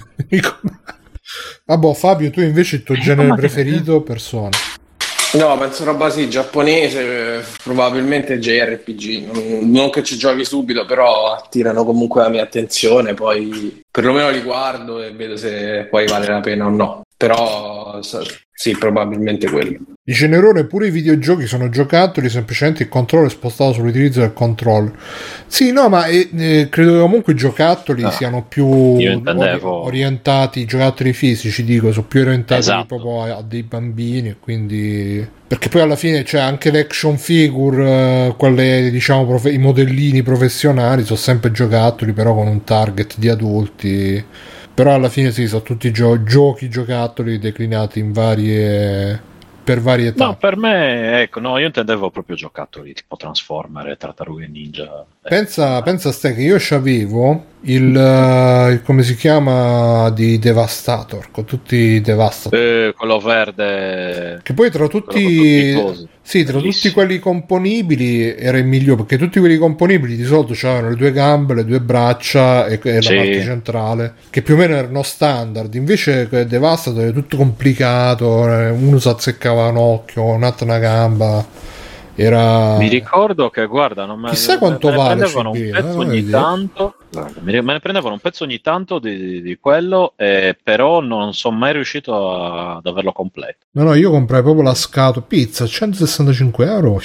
Vabbè, Fabio, tu invece il tuo genere preferito, Persona? No, penso roba sì, giapponese, probabilmente J R P G, non, non che ci giochi subito, però attirano comunque la mia attenzione, poi perlomeno li guardo e vedo se poi vale la pena o no, però sì, probabilmente quello. Dice Nerone, pure i videogiochi sono giocattoli, semplicemente il controllo è spostato sull'utilizzo del controller. Sì, no, ma eh, eh, credo che comunque i giocattoli no, siano più ori- orientati, i giocattoli fisici, dico, sono più orientati esatto. proprio a, a dei bambini, quindi... Perché poi alla fine c'è anche l'action figure, eh, quelle, diciamo, profe- i modellini professionali, sono sempre giocattoli, però con un target di adulti. Però alla fine sì, sono tutti gio- giochi giocattoli declinati in varie... per varietà. No, per me, ecco, no, io intendevo proprio giocattoli tipo Transformer e Tartarughe Ninja. Pensa, eh, pensa a ste che io c'avevo il, uh, il come si chiama di Devastator, con tutti i Devastator. Eh, quello verde. Che poi tra tutti, tutti sì, tra Bellissimo. tutti quelli componibili era il migliore, perché tutti quelli componibili di solito avevano le due gambe, le due braccia e, e sì. la parte centrale, che più o meno erano standard. Invece Devastator era tutto complicato, uno si azzeccava un occhio, un'altra una gamba. Era... Mi ricordo che, guarda, non me, chissà quanto me ne vale prendevano un pezzo ogni vedi? tanto. Guarda, me ne prendevano un pezzo ogni tanto di, di, di quello, eh, però non sono mai riuscito a, ad averlo completo. No, no, io comprai proprio la scatola pizza, centosessantacinque euro,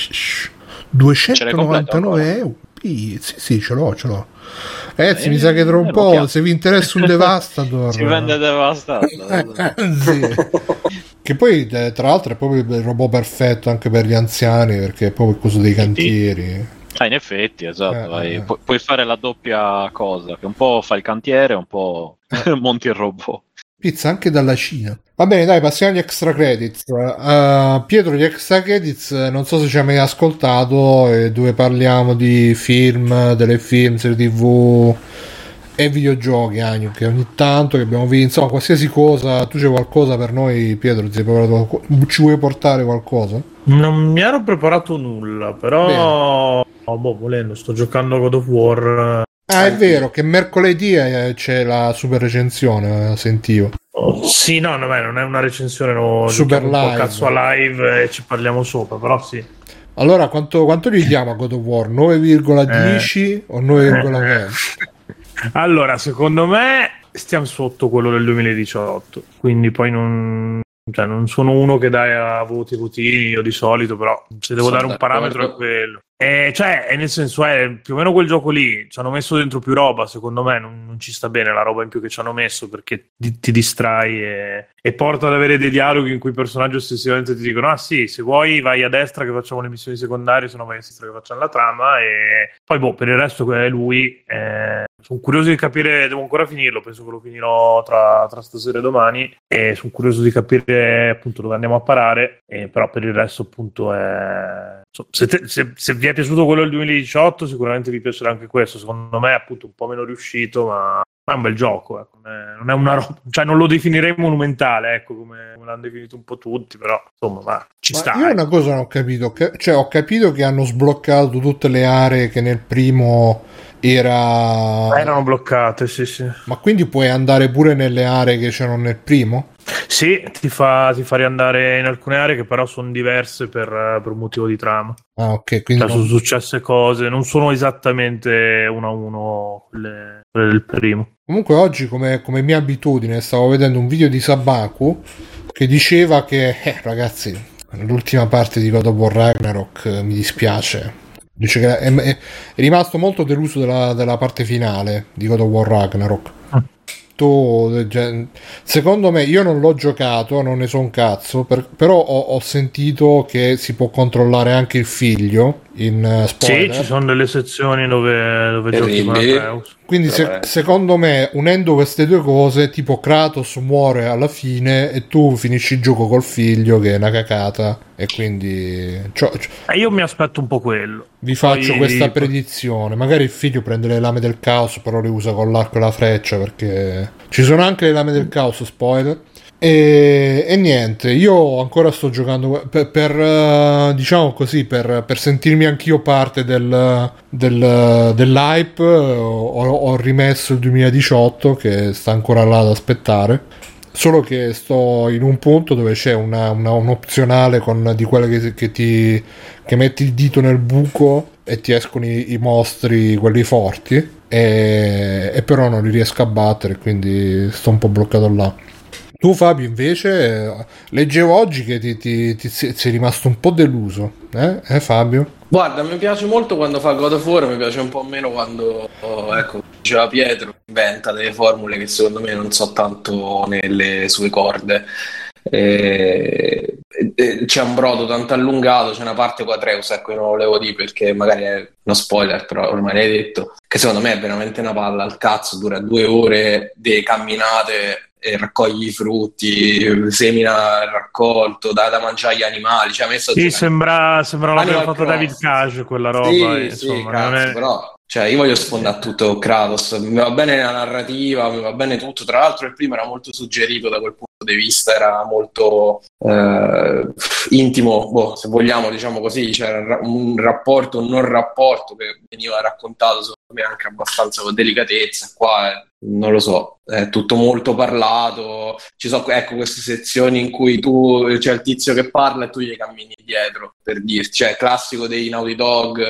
duecentonovantanove euro. Sì, sì, ce l'ho, ce l'ho. Ragazzi, eh, mi sa che tra un po', piace. Se vi interessa un Devastator... si vende Devastator. Sì. Che poi, tra l'altro, è proprio il robot perfetto anche per gli anziani, perché è proprio il coso dei cantieri. Ah, in effetti, esatto. Eh, vai. Eh. Pu- puoi fare la doppia cosa, che un po' fa il cantiere, un po' monti il robot. Pizza anche dalla Cina. Va bene, dai, passiamo agli extra credits. Uh, Pietro, gli extra credits, non so se ci hai mai ascoltato, eh, dove parliamo di film, delle film, serie tv e videogiochi anche ogni tanto che abbiamo visto, insomma, qualsiasi cosa. Tu c'è qualcosa per noi, Pietro? Ti hai preparato, ci vuoi portare qualcosa? Non mi ero preparato nulla, però oh, boh, volendo, sto giocando God of War. Ah, è vero che mercoledì c'è la super recensione, sentivo. Oh, sì, no, no, beh, non è una recensione, no, super live, un po' cazzo a live e ci parliamo sopra, però sì. Allora, quanto, quanto gli diamo a God of War? nove virgola dieci eh. o nove virgola venti? Allora, secondo me stiamo sotto quello del duemiladiciotto, quindi poi non, cioè, non sono uno che dà a voti votini io di solito, però se devo sono dare un parametro è quello. E cioè, è nel senso, è più o meno quel gioco lì, ci hanno messo dentro più roba, secondo me non, non ci sta bene la roba in più che ci hanno messo, perché ti, ti distrai e, e porta ad avere dei dialoghi in cui i personaggi ossessivamente ti dicono ah sì, se vuoi vai a destra che facciamo le missioni secondarie, se no vai a sinistra che facciamo la trama, e poi boh, per il resto è lui. eh, sono curioso di capire, devo ancora finirlo, penso che lo finirò tra, tra stasera e domani, e sono curioso di capire appunto dove andiamo a parare, e però per il resto appunto è... Se, te, se, se vi è piaciuto quello del duemiladiciotto sicuramente vi piacerà anche questo. Secondo me è appunto un po' meno riuscito, ma è un bel gioco, ecco. Non è una roba, cioè non lo definirei monumentale, ecco, come, come l'hanno definito un po' tutti, però insomma va, ci ma sta. Io una cosa non ho capito, che, cioè ho capito che hanno sbloccato tutte le aree che nel primo era erano bloccate, sì sì. Ma quindi puoi andare pure nelle aree che c'erano nel primo? Sì, ti fa, ti fa riandare in alcune aree che però sono diverse per, per un motivo di trama. Ah, ok. Quindi cioè, non... sono successe cose, non sono esattamente uno a uno quelle, quelle del primo. Comunque oggi, come, come mia abitudine, stavo vedendo un video di Sabaku che diceva che, eh, ragazzi, l'ultima parte di God of War Ragnarok eh, mi dispiace. Dice che è, è, è rimasto molto deluso della, della parte finale di God of War Ragnarok. Ah. Tu, secondo me, io non l'ho giocato, non ne so un cazzo, per, però ho, ho sentito che si può controllare anche il figlio in uh, spoiler. Sì, ci sono delle sezioni dove, dove giochi con Atreus. Quindi se, secondo me, unendo queste due cose, tipo Kratos muore alla fine e tu finisci il gioco col figlio, che è una cacata, e quindi cioè, cioè, io mi aspetto un po' quello. Vi faccio Poi... questa predizione. Magari il figlio prende le lame del caos, però le usa con l'arco e la freccia, perché ci sono anche le lame del caos, spoiler. E, e niente, io ancora sto giocando per, per uh, diciamo così, per, per sentirmi anch'io parte del, del, dell'hype. Ho, ho rimesso il duemiladiciotto che sta ancora là ad aspettare, solo che sto in un punto dove c'è una, una, un opzionale con di quelle che, che ti che metti il dito nel buco e ti escono i, i mostri, quelli forti, e, e però non li riesco a battere, quindi sto un po' bloccato là. Tu Fabio invece leggevo oggi che ti, ti, ti sei rimasto un po' deluso, eh? eh Fabio? Guarda, mi piace molto quando fa God of War, mi piace un po' meno quando, ecco, diceva Pietro, inventa delle formule che secondo me non so tanto nelle sue corde. E, e, c'è un brodo tanto allungato, c'è una parte qua Atreus, ecco, io non lo volevo dire perché magari è uno spoiler, però ormai l'hai detto, che secondo me è veramente una palla al cazzo, dura due ore di camminate e raccogli i frutti, semina il raccolto, dà da mangiare agli animali. Cioè, messo sì, sembra, sembra l'abbiamo fatto David Cage quella roba. Sì, e, sì, insomma, cazzo, non è... però cioè, io voglio sfondare tutto Kratos, mi va bene la narrativa, mi va bene tutto. Tra l'altro il primo era molto suggerito da quel punto di vista, era molto eh, intimo, boh, se vogliamo, diciamo così, c'era un rapporto, un non rapporto che veniva raccontato secondo me anche abbastanza con delicatezza. Qua è, non lo so, è tutto molto parlato, ci sono, ecco, queste sezioni in cui tu c'è il tizio che parla e tu gli cammini dietro, per dirci, cioè classico dei Naughty Dog,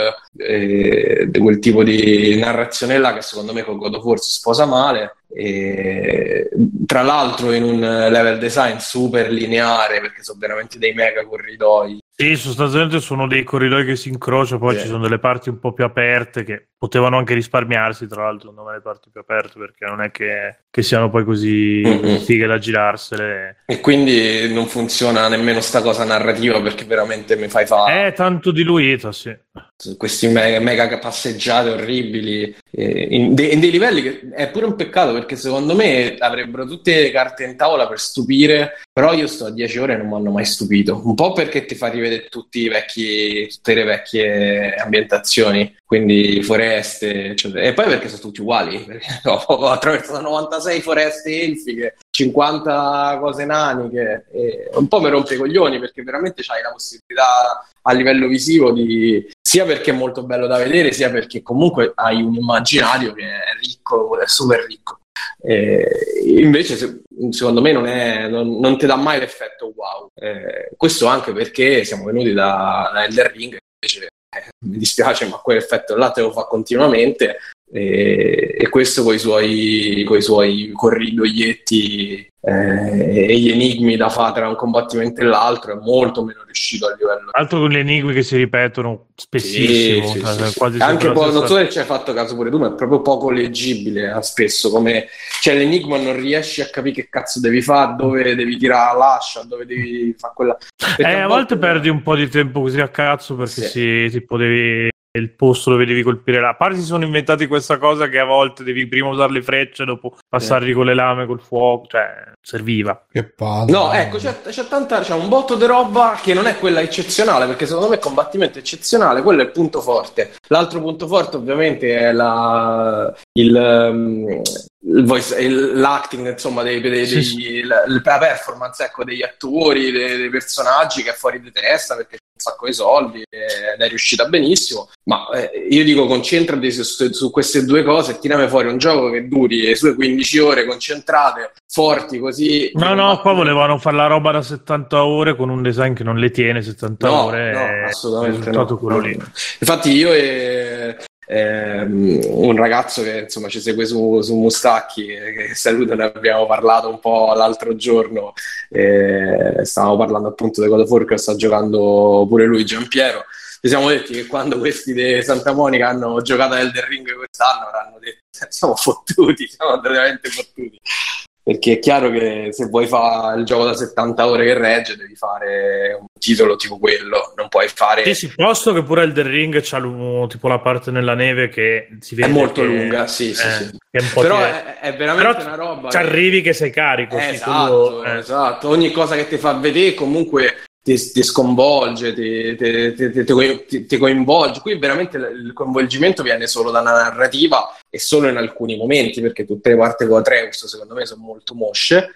eh, di quel tipo di narrazione là che secondo me con God of War si sposa male. E tra l'altro in un level design super lineare, perché sono veramente dei mega corridoi. Sì, sostanzialmente sono dei corridoi che si incrociano, poi sì. Ci sono delle parti un po' più aperte che potevano anche risparmiarsi, tra l'altro, secondo me, le parti più aperte, perché non è che, che siano poi così, Mm-hmm. così fighe da girarsele. E quindi non funziona nemmeno sta cosa narrativa, perché veramente mi fai fare... È tanto diluita, sì. Questi mega, mega passeggiate orribili eh, in, de, in dei livelli che è pure un peccato, perché secondo me avrebbero tutte le carte in tavola per stupire, però io sto a dieci ore e non mi hanno mai stupito, un po' perché ti fa rivedere tutti i vecchi, tutte le vecchie ambientazioni, quindi foreste, eccetera. E poi perché sono tutti uguali, perché ho attraversato novantasei foreste elfiche, cinquanta cose naniche, e un po' mi rompe i coglioni, perché veramente c'hai la possibilità a livello visivo di, sia perché è molto bello da vedere, sia perché comunque hai un immaginario che è ricco, è super ricco. E invece se, secondo me non, è, non, non ti dà mai l'effetto wow. Eh, questo anche perché siamo venuti da, da Elden Ring, invece eh, mi dispiace, ma quell'effetto là te lo fa continuamente. E, e questo con i suoi, coi suoi corridoietti eh, e gli enigmi da fare tra un combattimento e l'altro è molto meno riuscito a livello. Altro con gli enigmi che si ripetono spessissimo, sì, cioè, sì, quasi sì. Anche poi, stessa... non so se ci hai fatto caso pure tu, ma è proprio poco leggibile eh, spesso, come cioè l'enigma non riesci a capire che cazzo devi fare, dove devi tirare l'ascia, dove devi fare quella eh, a, a volte perdi un po' di tempo così a cazzo, perché sì. si, tipo devi il posto dove devi colpire là. A parte si sono inventati questa cosa che a volte devi prima usare le frecce, dopo passarli eh. con le lame, col fuoco, cioè serviva. Che palle. No, ecco, c'è, c'è tanta, c'è un botto di roba che non è quella eccezionale, perché secondo me il combattimento è eccezionale, quello è il punto forte. L'altro punto forte ovviamente è la il, um, il voice, il, l'acting, insomma, dei, dei, sì, dei, sì. La, la performance, ecco, degli attori, dei, dei personaggi, che è fuori di testa, perché un sacco di soldi ed è riuscita benissimo, ma eh, io dico concentrati su, su, su queste due cose e tirami fuori un gioco che duri le sue quindici ore concentrate, forti così. No, no, qua volevano fare la roba da settanta ore con un design che non le tiene settanta no, ore. No, assolutamente no. Quello lì. Infatti io e eh, un ragazzo che insomma ci segue su, su Mustacchi, che saluto, ne abbiamo parlato un po' l'altro giorno, eh, stavamo parlando appunto di God of War, che sta giocando pure lui, Giampiero. Ci siamo detti che quando questi di Santa Monica hanno giocato a Elden Ring quest'anno avranno detto siamo fottuti, siamo veramente fottuti. perché è chiaro che se vuoi fare il gioco da settanta ore che regge devi fare un titolo tipo quello, non puoi fare... Sì, sì, posto che pure Elden Ring c'ha l- tipo la parte nella neve che si vede è molto che, lunga, sì, sì, eh, sì. che un po' Però ti- è, è veramente Però una roba ci che- arrivi che sei carico, Eh, sì, esatto, quello- eh. esatto, ogni cosa che ti fa vedere comunque ti, ti sconvolge, ti, ti- ti- ti- ti coi- ti- ti coinvolge. Qui veramente il coinvolgimento viene solo dalla narrativa e solo in alcuni momenti, perché tutte le parti con Atreus secondo me sono molto mosce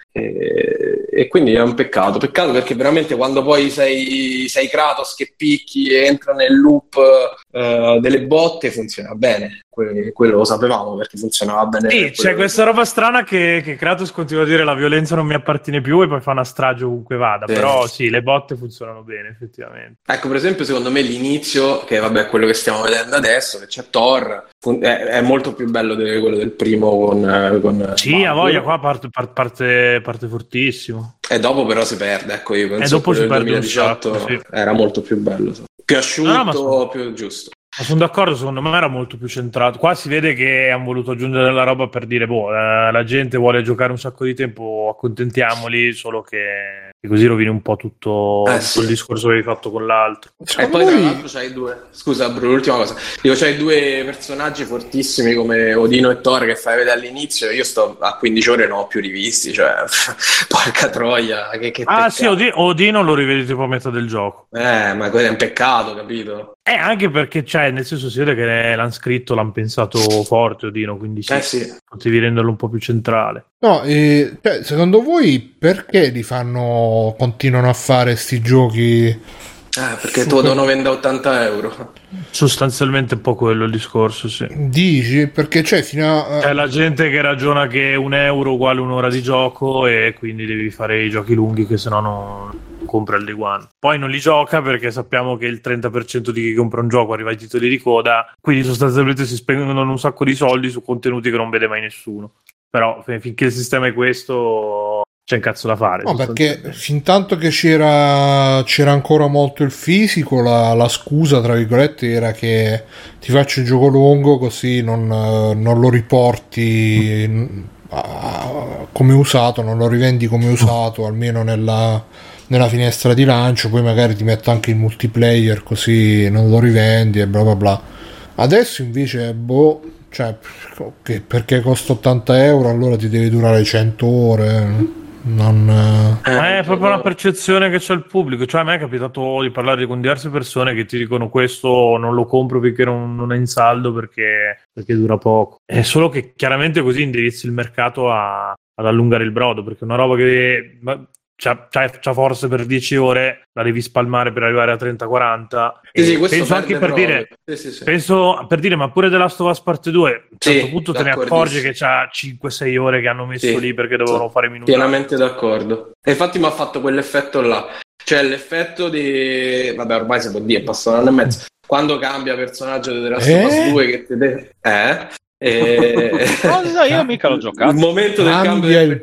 e, e quindi è un peccato, peccato perché veramente quando poi sei, sei Kratos che picchi e entra nel loop eh, delle botte funziona bene. Que- quello lo sapevamo perché funzionava bene. Sì, quello- c'è questa roba strana che, che Kratos continua a dire la violenza non mi appartiene più e poi fa una strage ovunque vada, Sì. però sì, le botte funzionano bene effettivamente. Ecco, per esempio, secondo me l'inizio, che vabbè è quello che stiamo vedendo adesso, che c'è Thor, fun- è, è molto più bello di quello del primo con... eh, con Sì, Baldur. a voglia, qua parte, par- parte, parte fortissimo. E dopo però si perde, ecco, io penso E dopo che si quello del perde un duemiladiciotto sacco, sì. era molto più bello, so. Più asciutto, No, no, ma sono- più giusto. Ma sono d'accordo, secondo me era molto più centrato. Qua si vede che hanno voluto aggiungere la roba per dire, boh, eh, la gente vuole giocare un sacco di tempo, accontentiamoli, solo che, che così rovini un po' tutto, Eh, tutto sì. il discorso che hai fatto con l'altro. E Secondo poi tra voi- l'altro c'hai due, scusa Bruno, l'ultima cosa, dico c'hai due personaggi fortissimi come Odino e Thor che fai vedere all'inizio, io sto a quindici ore non ho più rivisti, cioè porca troia, che, che Ah peccato. sì, Odi- Odino lo rivedi tipo a metà del gioco. Eh, ma quello è un peccato, capito? Eh, anche perché c'è, nel senso si vede che l'hanno scritto, l'hanno pensato forte Odino, quindi sì, Eh sì. potevi renderlo un po' più centrale. No, eh, cioè, secondo voi perché li fanno, continuano a fare sti giochi? Eh, perché tu lo vendere a ottanta euro. Sostanzialmente un po' quello il discorso, sì. Dici? Perché c'è fino a... C'è la gente che ragiona che un euro uguale un'ora di gioco e quindi devi fare i giochi lunghi che sennò non compra il Day One. Poi non li gioca perché sappiamo che il trenta per cento di chi compra un gioco arriva ai titoli di coda, quindi sostanzialmente si spendono un sacco di soldi su contenuti che non vede mai nessuno. Però fin- finché il sistema è questo c'è un cazzo da fare. No, perché fin tanto che c'era, c'era ancora molto il fisico, la, la scusa, tra virgolette, era che ti faccio il gioco lungo così non, non lo riporti mm. a, come usato, non lo rivendi come usato, almeno nella, nella finestra di lancio, poi magari ti metto anche il multiplayer così non lo rivendi e bla bla bla. Adesso invece, boh, cioè, okay, perché costa ottanta euro, allora ti deve durare cento ore. Non è proprio una percezione che c'è il pubblico, cioè a me è capitato di parlare con diverse persone che ti dicono questo non lo compro perché non, non è in saldo perché, perché dura poco, è solo che chiaramente così indirizzi il mercato a, ad allungare il brodo, perché una roba che c'ha, c'ha, c'ha forse per dieci ore la devi spalmare per arrivare a trenta quaranta. Sì, sì, questo penso anche per proprio. dire sì, sì, sì. penso per dire ma pure The Last of Us Parte due a un certo Sì, punto te ne accorgi che c'ha cinque sei ore che hanno messo Sì, lì perché dovevano sì, fare minuti. Pienamente d'accordo. E infatti mi ha fatto quell'effetto là, cioè l'effetto di vabbè ormai si può dire, è passato un anno e mezzo, quando cambia personaggio di The Last of Us Eh? due che ti de- eh E... Cosa? Io mica l'ho giocato. Il momento del cambio cambia del il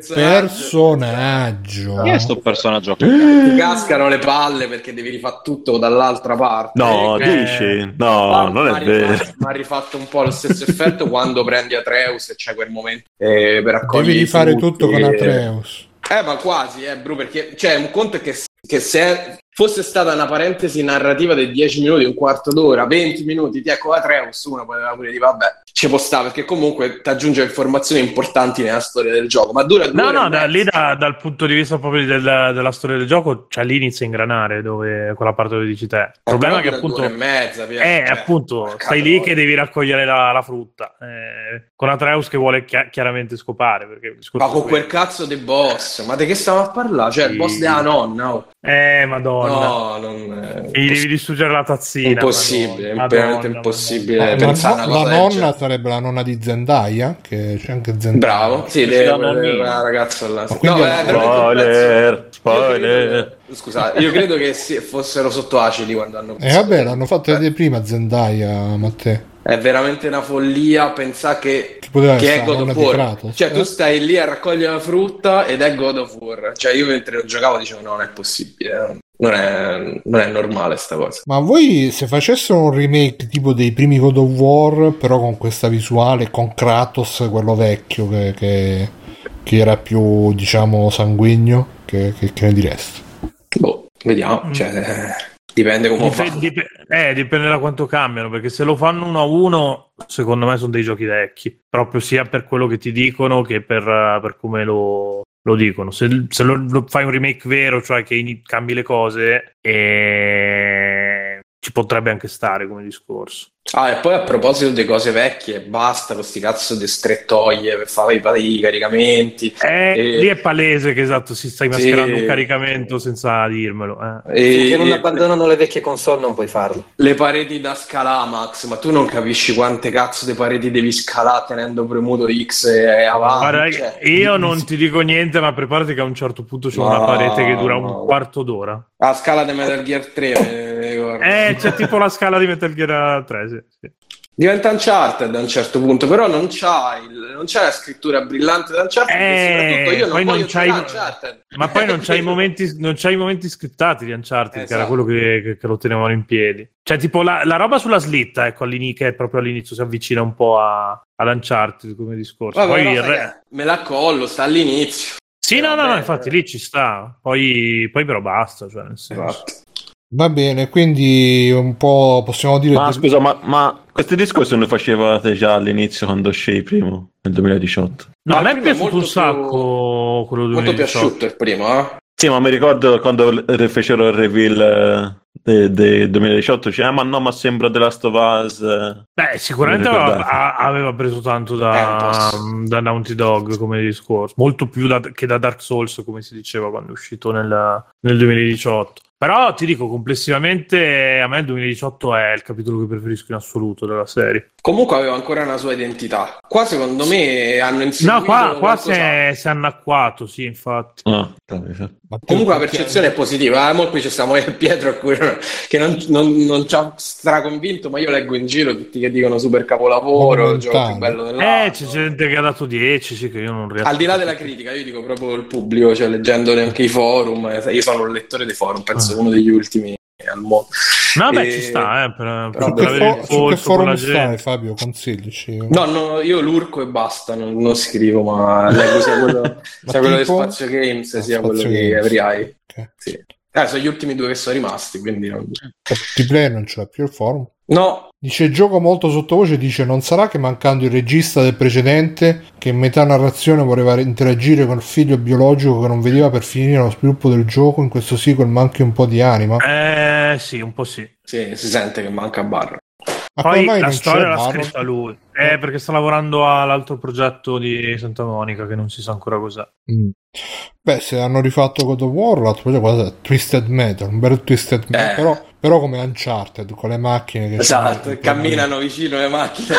personaggio. Chi è sto personaggio? Ti cascano le palle perché devi rifare tutto dall'altra parte. No, Eh, dici? No, Ma- non ma è ha vero. rifatto- Ma ha rifatto un po' lo stesso effetto quando prendi Atreus e c'è quel momento eh, per raccogliere Devi i rifare frutti tutto con e- Atreus. Eh, ma quasi, eh, bro, perché cioè, un conto è che, che se fosse stata una parentesi narrativa di dieci minuti, un quarto d'ora, venti minuti, ti ecco Atreus, uno poteva pure dire vabbè, ci può stare, perché comunque ti aggiunge informazioni importanti nella storia del gioco, ma dura due No, ore no, e da, mezza. lì da- dal punto di vista proprio del- della storia del gioco, cioè lì inizia a ingranare dove quella parte dove dici te. Il problema è che Però dura appunto due ore e mezza, via, Eh, cioè, appunto, porca stai lì troia. che devi raccogliere la, la frutta. Eh, con Atreus che vuole chia- chiaramente scopare. Perché il discorso Ma con è quel quello. cazzo di boss, ma di che stiamo a parlare? Cioè, il Sì. boss della nonna, oh. Eh, madonna. No, non E gli devi distruggere la tazzina. impossibile, madonna, è veramente madonna, impossibile La, pensare la a una cosa del nonna genere. sarebbe la nonna di Zendaya, che c'è anche Zendaya. Bravo, sì, Sì, deve la quella nonnina. quella ragazza là. Ma quindi No, è- è veramente un Spoiler, pezzo- spoiler. Io credo- Scusate, io credo che si- fossero sotto acidi quando hanno E vabbè, l'hanno fatto vedere prima Zendaya, Matteo. È veramente una follia pensare che, Che poteva che essere è God la of nonna di War. Kratos. Cioè, tu Eh? stai lì a raccogliere la frutta ed è God of War. Cioè, io mentre lo giocavo dicevo: no, non è possibile, non è, non è normale sta cosa. Ma voi se facessero un remake tipo dei primi God of War, però con questa visuale, con Kratos, quello vecchio che, che, chi era più, diciamo, sanguigno? Che, che, che ne diresti? Boh, vediamo, cioè, dipende come Dip- fa. dip- eh, dipende da quanto cambiano, perché se lo fanno uno a uno, secondo me sono dei giochi vecchi, proprio sia per quello che ti dicono che per, per come lo, lo dicono. Se, se lo, lo fai un remake vero, cioè che in- cambi le cose, e ci potrebbe anche stare come discorso. Ah, e poi a proposito di cose vecchie, basta con sti cazzo di strettoie per fare i, i caricamenti. Eh, E- lì è palese che esatto, si stai Sì. mascherando un caricamento senza dirmelo. Eh. e- Finché non e- abbandonano le vecchie console non puoi farlo. le pareti da scalare, Max, ma tu non capisci quante cazzo di pareti devi scalare tenendo premuto X e avanti. Guarda, cioè. io non ti dico niente, ma preparati che a un certo punto c'è No, una parete che dura no. un quarto d'ora. A scala di Metal Gear tre, mi ricordo. Eh, c'è tipo la scala di Metal Gear tre, sì, sì. Diventa Uncharted a un certo punto, però non c'ha, il, non c'è la scrittura brillante da Uncharted, Eh, e soprattutto io non poi non voglio c'hai- giocare a Uncharted. Ma poi non c'hai i momenti, non c'hai i momenti scriptati di Uncharted, che era Esatto. quello che, che- che lo tenevano in piedi. Cioè, tipo la, la roba sulla slitta, ecco, all'inizio, che è proprio all'inizio si avvicina un po' a, all'Uncharted come discorso. Vabbè, Poi però il sai re- che me la collo, sta all'inizio. Sì, no, no, no, Vabbè, infatti lì ci sta. Poi, poi però basta, cioè, nel senso. Esatto. Va bene, quindi un po' possiamo dire... Ma scusa, ma, ma questi discorsi non li facevate già all'inizio quando uscì primo, nel duemiladiciotto? No, Ma a me è il primo è piaciuto un molto sacco quello Molto più duemiladiciotto. asciutto il primo, eh? Sì, ma mi ricordo quando re- fecero il reveal del de duemiladiciotto, cioè, ah, ma no, ma sembra The Last of Us. eh. Beh, sicuramente Mi aveva, ricordate? a- aveva preso tanto Eh, da, un da Naughty Dog come discorso, molto più da- che da Dark Souls, come si diceva quando è uscito nel, nel duemiladiciotto. Però ti dico, complessivamente a me il duemiladiciotto è il capitolo che preferisco in assoluto della serie. Comunque aveva ancora una sua identità. Qua secondo me hanno inserito No, qua, qua si, qualcosa- è, si è annacquato, sì, infatti. Ah, capito. Ma tu- Comunque la percezione è positiva, eh? Mo qui ci stiamo io e Pietro a cui non- che non, non, non ci ha straconvinto, ma io leggo in giro tutti che dicono super capolavoro, il gioco più Monumentale. bello dell'anno. Eh, c'è gente che ha dato dieci, sì, che io non riesco. Al di là della critica, io dico proprio il pubblico, cioè leggendone anche i forum, eh, io sono un lettore dei forum, penso uno degli ultimi al mondo. No, beh, E- ci sta, eh, per, però Su per che, avere il fo- su che polso con forum la stai, gente. Fabio? Consiglici. No, no, io l'urco e basta, non, non scrivo, ma leggo sia quello, sia quello di tipo? Spazio Games, Ah, sia Spazio quello di Games. Every Eye. Ok. Sì. Eh, sono gli ultimi due che sono rimasti, quindi non... Multiplayer non ce l'ha più il forum. No, Dice gioco molto sottovoce, dice non sarà che mancando il regista del precedente che in metà narrazione voleva interagire con il figlio biologico che non vedeva per finire lo sviluppo del gioco, in questo sequel manchi un po' di anima. Eh, sì, un po' sì. sì, si sente che manca Barra. Ma come Poi mai la non storia c'è l'ha Barrow? scritta lui. Eh, perché sta lavorando all'altro progetto di Santa Monica che non si sa ancora cos'è. Mm. Beh, se hanno rifatto God of War, l'altro progetto cosa è? Twisted Metal, un bel Twisted Metal, Eh. però, però come Uncharted, con le macchine che Esatto, c'hanno- camminano vicino alle macchine.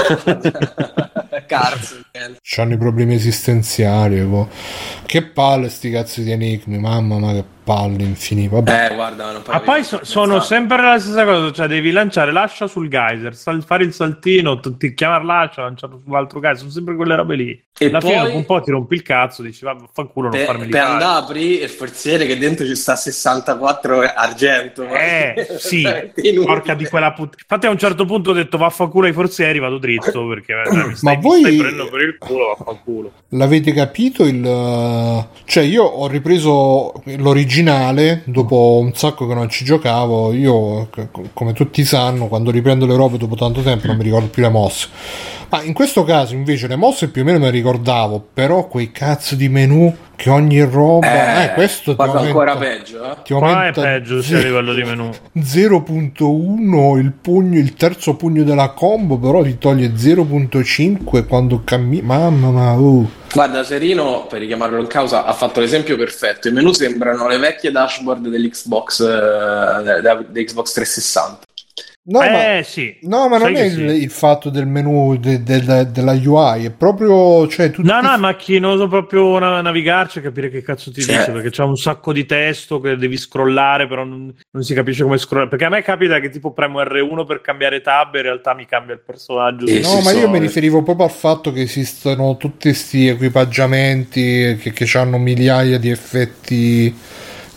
Cazzo, c'hanno i problemi esistenziali. boh. Che palle sti cazzi di enigmi, mamma mia, che palle infinite. Vabbè. Eh, guarda, non Ma poi so- sono sempre la stessa cosa, cioè devi lanciare l'ascia sul geyser, sal- fare il saltino, t- ti chiamare l'ascia, lanciarlo sull'altro geyser, sono sempre quelle robe lì. E Alla fine poi- dopo un po' ti rompi il cazzo, dici va, fanculo non per, farmi per ligare. andare a aprire il forziere che dentro ci sta sessantaquattro argento. ma- Eh, sì, Inutile. porca di quella puttana. Infatti a un certo punto ho detto vaffanculo ai forzieri, vado dritto perché eh, mi stai, Ma voi- mi stai prendendo per il culo, vaffanculo. L'avete capito il... Cioè io ho ripreso l'originale dopo un sacco che non ci giocavo. Io, c- come tutti sanno, quando riprendo le robe dopo tanto tempo non mi ricordo più le mosse. Ma in questo caso invece le mosse più o meno me le ricordavo, però quei cazzo di menu che ogni roba... Eh, questo ti guarda, aumenta, ancora peggio, eh? ti Qua è aumenta peggio sia a livello di menu. zero punto uno il pugno, il terzo pugno della combo, però ti toglie zero punto cinque quando cammini. Mamma mia, uh. Guarda, Serino, per richiamarlo in causa, ha fatto l'esempio perfetto. I menu sembrano le vecchie dashboard dell'Xbox, eh, da- da Xbox trecentosessanta. No, ma, eh sì. no, ma non Sai è che il, sì. il fatto del menu de- del- della U I, è proprio, cioè, tutti... No, no, è macchinoso proprio na- navigarci e capire che cazzo ti Cioè. dice, perché c'è un sacco di testo che devi scrollare, però non, non si capisce come scrollare. Perché a me capita che tipo premo erre uno per cambiare tab e in realtà mi cambia il personaggio. Sì, No, sì, ma io sono- mi riferivo proprio al fatto che esistono tutti questi equipaggiamenti che, che hanno migliaia di effetti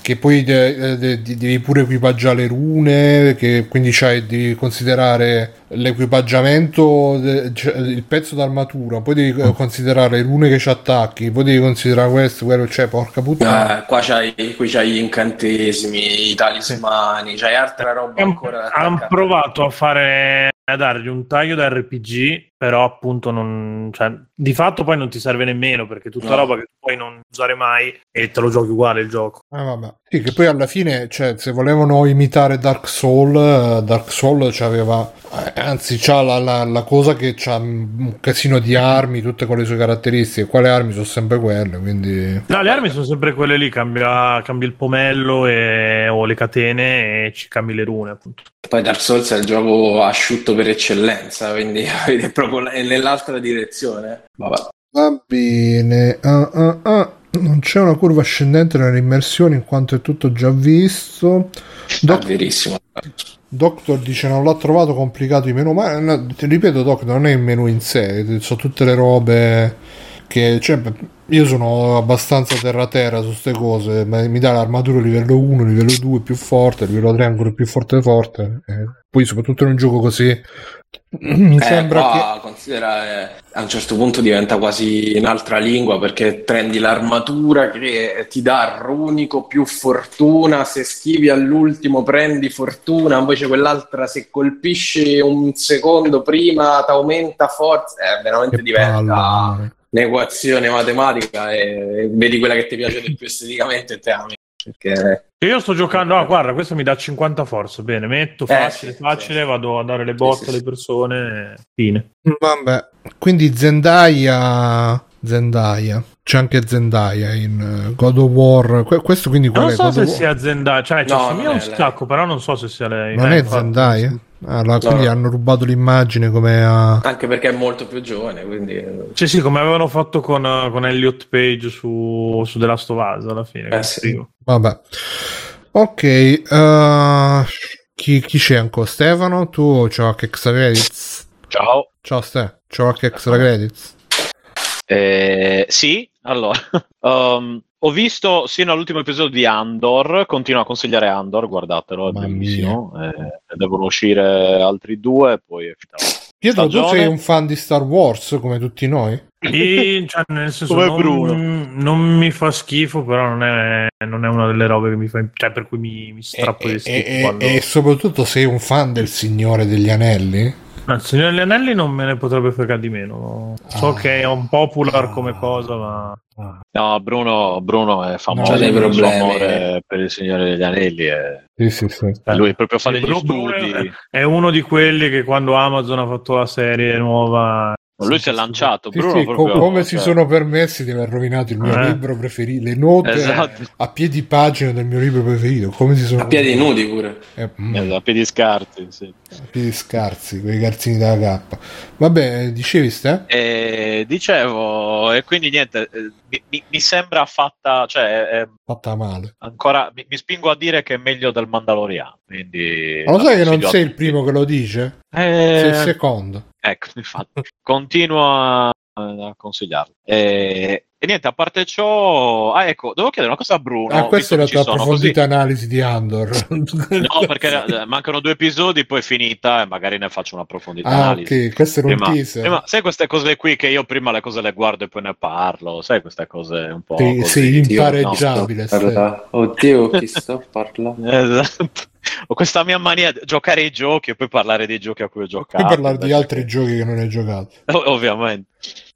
che poi de, de, de, devi pure equipaggiare le rune, che quindi c'hai, devi considerare l'equipaggiamento, de, cioè, il pezzo d'armatura, poi devi mm. considerare le rune che ci attacchi, poi devi considerare questo, quello, cioè porca puttana. Eh, qua c'hai, qui c'hai gli incantesimi, i talismani, sì. C'hai altra roba Hanno ancora. Hanno provato a fare a dargli un taglio da R P G, però appunto non, cioè, di fatto poi non ti serve nemmeno, perché è tutta no. roba che tu puoi non usare mai e te lo giochi uguale il gioco. Ah, vabbè. Sì, che poi alla fine, cioè, se volevano imitare Dark Soul, Dark Soul c'aveva, anzi c'ha la, la, la cosa che c'ha un casino di armi, tutte con le sue caratteristiche. Qua le armi sono sempre quelle, quindi... No, le armi sono sempre quelle lì, cambia, cambia il pomello e, o le catene e ci cambi le rune, appunto. Poi Dark Souls è il gioco asciutto per eccellenza, quindi è proprio nell'altra direzione. Vabbè. Va bene. Uh, uh, uh. Non c'è una curva ascendente nell'immersione in quanto è tutto già visto. Doc- ah, verissimo. Doctor dice non l'ha trovato complicato i menu, ma no, ti ripeto Doc, non è il menu in sé, sono tutte le robe che, cioè, io sono abbastanza terra terra su ste cose, ma mi dà l'armatura livello uno, livello due più forte, livello tre ancora più forte forte, eh, poi soprattutto in un gioco così mi eh, sembra qua, che considera, eh, a un certo punto diventa quasi un'altra lingua, perché prendi l'armatura che ti dà runico più fortuna, se schivi all'ultimo prendi fortuna, invece quell'altra se colpisci un secondo prima ti aumenta forza, eh, veramente che diventa palla. Un'equazione matematica e vedi quella che ti piace di più esteticamente e te ami. Perché... Io sto giocando, ah guarda, questo mi dà cinquanta forza, bene, metto facile, eh, sì, facile, sì. Vado a dare le botte sì, alle persone, fine. Vabbè, quindi Zendaya, Zendaya, c'è anche Zendaya in God of War, questo quindi qual non è? so God se of War? sia Zendaya, cioè no, c'è un stacco, però non so se sia lei. Non eh, è infatti, Zendaya? sì. Allora, quindi no. hanno rubato l'immagine come a... Anche perché è molto più giovane, quindi... Sì, sì, come avevano fatto con, con Elliot Page su, su The Last of Us alla fine. Eh, sì. Vabbè. Ok, uh, chi, chi c'è ancora? Stefano? Tu c'ho anche extra credits? Ciao. Ciao Ste, c'ho anche extra credits? Eh, sì, allora... um... Ho visto sino all'ultimo episodio di Andor, continuo a consigliare Andor, guardatelo, è bellissimo. Eh, devono uscire altri due, poi è finita. Pietro, tu sei un fan di Star Wars come tutti noi? E, cioè, nel senso, come non, Bruno. Non mi fa schifo, però non è, non è una delle robe che mi fa, cioè, per cui mi, mi strappo e, di schifo. E, quando... e soprattutto sei un fan del Signore degli Anelli? No, il Signore degli Anelli non me ne potrebbe fregare di meno. So ah. che è un popular come cosa, ma... No, Bruno, Bruno è famoso per il suo amore per il Signore degli Anelli. E... Sì, sì, sì. Lui proprio fa degli Bruno, studi. Bruno è uno di quelli che quando Amazon ha fatto la serie nuova... Lui si è lanciato, sì, Bruno sì, proprio, come cioè... si sono permessi di aver rovinato il mio eh. libro preferito, le note esatto. a piedi pagina del mio libro preferito, come si sono a piedi nudi pure eh, mm. esatto, a piedi scarsi, sì. A piedi scarsi, quei garzini della K. Vabbè, dicevi Ste? E dicevo, e quindi niente, mi, mi, mi sembra fatta, cioè è, fatta male. Ancora mi, mi spingo a dire che è meglio del Mandaloriano, quindi ma lo sai che non sei il primo che lo dice? Eh... Sei il secondo. Ecco, infatti, continuo a, a consigliarlo. E, e niente, a parte ciò, ah, ecco, devo chiedere una cosa a Bruno. Ah, questa è la tua approfondita così... analisi di Andor. No, perché mancano due episodi, poi è finita e magari ne faccio una approfondita ah, analisi. ok, questo era un prima, teaser. Prima, sai queste cose qui che io prima le cose le guardo e poi ne parlo, sai queste cose un po'. Sì, così. sei impareggiabile. No, oddio, chi sto parlando? Esatto. Ho questa mia mania di giocare ai giochi e poi parlare dei giochi a cui ho giocato. Poi parlare di altri che... giochi che non hai giocato. Ov- ovviamente.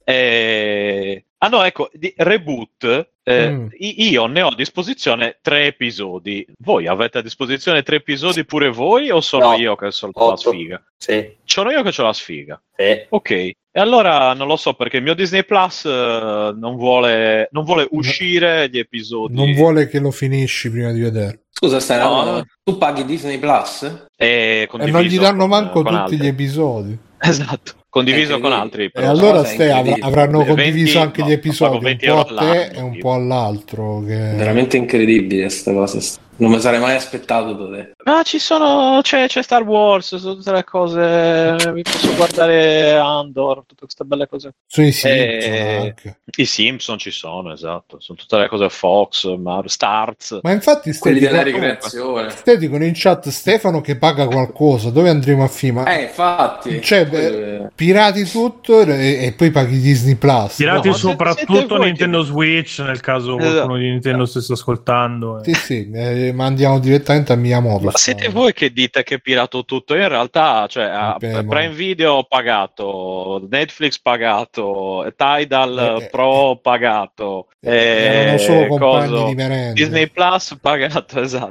E... Ah no, ecco, di Reboot, eh, mm. io ne ho a disposizione tre episodi. Voi avete a disposizione tre episodi pure voi o sono no, io che ho la sfiga? Sì. Sono io che ho la sfiga? Sì. Ok. E allora non lo so perché il mio Disney Plus uh, non vuole non vuole uscire gli episodi. Non vuole che lo finisci prima di vedere. Scusa, stai no, no. Tu paghi Disney Plus? E, e non gli danno con, manco con tutti altri. gli episodi. Esatto. Condiviso con altri. E allora ste, avr- avranno venti, condiviso anche no, gli episodi un po' a te l'anno, e un po' all'altro. Che... Veramente incredibile questa cosa. Non mi sarei mai aspettato da te. Ma ci sono, c'è, c'è Star Wars, sono tutte le cose, mi posso guardare Andor, tutte queste belle cose. Sono i Simpson E- anche. I Simpson ci sono, esatto, sono tutte le cose Fox, Mar- Stars. Ma infatti stai Quelli della dicono, ricreazione. stai dicono in chat Stefano che paga qualcosa, dove andremo a finire? Ma Eh, infatti. cioè, beh, pirati tutto e, e poi paghi Disney Plus. Tirati No, siete soprattutto voi Nintendo che- Switch, nel caso Esatto. qualcuno di Nintendo stesse ascoltando. sì, sì, eh, ma andiamo direttamente a Miyamoto. Ma sta- siete voi che dite che è pirato tutto? Io in realtà, cioè, a Abbiamo- Prime Video ho pagato, Netflix pagato, Tidal Eh, eh, Pro pagato, eh, erano solo eh, compagni coso, di merende. Disney Plus pagato, esatto.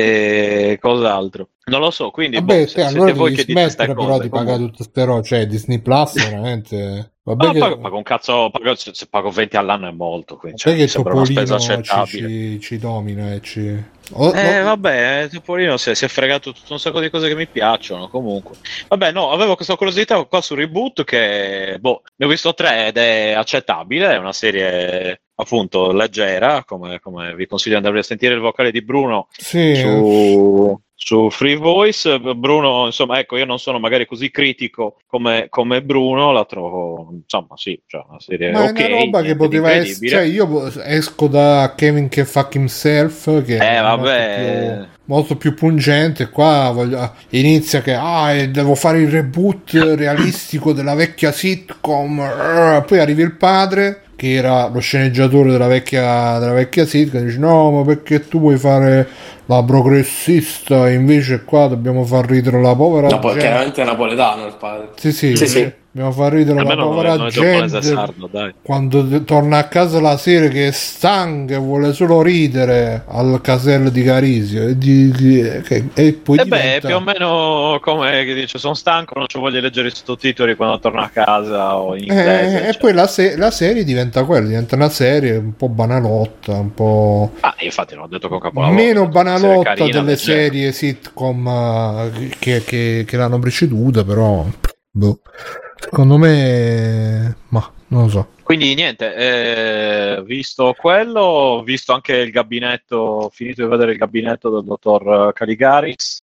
E cos'altro? Non lo so, quindi Vabbè, boh, te, se- allora siete voi devi che dite queste smettere però cose. di pagare Comunque- tutte ste robe, cioè Disney Plus veramente... Vabbè Ma che, pago, pago un cazzo, pago- se se pago venti all'anno è molto, quindi cioè, vabbè che mi sembra una spesa Topolino ci, accettabile. ci, ci domina e ci... Oh, Eh, no, vabbè, eh, Topolino si è, si è fregato tutto un sacco di cose che mi piacciono. Comunque, vabbè, no, avevo questa curiosità qua su Reboot che, boh, ne ho visto tre ed è accettabile. È una serie appunto leggera. Come, come vi consiglio di andare a sentire il vocale di Bruno sì, su, su Free Voice. Bruno, insomma, ecco, io non sono magari così critico come, come Bruno, la trovo, insomma, sì, cioè una serie ma ok, è una roba che niente di poteva essere... incredibile. Cioè io po- esco da Kevin che fuck himself, che Eh, è vabbè. molto più, molto più pungente. Qua voglio- inizia che ah, eh, devo fare il reboot realistico della vecchia sitcom. Arr, poi arriva il padre che era lo sceneggiatore della vecchia, della vecchia sitcom, dice no, ma perché tu vuoi fare la progressista, invece qua dobbiamo far ridere la povera No, poi gente. chiaramente è napoletano il padre. Sì, sì, Sì, sì. dobbiamo far ridere la Almeno non è, povera non è giapponese gente sardo, dai. quando de- torna a casa la sera che è stanca e vuole solo ridere al casello di Carisio e, di, di- che- e poi E beh, diventa... più o meno come che dice, sono stanco, non ci voglio leggere i sottotitoli quando torno a casa o in inglese. Eh, e eccetera. poi la, se- la serie diventa quella, diventa una serie un po' banalotta, un po' Ah, infatti non ho detto con capolavoro. meno una serie banalotta carina, delle leggera. serie sitcom eh, che, che, che l'hanno preceduta, però boh. Secondo me, ma non lo so. Quindi niente, eh, visto quello, ho visto anche il gabinetto, ho finito di vedere il gabinetto del dottor Caligaris.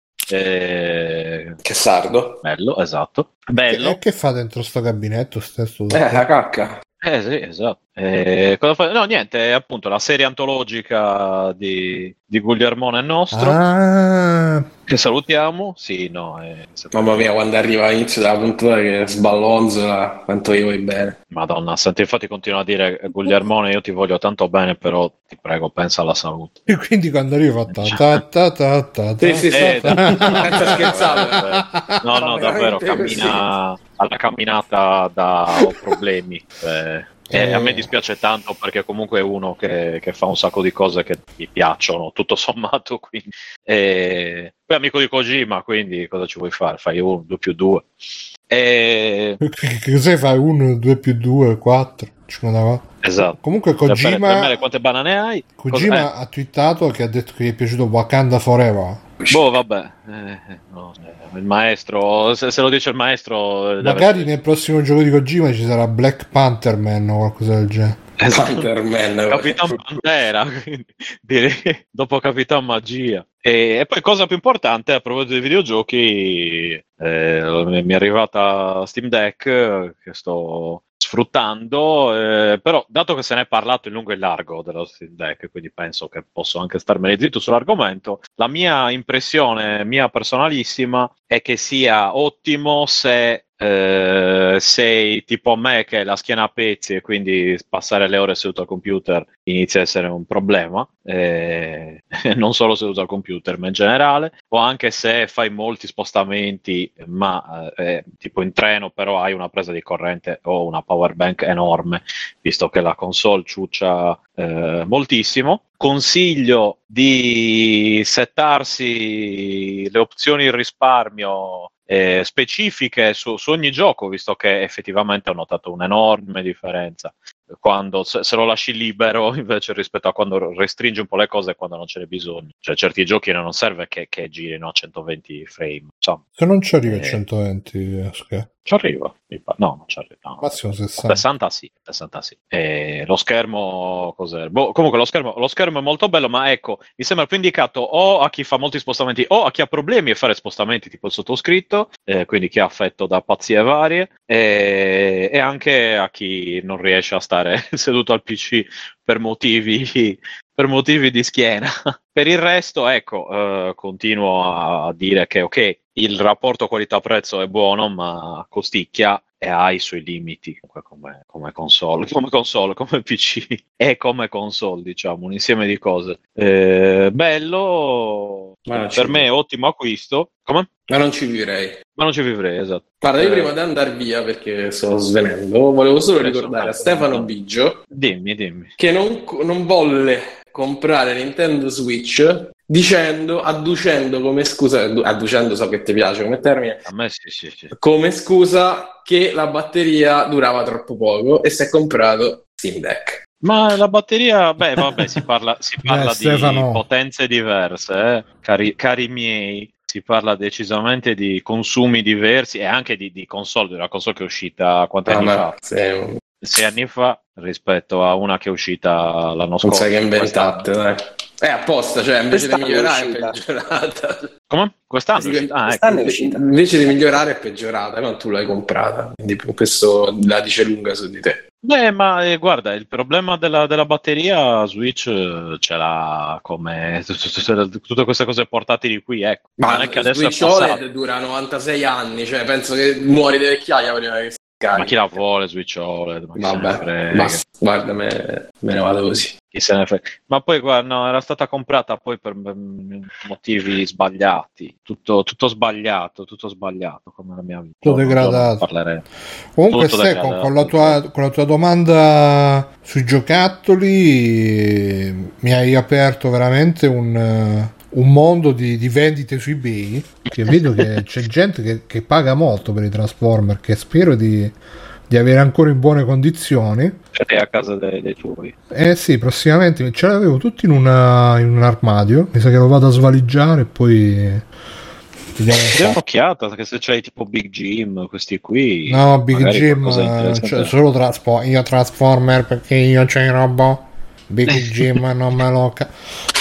Eh, Che sardo. bello, esatto. Che, Bello. e che fa dentro sto gabinetto stesso? Eh, la cacca. Eh sì, esatto. Eh, cosa fa? No, niente, è appunto la serie antologica di, di Guglielmone nostro, Ah, che salutiamo. Sì, no, è... Mamma mia, quando arriva all'inizio della puntata che sballonzola, quanto io vuoi bene. Madonna, senti, infatti continua a dire Guglielmone, io ti voglio tanto bene, però ti prego, pensa alla salute. e quindi quando arriva fa ta ta ta ta ta Sì, sì, sì. Eh, Senza scherzare. No, no, No, davvero, veramente cammina alla camminata da ho problemi. Eh, e Eh. a me dispiace tanto perché comunque è uno che, che fa un sacco di cose che mi piacciono, tutto sommato. Quindi. E poi è amico di Kojima, quindi cosa ci vuoi fare? Fai uno, due più due. E... Che cos'è? Fai uno, due più due, quattro, cinquantaquattro. Esatto. Comunque Per, per Kojima, me quante banane hai? Kojima Cosa- ha twittato che ha detto che gli è piaciuto Wakanda Forever. eh, boh, vabbè. Eh, eh, no, eh, il maestro, se, se lo dice il maestro... eh, deve Magari essere- nel prossimo gioco di Kojima ci sarà Black Panther Man o qualcosa del genere. Esatto. Pantherman. Capitan Pantera, quindi direi che dopo Capitan Magia. E, e poi cosa più importante, a proposito dei videogiochi, eh, mi è arrivata Steam Deck eh, che sto sfruttando, eh, però dato che se ne è parlato in lungo e in largo dello Steam Deck, quindi penso che posso anche starmene zitto sull'argomento, la mia impressione, mia personalissima, è che sia ottimo se eh, sei tipo me che la schiena a pezzi e quindi passare le ore seduto al computer inizia a essere un problema, eh, non solo seduto al computer ma in generale, o anche se fai molti spostamenti ma eh, tipo in treno però hai una presa di corrente o una power bank enorme, visto che la console ciuccia eh, moltissimo. Consiglio di settarsi le opzioni risparmio eh, specifiche su, su ogni gioco, visto che effettivamente ho notato un'enorme differenza quando se, se lo lasci libero invece rispetto a quando restringi un po' le cose quando non ce n'è bisogno. Cioè certi giochi non serve che, che girino a centoventi frame, insomma. Se non ci arriva a Eh. centoventi, eh, scherzo. Ci arriva? No, non ci arriva. No. Massimo sessanta. sessanta sì, sessanta sì. E lo schermo cos'è? Boh, comunque lo schermo, lo schermo è molto bello, ma ecco, mi sembra più indicato o a chi fa molti spostamenti o a chi ha problemi a fare spostamenti, tipo il sottoscritto, eh, quindi chi è affetto da pazzie varie, e, e anche a chi non riesce a stare seduto al P C per motivi per motivi di schiena. Per il resto, ecco, eh, continuo a dire che ok, il rapporto qualità-prezzo è buono, ma costicchia e ha i suoi limiti come, come console, come console, come P C e come console, diciamo, un insieme di cose. Eh, bello, per me è ottimo acquisto. Come? Ma non ci vivrei. Ma non ci vivrei, esatto. Guarda, io eh, prima di andare via, perché sto svenendo, volevo solo ricordare a Stefano Biggio dimmi, dimmi. che non, non volle comprare Nintendo Switch dicendo, adducendo come scusa, adducendo so che ti piace come termine, A me sì, sì, sì. come scusa che la batteria durava troppo poco e si è comprato Steam Deck. Ma la batteria, beh, vabbè, si parla, si parla Beh, di Stefano. potenze diverse, eh? cari, cari miei. Si parla decisamente di consumi diversi e anche di, di console, di una console che è uscita quanti Ah, anni ma fa? sei- Sei anni fa rispetto a una che è uscita l'anno non scorso. sai che inventate, dai. È apposta, cioè invece di Quest'anno è migliorare è uscita. peggiorata. Come? Quest'anno è uscita? Ah, ecco. Quest'anno è uscita. Invece di migliorare è peggiorata, non tu l'hai comprata, quindi questo la dice lunga su di te. Beh, ma eh, guarda, il problema della, della batteria Switch eh, ce l'ha come tutte queste cose portatili qui, ecco. Ma non è che adesso Switch è passato. O L E D dura novantasei anni, cioè penso che muori di vecchiaia prima che si carichi. Ma chi la vuole Switch O L E D? Ma chi se ne Vabbè, frega? basta, guarda, me, me ne vado così. Chi se ne frega? Ma poi guarda, no, era stata comprata poi per mm, motivi sbagliati, tutto, tutto sbagliato, tutto sbagliato come la mia vita. Tutto Un giorno degradato. parleremo. Comunque Tutto stai degradato. con, con la tua, con la tua domanda sui giocattoli mi hai aperto veramente un, eh, un mondo di, di vendite su eBay, che vedo che c'è gente che, che paga molto per i Transformer, che spero di, di avere ancora in buone condizioni. Sei a casa dei, dei tuoi. Eh sì, prossimamente ce l'avevo tutti in, una, in un armadio, mi sa che lo vado a svaligiare e poi vediamo un Dai po'. un'occhiata, perché se c'hai tipo Big Jim, questi qui. No, Big magari Jim, qualcosa di interessante. cioè, solo Transpo- io Transformer perché io c'ho i robot. Big Jim non me lo ca-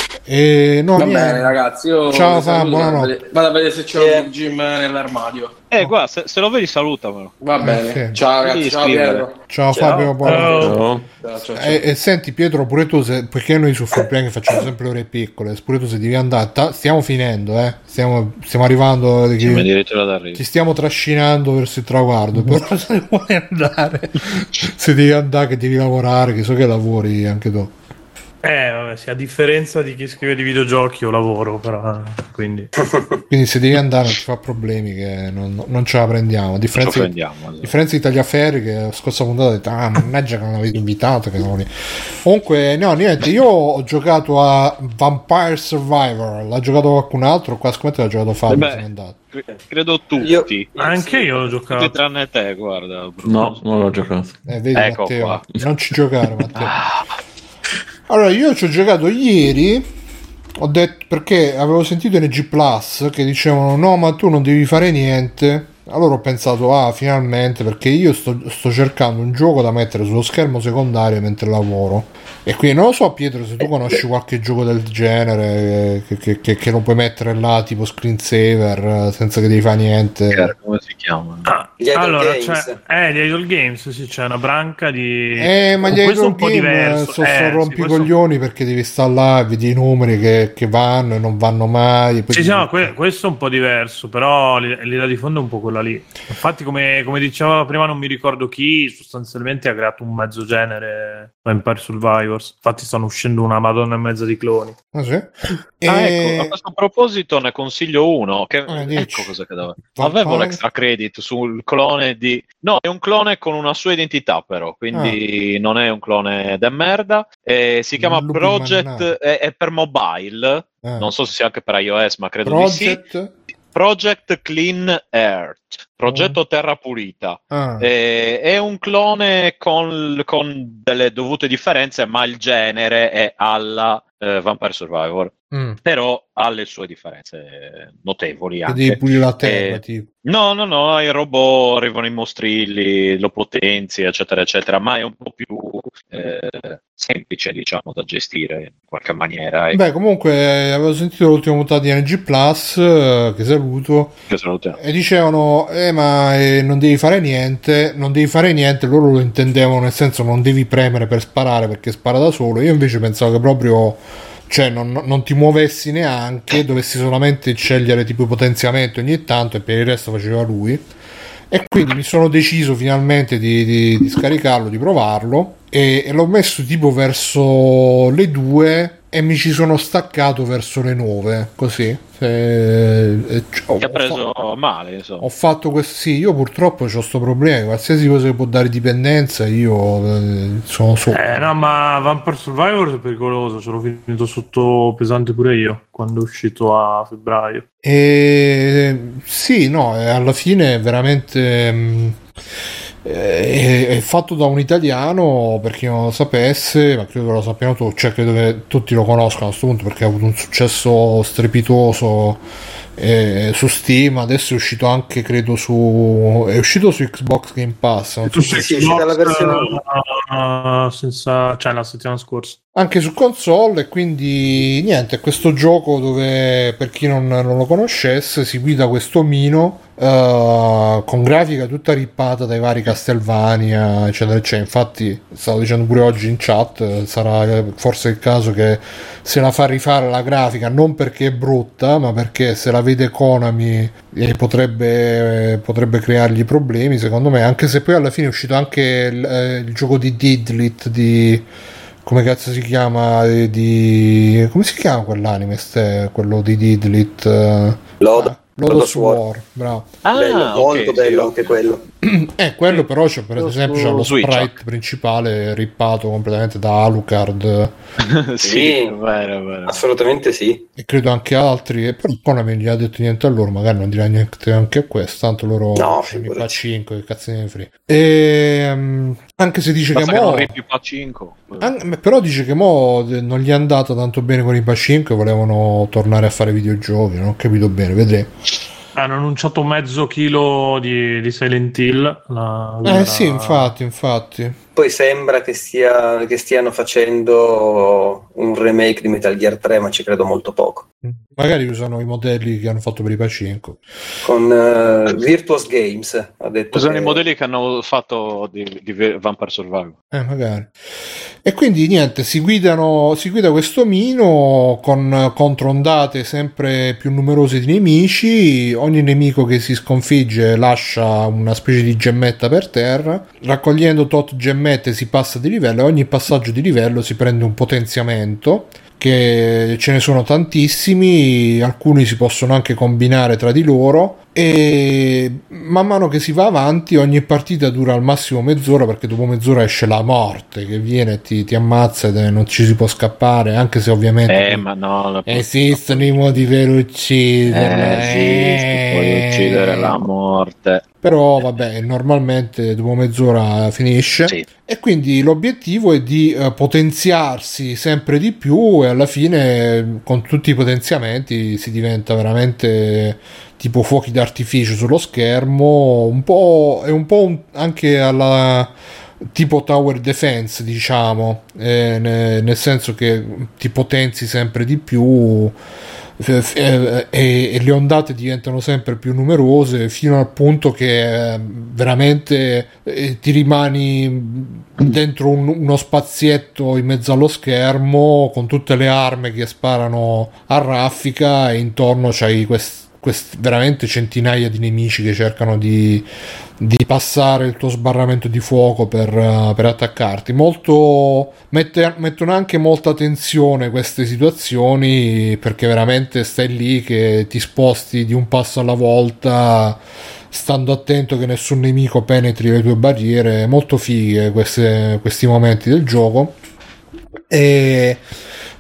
e no, Va niente. bene ragazzi, io Ciao, vi Fa, saluto, vado, a buonanotte. vedere, vado a vedere se c'è Eh. un gym nell'armadio. Eh, guarda, se, se lo vedi salutamelo. Va bene, sì. ciao ragazzi, Devi ciao scrivere. Pietro. Ciao, Ciao. Fabio, buonanotte. Ciao. No. Ciao, ciao, ciao. E, e senti Pietro, pure tu se, perché noi su Freeplay facciamo sempre ore piccole, pure tu se devi andare, ta- stiamo finendo, eh. Stiamo, stiamo arrivando, che- Siamo addirittura d'arrivo. ti stiamo trascinando verso il traguardo, però se vuoi andare, se devi andare che devi lavorare, che so che lavori anche tu. Eh, vabbè, sì, a differenza di chi scrive di videogiochi io lavoro, però, eh, quindi... Quindi se devi andare non ti fa problemi, che non, non ce la prendiamo. A Ci differenza, offendiamo. a esatto. differenza di Tagliaferri, che la scorsa puntata ha detto ah mannaggia che non avete invitato, che non... Comunque no, niente, io ho giocato a Vampire Survivor, l'ha giocato qualcun altro, qua scommetto l'ha giocato Fabio, Beh, se n'è andato. Cre- Credo tutti. Io- Anche io l'ho Tutti giocato. tranne te, guarda. Bruno. No, non l'ho giocato. Eh, vedi Ecco Matteo, qua. non ci giocare Matteo. Ah, Allora io ci ho giocato ieri, ho detto perché avevo sentito in G Plus che dicevano no ma tu non devi fare niente, allora ho pensato ah finalmente, perché io sto, sto cercando un gioco da mettere sullo schermo secondario mentre lavoro, e quindi non lo so Pietro se tu conosci qualche gioco del genere che, che, che, che lo puoi mettere là tipo screensaver senza che devi fare niente. Chiaro, come si chiama? Ah, Gli Idle allora, Games. c'è, eh, gli Idle Games, sì, c'è una branca di... Eh, ma gli Questo è Idle un po' Game diverso. sono Eh, so sì, rompicoglioni perché devi stare là e vedi i numeri che, che vanno e non vanno mai. Poi Sì, ti- sì, no, que- questo è un po' diverso, però l- l'idea di fondo è un po' quella lì. Infatti, come, come diceva prima, non mi ricordo chi, sostanzialmente ha creato un mezzo genere Vampire Survivors. Infatti stanno uscendo una madonna e mezza di cloni. Ah, sì? Ah, E- ecco, a questo proposito ne consiglio uno. Che, Eh, dici. ecco cosa che dava. Vampire- Avevo l'extra credit sul clone di. No, è un clone con una sua identità, però. Quindi non è un clone de merda. Eh, si chiama Lupi Project. mannati. È, è per mobile. Ah. Non so se sia anche per iOS, ma credo di sì. Project Project Clean Earth, progetto oh. Terra Pulita. Ah. Eh, è un clone con, con delle dovute differenze, ma il genere è alla eh, Vampire Survivor. Mm. Però ha le sue differenze notevoli anche. Devi pulire la terra, eh, tipo. No, no, no, i robot arrivano i mostrilli, lo potenzi, eccetera, eccetera, ma è un po' più eh, semplice, diciamo, da gestire in qualche maniera. Beh, comunque, avevo sentito l'ultima puntata di N G Plus, eh, che saluto, che salutiamo. E dicevano, eh, ma eh, non devi fare niente, non devi fare niente, loro lo intendevano nel senso non devi premere per sparare perché spara da solo. Io invece pensavo che proprio... cioè non, non ti muovessi neanche, dovessi solamente scegliere tipo potenziamento ogni tanto e per il resto faceva lui. E quindi mi sono deciso finalmente di, di, di scaricarlo, di provarlo e, e l'ho messo tipo verso le due e mi ci sono staccato verso le nove, così. Se, ho, ti ha preso fatto, male, insomma. Ho fatto questo, sì, io purtroppo ho sto problema, qualsiasi cosa che può dare dipendenza io eh, sono sotto. Eh no, ma Vampire Survivor è pericoloso, ce l'ho finito sotto pesante pure io quando è uscito a febbraio. E sì, no, alla fine è veramente mh, è, è fatto da un italiano, per chi non lo sapesse, ma credo che lo sappiano tutti, cioè credo che tutti lo conoscano a questo punto perché ha avuto un successo strepitoso eh, su Steam. Adesso è uscito anche, credo, su è uscito su Xbox Game Pass, non so se sì, è uscita la versione uh, senza, cioè la settimana scorsa anche su console. E quindi niente, questo gioco dove, per chi non, non lo conoscesse, si guida questo omino uh, con grafica tutta rippata dai vari Castlevania eccetera eccetera. Infatti stavo dicendo pure oggi in chat, sarà forse il caso che se la fa rifare la grafica, non perché è brutta ma perché se la vede Konami eh, potrebbe, potrebbe creargli problemi secondo me, anche se poi alla fine è uscito anche il, eh, il gioco di Didlit di come cazzo si chiama di come si chiama quell'anime ste, quello di Didlit uh, Lord Lodos War, War. Bravo. Ah, bello, okay, molto bello sì, anche quello. Eh, quello però c'è, per esempio c'è lo Switch. sprite principale rippato completamente da Alucard. Sì, sì, vero, vero. Assolutamente sì. E credo anche altri, e però Konami non gli ha detto niente a loro, magari non dirà niente anche a questo, tanto loro no, mi fa cinque, che cazzo ne frega. E um, anche se dice Basta che, che mo, non ripi Pacinco. An- però dice che mo non gli è andata tanto bene con i Pacinco e volevano tornare a fare videogiochi, non ho capito bene, vedremo. Hanno annunciato mezzo chilo di, di Silent Hill. La, eh la... sì, infatti, infatti. Poi sembra che, stia, che stiano facendo un remake di Metal Gear tre, ma ci credo molto poco. Magari usano i modelli che hanno fatto per i Pacinco. Con uh, Virtuos Games, ha detto. Usano che... i modelli che hanno fatto di, di Vampire Survivor. Eh, magari. E quindi niente, si guidano, si guida questo omino con controondate sempre più numerose di nemici. Ogni nemico che si sconfigge lascia una specie di gemmetta per terra. Raccogliendo tot gemmette si passa di livello e ogni passaggio di livello si prende un potenziamento, che ce ne sono tantissimi, alcuni si possono anche combinare tra di loro e man mano che si va avanti ogni partita dura al massimo mezz'ora, perché dopo mezz'ora esce la morte che viene e ti, ti ammazza e non ci si può scappare, anche se ovviamente eh, ma no, esistono i modi per uccidere, eh, sì, puoi uccidere la morte, però vabbè, normalmente dopo mezz'ora finisce, sì. E quindi l'obiettivo è di uh, potenziarsi sempre di più e alla fine con tutti i potenziamenti si diventa veramente tipo fuochi d'artificio sullo schermo, un po' è un po' un, anche alla tipo tower defense, diciamo, eh, ne, nel senso che ti potenzi sempre di più e, e, e le ondate diventano sempre più numerose fino al punto che eh, veramente eh, ti rimani dentro un, uno spazietto in mezzo allo schermo con tutte le armi che sparano a raffica e intorno c'hai questi Quest, veramente centinaia di nemici che cercano di, di passare il tuo sbarramento di fuoco per, uh, per attaccarti. Molto mette, mettono anche molta tensione queste situazioni, perché veramente stai lì che ti sposti di un passo alla volta stando attento che nessun nemico penetri le tue barriere. Molto fighe queste, questi momenti del gioco. E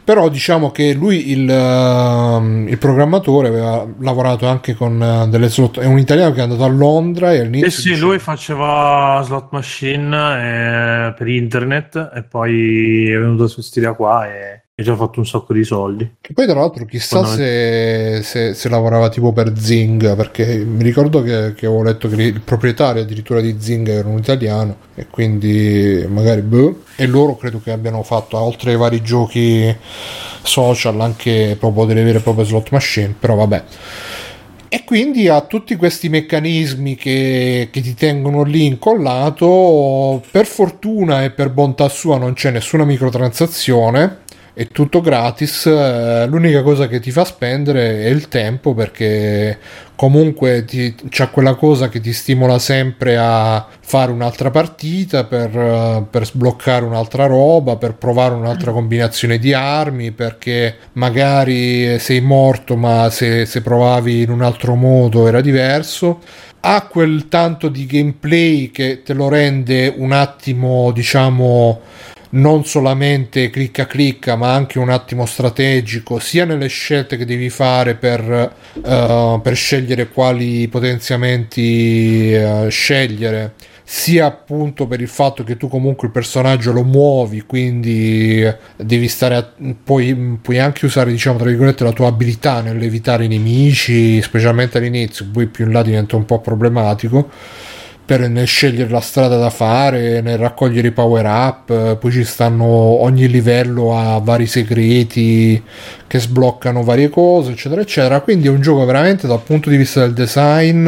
però diciamo che lui il, uh, il programmatore aveva lavorato anche con uh, delle slot, è un italiano che è andato a Londra e all'inizio eh sì, diceva... lui faceva slot machine eh, per internet e poi è venuto su quest'idea qua e ha già fatto un sacco di soldi. Che poi tra l'altro chissà se, se, se lavorava tipo per Zing, perché mi ricordo che, che avevo letto che il proprietario addirittura di Zing era un italiano e quindi magari boh. E loro credo che abbiano fatto, oltre ai vari giochi social, anche proprio delle vere e proprie slot machine, però vabbè. E quindi ha tutti questi meccanismi che, che ti tengono lì incollato. Per fortuna e per bontà sua non c'è nessuna microtransazione, è tutto gratis. L'unica cosa che ti fa spendere è il tempo, perché comunque ti, c'è quella cosa che ti stimola sempre a fare un'altra partita per, per sbloccare un'altra roba, per provare un'altra combinazione di armi, perché magari sei morto ma se, se provavi in un altro modo era diverso. Ha quel tanto di gameplay che te lo rende un attimo, diciamo, non solamente clicca clicca, ma anche un attimo strategico, sia nelle scelte che devi fare per, uh, per scegliere quali potenziamenti uh, scegliere, sia appunto per il fatto che tu comunque il personaggio lo muovi, quindi devi stare a, puoi, puoi anche usare, diciamo tra virgolette, la tua abilità nell'evitare i nemici, specialmente all'inizio, poi più in là diventa un po' problematico per nel scegliere la strada da fare, nel raccogliere i power up. Poi ci stanno, ogni livello ha vari segreti che sbloccano varie cose, eccetera eccetera. Quindi è un gioco veramente, dal punto di vista del design,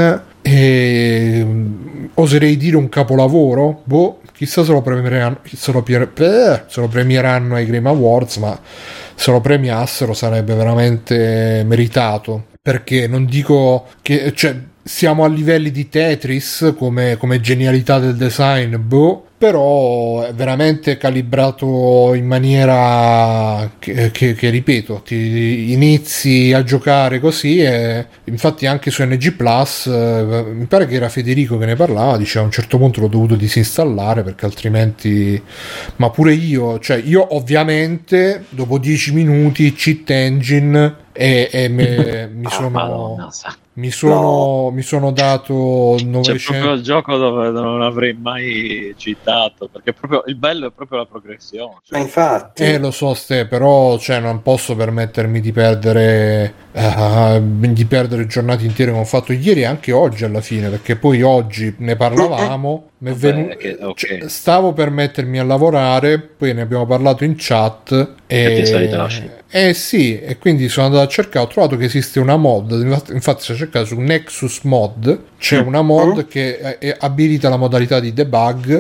e oserei dire un capolavoro. Boh, chissà se lo premieranno, se lo, se lo premieranno ai Game Awards, ma se lo premiassero sarebbe veramente meritato, perché non dico che, cioè, siamo a livelli di Tetris come, come genialità del design, boh, però è veramente calibrato in maniera che, che, che ripeto, ti inizi a giocare così. E infatti anche su N G Plus, eh, mi pare che era Federico che ne parlava, diceva a un certo punto l'ho dovuto disinstallare perché altrimenti, ma pure io, cioè io ovviamente dopo dieci minuti cheat engine e, e me, mi sono Madonna, mi sono, no. mi sono dato novecento... C'è proprio il gioco dove non avrei mai citato, perché proprio il bello è proprio la progressione, cioè. Ma infatti eh lo so Ste, però cioè non posso permettermi di perdere uh, di perdere giornate intere come ho fatto ieri e anche oggi alla fine, perché poi oggi ne parlavamo. M'è venu... che, okay. cioè, stavo per mettermi a lavorare, poi ne abbiamo parlato in chat e eh sì, e quindi sono andato a cercare, ho trovato che esiste una mod, infatti, infatti se cercate su Nexus Mod c'è una mod mm. che è, abilita la modalità di debug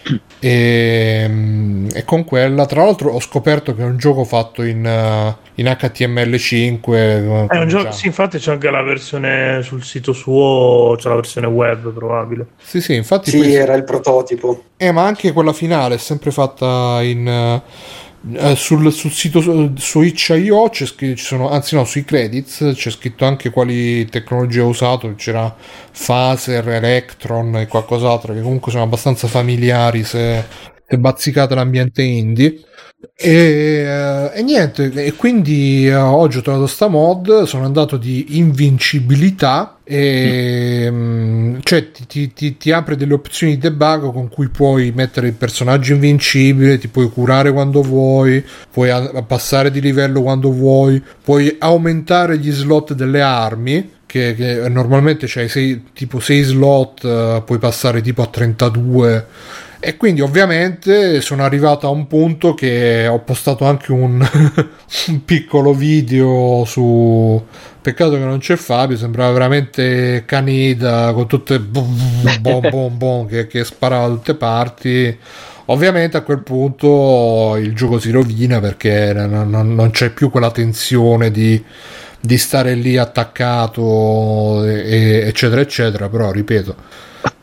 e, e con quella, tra l'altro, ho scoperto che è un gioco fatto in, uh, in H T M L cinque. È un gioco, sì, infatti c'è anche la versione sul sito suo, c'è la versione web probabile. Sì, sì, infatti sì, era il prototipo. Eh, ma anche quella finale è sempre fatta in uh, sul, sul sito su, su itch punto io c'è scritto, ci sono, anzi no, sui credits c'è scritto anche quali tecnologie ha usato. C'era Phaser, Electron e qualcos'altro che comunque sono abbastanza familiari se, se bazzicate l'ambiente indie. E, uh, e niente, e quindi uh, oggi ho trovato sta mod, sono andato di invincibilità e mm. cioè ti, ti, ti, ti apre delle opzioni di debug con cui puoi mettere il personaggio invincibile, ti puoi curare quando vuoi, puoi a, a passare di livello quando vuoi, puoi aumentare gli slot delle armi che, che normalmente c'hai sei, tipo sei slot, uh, puoi passare tipo a trentadue. E quindi ovviamente sono arrivato a un punto che ho postato anche un, un piccolo video su, peccato che non c'è Fabio, sembrava veramente Caneda con tutte bom bom bom bom che, che sparava da tutte parti. Ovviamente a quel punto il gioco si rovina perché non, non, non c'è più quella tensione di, di stare lì attaccato e, eccetera eccetera, però ripeto,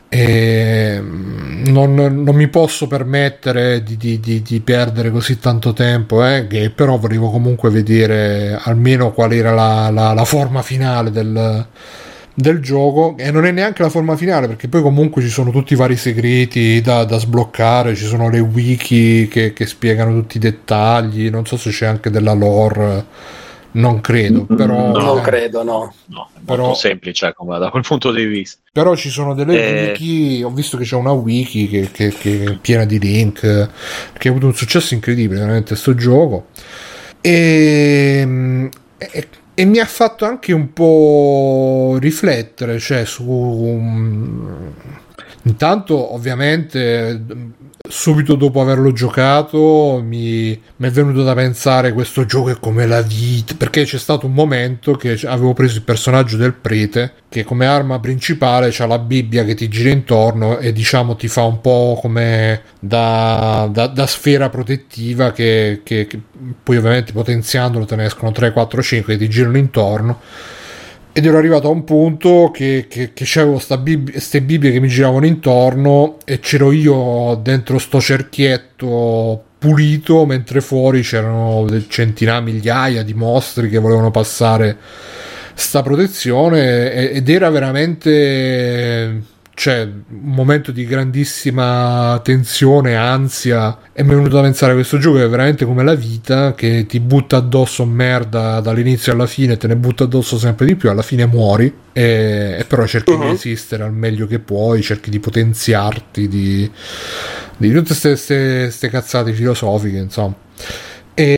e non, non mi posso permettere di, di, di, di perdere così tanto tempo, eh, che però volevo comunque vedere almeno qual era la, la, la forma finale del, del gioco, e non è neanche la forma finale, perché poi comunque ci sono tutti i vari segreti da, da sbloccare, ci sono le wiki che, che spiegano tutti i dettagli, non so se c'è anche della lore, non credo, però no, non eh, credo, no. No, è però, molto semplice come, da quel punto di vista. Però ci sono delle eh... wiki, ho visto che c'è una wiki che, che, che è piena di link, che ha avuto un successo incredibile veramente sto gioco, e, e, e mi ha fatto anche un po' riflettere, cioè su um, intanto ovviamente subito dopo averlo giocato mi, mi è venuto da pensare questo gioco è come la vita, perché c'è stato un momento che avevo preso il personaggio del prete che come arma principale c'ha la Bibbia che ti gira intorno e diciamo ti fa un po' come da, da, da sfera protettiva che, che, che poi ovviamente potenziandolo te ne escono tre, quattro, cinque che ti girano intorno. Ed ero arrivato a un punto che, che, che c'avevo sta bib- queste Bibbie che mi giravano intorno e c'ero io dentro sto cerchietto pulito, mentre fuori c'erano centinaia, migliaia di mostri che volevano passare sta protezione, ed era veramente, cioè, un momento di grandissima tensione, ansia, e mi è venuto da pensare a questo gioco che è veramente come la vita, che ti butta addosso merda dall'inizio alla fine, te ne butta addosso sempre di più, alla fine muori e, e però cerchi uh-huh. di resistere al meglio che puoi, cerchi di potenziarti, di, di tutte queste cazzate filosofiche, insomma. E,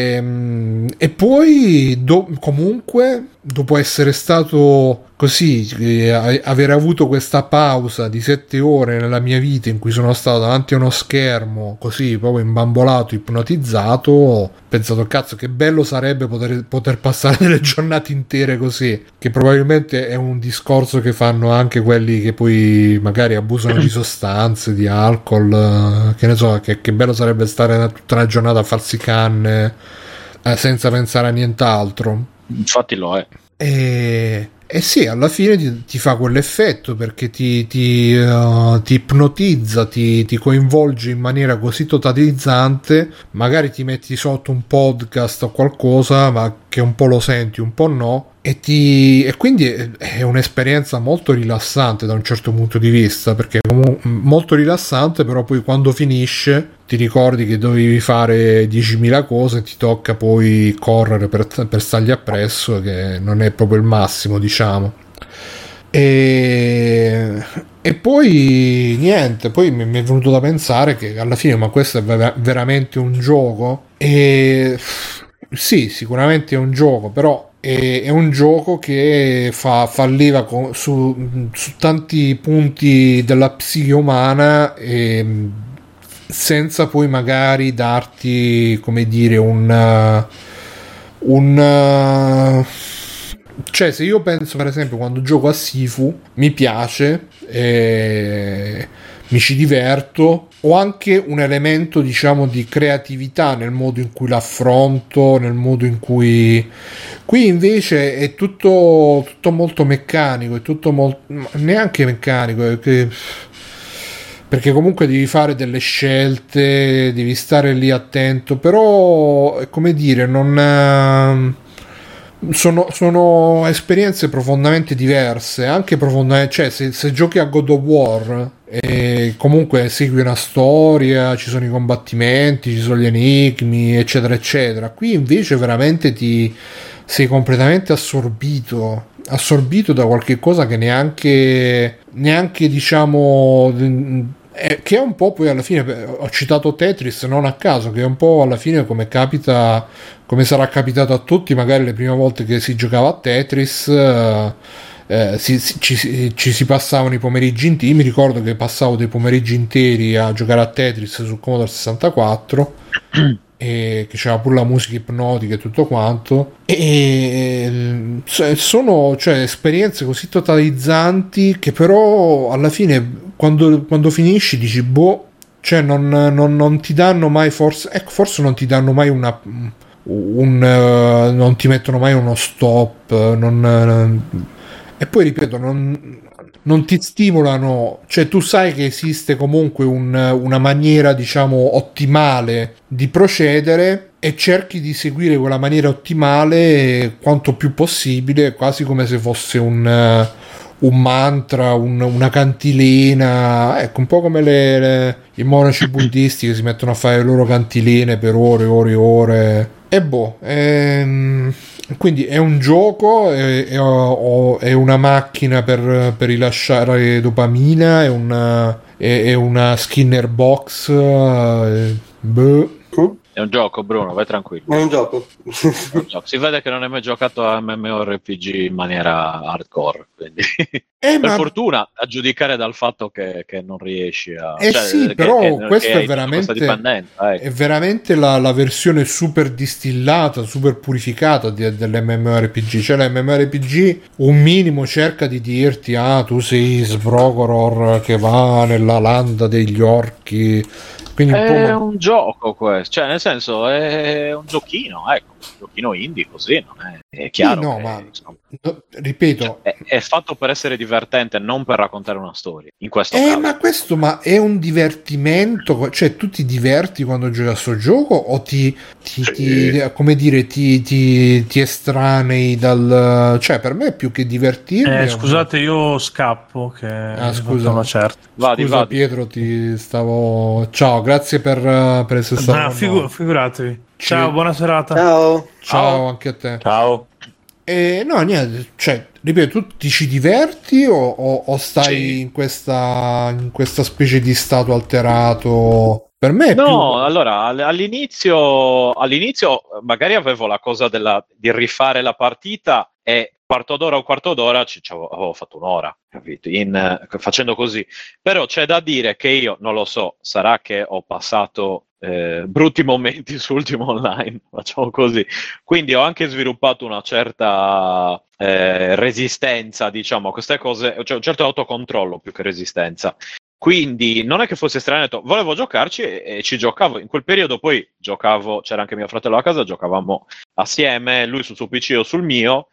e poi do, comunque dopo essere stato così, eh, aver avuto questa pausa di sette ore nella mia vita in cui sono stato davanti a uno schermo così proprio imbambolato, ipnotizzato, ho pensato cazzo che bello sarebbe poter, poter passare delle giornate intere così, che probabilmente è un discorso che fanno anche quelli che poi magari abusano di sostanze, di alcol, che ne so, che, che bello sarebbe stare tutta una giornata a farsi canne eh, senza pensare a nient'altro. Infatti lo è. E, e sì, alla fine ti, ti fa quell'effetto perché ti, ti, uh, ti ipnotizza, ti, ti coinvolge in maniera così totalizzante, magari ti metti sotto un podcast o qualcosa, ma che un po' lo senti, un po' no, e, ti, e quindi è, è un'esperienza molto rilassante da un certo punto di vista, perché è molto rilassante, però poi quando finisce ti ricordi che dovevi fare diecimila cose e ti tocca poi correre per, per stargli appresso, che non è proprio il massimo, diciamo. E, e poi niente, poi mi è venuto da pensare che alla fine, ma questo è ver- veramente un gioco? E sì, sicuramente è un gioco, però è, è un gioco che fa, fa leva con, su, su tanti punti della psiche umana, e senza poi magari darti, come dire, un un cioè, se io penso per esempio quando gioco a Sifu mi piace, eh, mi ci diverto, ho anche un elemento diciamo di creatività nel modo in cui l'affronto, nel modo in cui qui invece è tutto, tutto molto meccanico, è tutto molto, neanche meccanico, è che perché comunque devi fare delle scelte, devi stare lì attento, però è come dire, non sono, sono esperienze profondamente diverse, anche profondamente, cioè se, se giochi a God of War e comunque segui una storia, ci sono i combattimenti, ci sono gli enigmi, eccetera eccetera, qui invece veramente ti sei completamente assorbito assorbito da qualche cosa che neanche neanche diciamo è, che è un po' poi alla fine, ho citato Tetris non a caso, che è un po' alla fine come capita, come sarà capitato a tutti magari le prime volte che si giocava a Tetris, eh, eh, si, si, ci, ci si passavano i pomeriggi interi. Mi ricordo che passavo dei pomeriggi interi a giocare a Tetris sul Commodore sessantaquattro e che c'era pure la musica ipnotica e tutto quanto, e sono, cioè, esperienze così totalizzanti che però alla fine quando, quando finisci dici boh, cioè non, non, non ti danno mai, forse ecco forse non ti danno mai una un uh, non ti mettono mai uno stop, non, e poi ripeto non non ti stimolano, cioè tu sai che esiste comunque un, una maniera diciamo ottimale di procedere e cerchi di seguire quella maniera ottimale quanto più possibile, quasi come se fosse un, un mantra, un, una cantilena, ecco, un po' come le, le, i monaci buddisti che si mettono a fare le loro cantilene per ore e ore e ore. E boh, ehm, quindi è un gioco, è, è, è una macchina per, per rilasciare dopamina, è una, è, è una Skinner box, eh, boh. È un gioco, Bruno, vai tranquillo. È un gioco. È un gioco. Si vede che non hai mai giocato a MMORPG in maniera hardcore, quindi Eh, per ma... fortuna, a giudicare dal fatto che, che non riesci a... Eh cioè, sì, che, però che, questo che è veramente, dipendenza, ecco. è veramente la, la versione super distillata, super purificata di, dell'MMORPG. Cioè l'MMORPG un minimo cerca di dirti ah, tu sei Svrogoror che va nella landa degli orchi. Quindi un è po'... un gioco questo, cioè nel senso è un giochino, ecco, un giochino indie così, non è, è chiaro sì, no, che, ma insomma, no, ripeto, cioè, è, è fatto per essere divertente, non per raccontare una storia, in questo eh, caso. ma questo ma è un divertimento, cioè tu ti diverti quando giochi a sto gioco o ti, ti, Sì. ti come dire, ti, ti, ti estranei dal... cioè per me è più che divertirmi Eh, è un- scusate, io scappo che Ah, è scusa. una certa. Vadi, Scusa vadi. Pietro, ti stavo... Ciao, grazie per, per essere stato Ah, con figu- noi. figuratevi. Ci- Ciao, buona serata. Ciao. Ciao Ciao. anche a te. Ciao. E no, niente, cioè, ripeto, tu ti ci diverti o, o- o stai Sì. in questa in questa specie di stato alterato? Per me è No, più... allora all- all'inizio, all'inizio magari avevo la cosa della, di rifare la partita e quarto d'ora o quarto d'ora ci, ci avevo, avevo fatto un'ora, capito? In, eh, facendo così. Però c'è da dire che io, non lo so, sarà che ho passato eh, brutti momenti su Ultima Online, facciamo così. Quindi ho anche sviluppato una certa eh, resistenza, diciamo, a queste cose, cioè un certo autocontrollo più che resistenza. Quindi non è che fosse strano, volevo giocarci e, e ci giocavo. In quel periodo poi giocavo, c'era anche mio fratello a casa, giocavamo assieme, lui sul suo P C o sul mio,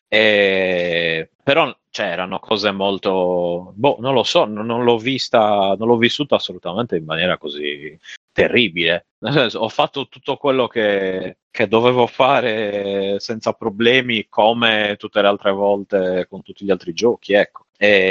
e... però cioè, erano cose molto... boh, non lo so, non, non l'ho vista, non l'ho vissuta assolutamente in maniera così terribile. Nel senso, ho fatto tutto quello che, che dovevo fare senza problemi, come tutte le altre volte con tutti gli altri giochi, ecco.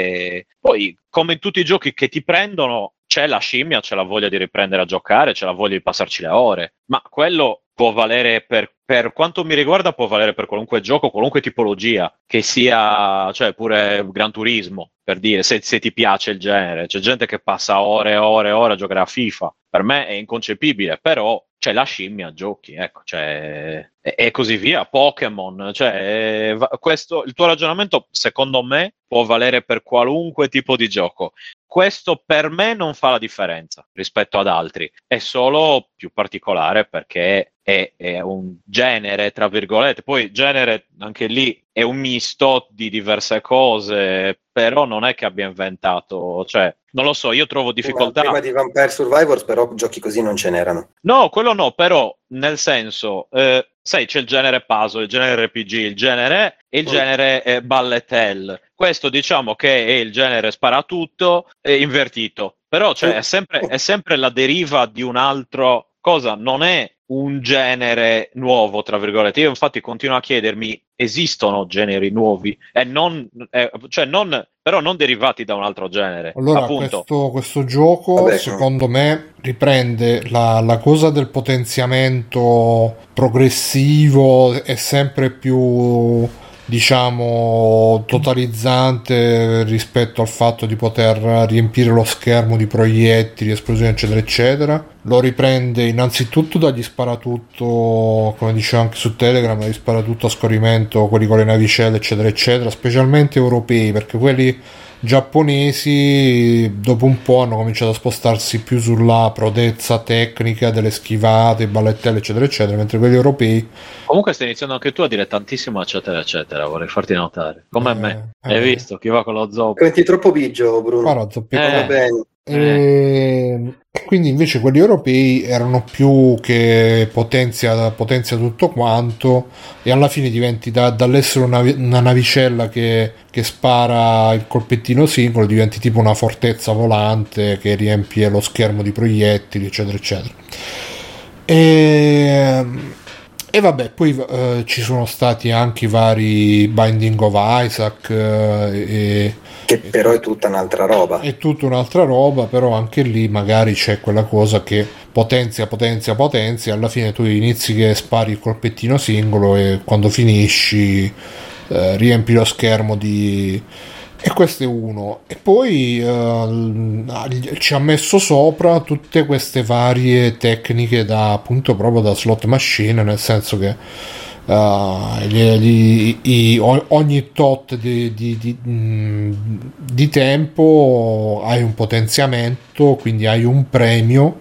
E poi, come in tutti i giochi che ti prendono, c'è la scimmia, c'è la voglia di riprendere a giocare, c'è la voglia di passarci le ore, ma quello può valere per, per quanto mi riguarda, può valere per qualunque gioco, qualunque tipologia, che sia, cioè pure Gran Turismo, per dire, se, se ti piace il genere. C'è gente che passa ore e ore e ore a giocare a FIFA, per me è inconcepibile, però c'è la scimmia, giochi, ecco, cioè, e, e così via. Pokémon, cioè, eh, va- questo, il tuo ragionamento, secondo me, può valere per qualunque tipo di gioco. Questo per me non fa la differenza rispetto ad altri, è solo più particolare perché è, è un genere, tra virgolette. Poi genere, anche lì, è un misto di diverse cose, però non è che abbia inventato, cioè, non lo so, io trovo difficoltà. Prima, prima di Vampire Survivors però giochi così non ce n'erano. No, quello no, però nel senso, eh, sai, c'è il genere puzzle, il genere R P G, il genere e il Mm. genere eh, balletel. Questo diciamo che è il genere sparatutto eh, invertito, però cioè, è, sempre, è sempre la deriva di un altro cosa, non è un genere nuovo, tra virgolette. Io infatti continuo a chiedermi, esistono generi nuovi e non, eh, cioè non, però non derivati da un altro genere, Allora, appunto. questo, questo gioco, Vabbè, secondo me, riprende la, la cosa del potenziamento progressivo, è sempre più, diciamo, totalizzante rispetto al fatto di poter riempire lo schermo di proiettili, esplosioni, eccetera, eccetera. Lo riprende innanzitutto dagli sparatutto, come dicevo anche su Telegram, dagli sparatutto a scorrimento, quelli con le navicelle, eccetera, eccetera, specialmente europei, perché quelli giapponesi dopo un po' hanno cominciato a spostarsi più sulla prodezza tecnica delle schivate, ballettelle, eccetera, eccetera, mentre quelli europei... Comunque stai iniziando anche tu a dire tantissimo eccetera eccetera, vorrei farti notare, come Eh, me, eh, hai visto chi va con lo zoo? Diventi troppo bigio, Bruno. Guarda, zoppico. Eh. Va bene. E quindi invece quelli europei erano più che potenzia, potenzia tutto quanto, e alla fine diventi da, dall'essere una, una navicella che, che spara il colpettino singolo, diventi tipo una fortezza volante che riempie lo schermo di proiettili, eccetera, eccetera. E, e vabbè, poi eh, ci sono stati anche i vari Binding of Isaac eh, e, che però è tutta un'altra roba. È tutta un'altra roba, però anche lì magari c'è quella cosa che potenzia, potenzia, potenzia, alla fine tu inizi che spari il colpettino singolo e quando finisci eh, riempi lo schermo di... E questo è uno. E poi eh, ci ha messo sopra tutte queste varie tecniche da appunto proprio da slot machine, nel senso che uh, gli, gli, i, ogni tot di, di, di, di tempo hai un potenziamento, quindi hai un premio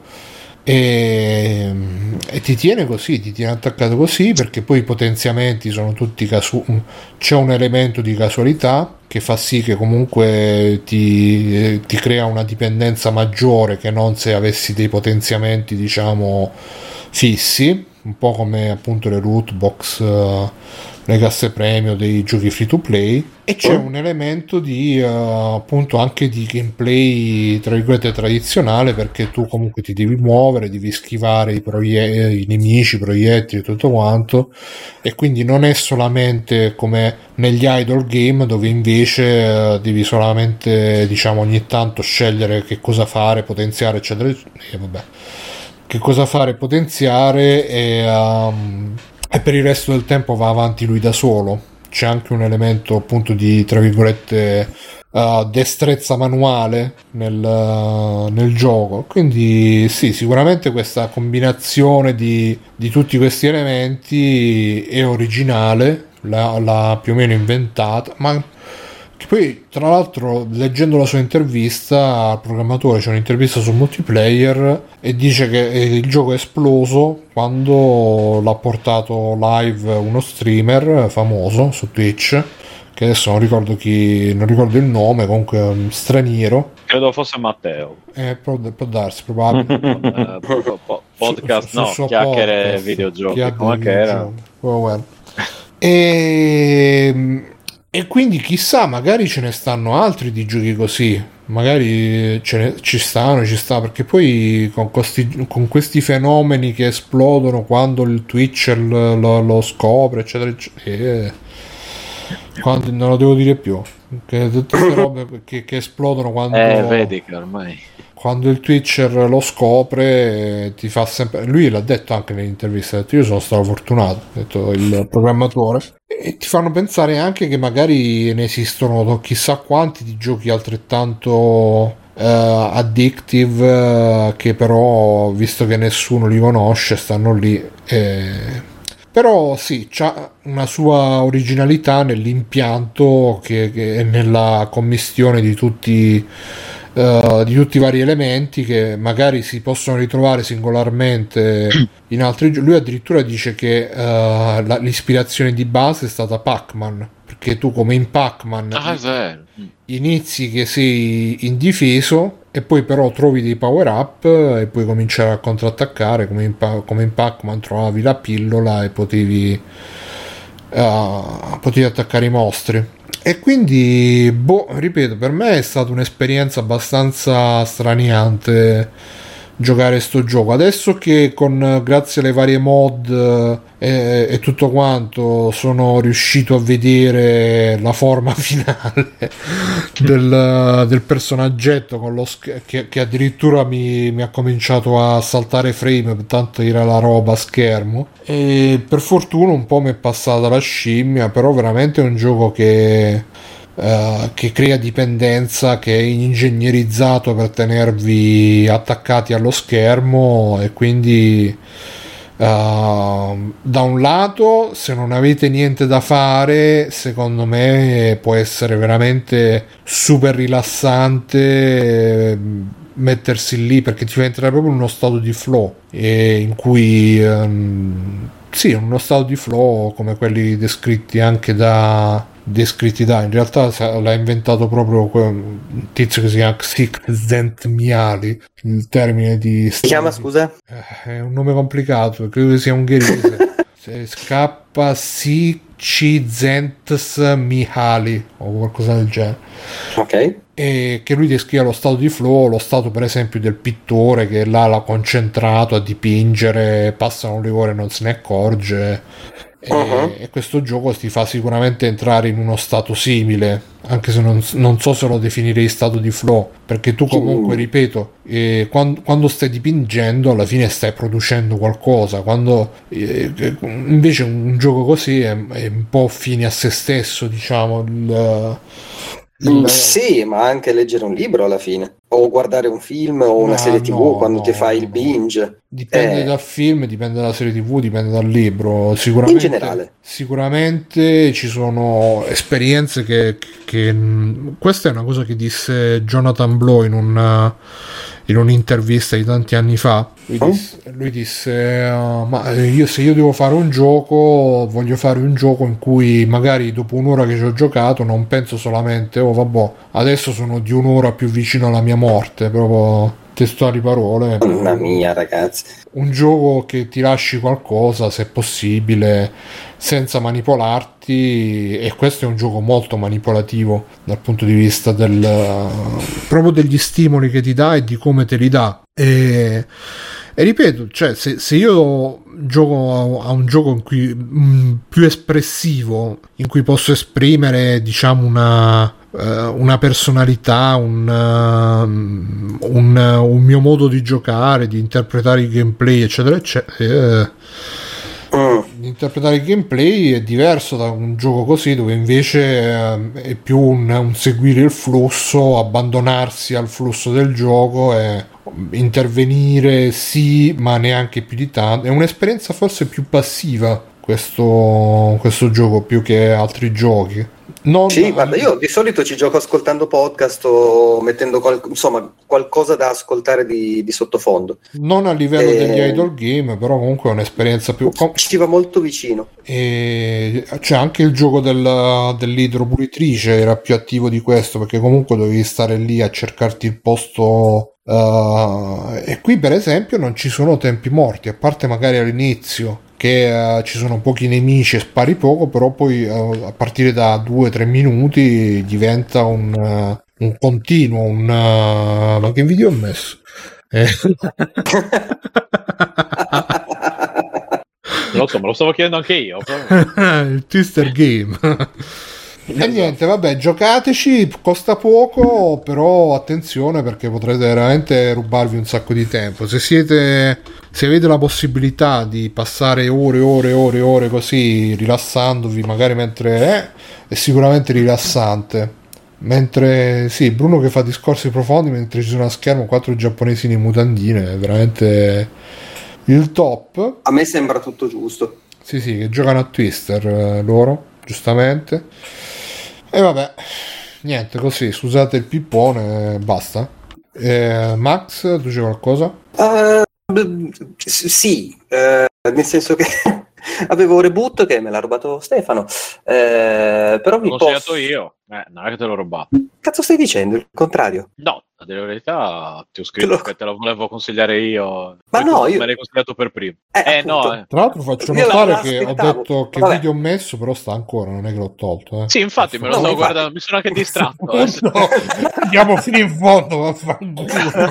e, e ti tiene così, ti tiene attaccato così, perché poi i potenziamenti sono tutti casu- c'è un elemento di casualità che fa sì che comunque ti, ti crea una dipendenza maggiore che non se avessi dei potenziamenti diciamo fissi, un po' come appunto le loot box, uh, le casse premio dei giochi free to play, e c'è un elemento di uh, appunto anche di gameplay tra virgolette tradizionale, perché tu comunque ti devi muovere, devi schivare i, proie- i nemici, i proiettili e tutto quanto, e quindi non è solamente come negli idle game dove invece uh, devi solamente diciamo ogni tanto scegliere che cosa fare, potenziare eccetera e vabbè che cosa fare, potenziare e, um, e per il resto del tempo va avanti lui da solo. C'è anche un elemento appunto di tra virgolette uh, destrezza manuale nel, uh, nel gioco, quindi sì, sicuramente questa combinazione di, di tutti questi elementi è originale, l'ha, l'ha più o meno inventata, ma che poi tra l'altro leggendo la sua intervista al programmatore, c'è un'intervista su Multiplayer e dice che il gioco è esploso quando l'ha portato live uno streamer famoso su Twitch, che adesso non ricordo chi, non ricordo il nome, comunque è un straniero, credo fosse Matteo, eh, può, può darsi, probabile. uh, podcast su, su, no, chiacchiere podcast, videogiochi, chiacchiere come che era? Oh, well. e E quindi chissà, magari ce ne stanno altri di giochi così, magari ce ne, ci stanno, ci sta, perché poi con questi, con questi fenomeni che esplodono quando il Twitcher lo, lo, lo scopre, eccetera, eccetera, eh, quando, non lo devo dire più, che tutte queste robe che, che esplodono quando... Eh, vedi che ormai... Quando il Twitcher lo scopre ti fa sempre, lui l'ha detto anche nell'intervista, ha detto io sono stato fortunato, ha detto il programmatore, e ti fanno pensare anche che magari ne esistono chissà quanti di giochi altrettanto uh, addictive uh, che però visto che nessuno li conosce stanno lì, eh... però sì, c'ha una sua originalità nell'impianto che, che è nella commistione di tutti Uh, di tutti i vari elementi che magari si possono ritrovare singolarmente in altri giochi. Lui addirittura dice che uh, la, l'ispirazione di base è stata Pac-Man, perché tu come in Pac-Man ah, inizi che sei indifeso e poi però trovi dei power up e poi cominciare a contrattaccare, come in, come in Pac-Man trovavi la pillola e potevi uh, potevi attaccare i mostri. E quindi, boh, ripeto, per me è stata un'esperienza abbastanza straniante giocare sto gioco. Adesso che con grazie alle varie mod e, e tutto quanto sono riuscito a vedere la forma finale del, del personaggetto con lo sch- che, che addirittura mi, mi ha cominciato a saltare frame, tanto era la roba a schermo, e per fortuna un po' mi è passata la scimmia, però veramente è un gioco che Uh, che crea dipendenza, che è ingegnerizzato per tenervi attaccati allo schermo, e quindi uh, da un lato se non avete niente da fare secondo me può essere veramente super rilassante mettersi lì, perché ti fa entrare proprio in uno stato di flow e in cui um, sì, uno stato di flow come quelli descritti anche da descritti da in realtà l'ha inventato proprio un tizio che si chiama Csikszentmihalyi, il termine di si chiama scusa? È un nome complicato, credo che sia ungherese. Scappa Csikszentmihalyi o qualcosa del genere. Ok. e che lui descrive lo stato di flow, lo stato per esempio del pittore che là l'ha concentrato a dipingere, passano le ore e non se ne accorge. E, uh-huh. e questo gioco ti fa sicuramente entrare in uno stato simile, anche se non, non so se lo definirei stato di flow, perché tu comunque, ripeto, eh, quando, quando stai dipingendo alla fine stai producendo qualcosa, quando eh, invece un gioco così è, è un po' fine a se stesso, diciamo. il, il... sì, ma anche leggere un libro alla fine, o guardare un film o una ah, serie tv no, quando no, ti fai no, il binge. Dipende eh. dal film, dipende dalla serie tv, dipende dal libro. Sicuramente, in generale. Sicuramente ci sono esperienze che, che... Questa è una cosa che disse Jonathan Blow in, un, in un'intervista di tanti anni fa. Lui oh? disse, lui disse uh, ma io se io devo fare un gioco, voglio fare un gioco in cui magari dopo un'ora che ci ho giocato non penso solamente, oh vabbè, adesso sono di un'ora più vicino alla mia morte, proprio testuali parole. Mamma mia, ragazzi. Un gioco che ti lasci qualcosa, se possibile, senza manipolarti, e questo è un gioco molto manipolativo dal punto di vista del proprio degli stimoli che ti dà e di come te li dà. E, e ripeto, cioè se, se io gioco a, a un gioco in cui mh, più espressivo, in cui posso esprimere, diciamo, una una personalità, un, uh, un, uh, un mio modo di giocare, di interpretare i gameplay, eccetera, eccetera. Eh, mm. Interpretare il gameplay è diverso da un gioco così, dove invece uh, è più un, un seguire il flusso, abbandonarsi al flusso del gioco e intervenire, sì, ma neanche più di tanto. È un'esperienza forse più passiva questo, questo gioco più che altri giochi. Non... Sì, guarda, io di solito ci gioco ascoltando podcast o mettendo qual- insomma qualcosa da ascoltare di, di sottofondo. Non a livello e... degli idle game, però comunque è un'esperienza più... ci va molto vicino. E cioè anche il gioco del, dell'idropulitrice era più attivo di questo, perché comunque dovevi stare lì a cercarti il posto... Uh, e qui per esempio non ci sono tempi morti, a parte magari all'inizio che uh, ci sono pochi nemici e spari poco, però poi uh, a partire da due tre minuti diventa un, uh, un continuo, un uh... ma che video ho messo? Eh. Non lo so, me lo stavo chiedendo anche io. Il Twister Game. E niente, vabbè, giocateci, costa poco, però attenzione perché potrete veramente rubarvi un sacco di tempo. Se siete, se avete la possibilità di passare ore e ore e ore e ore così rilassandovi, magari mentre è, è sicuramente rilassante. Mentre sì, Bruno che fa discorsi profondi mentre ci sono a schermo quattro giapponesi in mutandine, è veramente il top. A me sembra tutto giusto. Sì, sì, che giocano a Twister eh, loro, giustamente. E vabbè, niente, così, scusate il pippone, basta. Eh, Max, tu c'è qualcosa? Uh, sì, uh, nel senso che avevo Reboot che me l'ha rubato Stefano, eh, però mi l'ho posso... segnato io, eh, non è che te l'ho rubato. Cazzo stai dicendo? Il contrario? No, a dire la verità ti ho scritto te lo... che te lo volevo consigliare io. Ma no, io... me l'hai consigliato per primo. Eh, eh no, eh. Tra l'altro faccio io notare che ho detto che Vabbè. video ho messo, però sta ancora, non è che l'ho tolto. Eh. Sì, infatti me lo no, stavo infatti... guardando, mi sono anche distratto. Eh. No, andiamo fino in fondo, vaffanculo.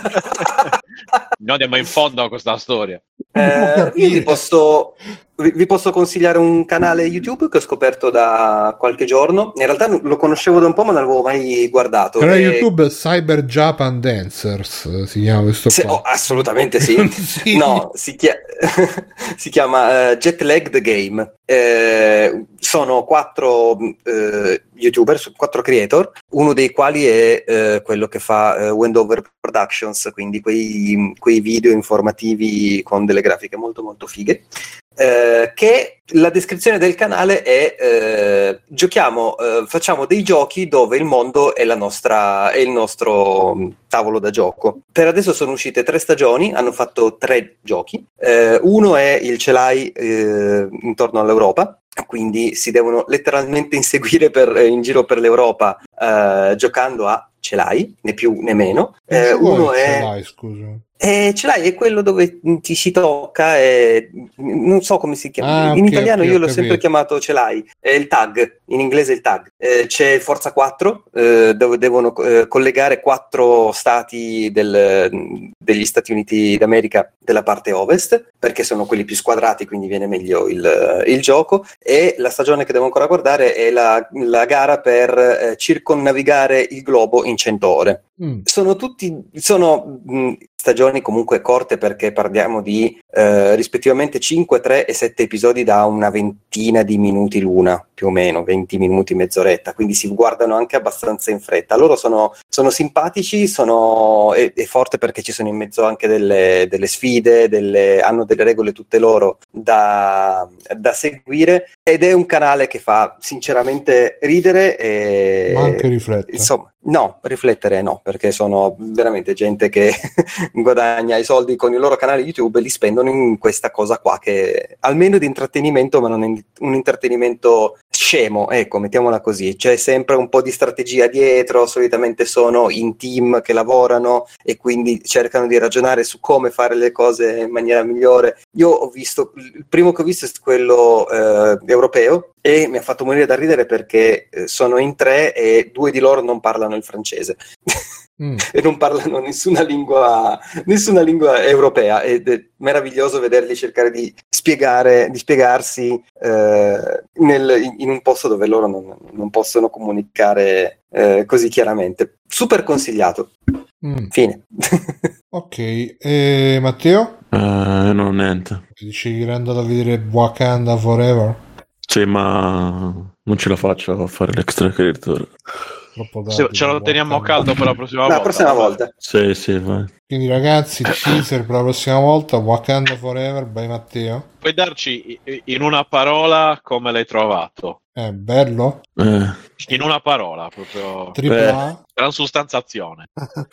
No, andiamo in fondo a questa storia. Eh, io vi posso, vi, vi posso consigliare un canale YouTube che ho scoperto da qualche giorno. In realtà lo conoscevo da un po', ma non l'avevo mai guardato. Canale e... YouTube Cyber Japan Dancers si chiama questo Se, qua. oh, assolutamente sì. Sì. No, si, chia- si chiama uh, Jet Lag the Game. Eh, sono quattro uh, youtuber, quattro creator, uno dei quali è uh, quello che fa uh, Wendover Productions, quindi quei, quei video informativi con delle grafiche molto molto fighe. Eh, che la descrizione del canale è eh, giochiamo, eh, facciamo dei giochi dove il mondo è la nostra, è il nostro tavolo da gioco. Per adesso sono uscite tre stagioni, hanno fatto tre giochi. Eh, uno è il ce l'hai eh, intorno all'Europa, quindi si devono letteralmente inseguire per, in giro per l'Europa eh, giocando a ce l'hai, né più né meno. Eh, uno è ce l'hai, scusa. Eh, ce l'hai, è quello dove ti si tocca e non so come si chiama. Ah, in ok, italiano ok, io ho l'ho capito. sempre chiamato ce l'hai, è il tag, in inglese il tag. Eh, c'è il Forza quattro eh, dove devono eh, collegare quattro stati del, degli Stati Uniti d'America della parte ovest, perché sono quelli più squadrati, quindi viene meglio il, il gioco, e la stagione che devo ancora guardare è la, la gara per eh, circonnavigare il globo in cento ore. Mm. Sono tutti sono mh, stagioni comunque corte, perché parliamo di eh, rispettivamente cinque, tre e sette episodi da una ventina di minuti l'una, più o meno venti minuti, mezz'oretta, quindi si guardano anche abbastanza in fretta. Loro sono, sono simpatici, sono è, è forte perché ci sono in mezzo anche delle, delle sfide, delle, hanno delle regole tutte loro da, da seguire, ed è un canale che fa sinceramente ridere e Ma anche riflettere. insomma, no, riflettere no, perché sono veramente gente che guadagna i soldi con il loro canale YouTube e li spendono in questa cosa qua, che almeno di intrattenimento, ma non è un intrattenimento scemo, ecco, mettiamola così. C'è sempre un po' di strategia dietro, solitamente sono in team che lavorano e quindi cercano di ragionare su come fare le cose in maniera migliore. Io ho visto, il primo che ho visto è quello eh, europeo, e mi ha fatto morire da ridere perché eh, sono in tre e due di loro non parlano il francese. Mm. E non parlano nessuna lingua nessuna lingua europea, ed è meraviglioso vederli cercare di spiegare di spiegarsi eh, nel, in un posto dove loro non, non possono comunicare eh, così chiaramente. Super consigliato. Mm. Fine. Ok, e Matteo? Uh, non ho niente. Dici che eri andato a vedere Wakanda Forever? Sì, ma non ce la faccio a fare l'extra creator. Se, ce lo teniamo caldo per la prossima volta. La prossima volta. Sì, sì, vai. Quindi ragazzi, teaser per la prossima volta, Wakanda Forever by Matteo. Puoi darci in una parola come l'hai trovato? È bello? Eh. In una parola, proprio. Tripla A? Transustanzazione.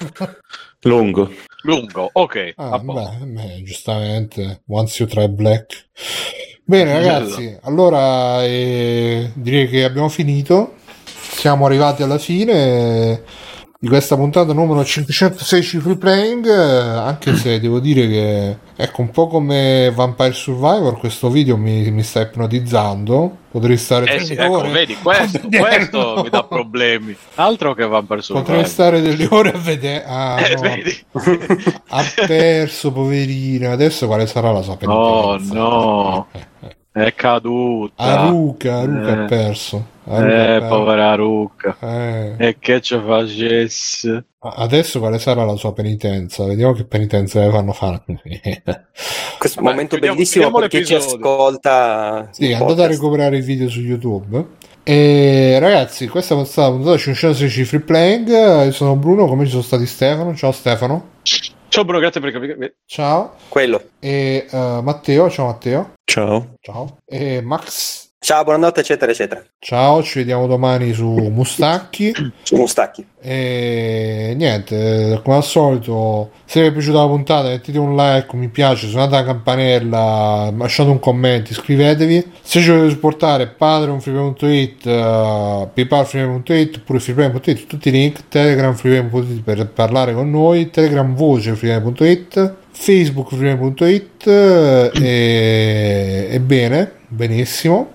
Lungo. Lungo, ok. Ah, beh, beh, giustamente. Once you try black. Bene ragazzi, allora eh, direi che abbiamo finito. Siamo arrivati alla fine di questa puntata numero cinquecentosedici Free Playing, anche se devo dire che ecco, un po' come Vampire Survivor, questo video mi, mi sta ipnotizzando. Potrei stare eh sì, ecco, vedi, questo, questo mi dà problemi. Altro che Vampire Survivor. Potrei stare delle ore a vedere. Ah, eh, no. vedi? Ha perso, poverino. Adesso quale sarà la sua penitenza? Oh no, è caduta. Aruka, Aruka eh. ha perso. Aruka eh, povera Aruka. Eh. E che ci facesse? Adesso quale sarà la sua penitenza? Vediamo che penitenza le fanno fare. Questo Vabbè, momento chiudiamo, bellissimo chiudiamo per chi ci ascolta. Sì, andate a recuperare il video su YouTube. E ragazzi, questa è stata la puntata cinquecentosedici Free Playing. Io sono Bruno, come ci sono stati Stefano. Ciao Stefano. Ciao Bruno, grazie per capire. Ciao. Quello. E uh, Matteo, ciao Matteo. Ciao. Ciao. E Max. Ciao, buonanotte, eccetera, eccetera. Ciao, ci vediamo domani su Mustacchi. Su Mustacchi. E niente, come al solito, se vi è piaciuta la puntata mettete un like, un mi piace, suonate la campanella, lasciate un commento, iscrivetevi. Se ci volete supportare, patreon freeplay punto it, uh, paypal freeplay punto it oppure freeplay punto it, tutti i link, telegram freeplay punto it per parlare con noi, telegram voce freeplay punto it, facebook freeplay punto it e, e bene, benissimo.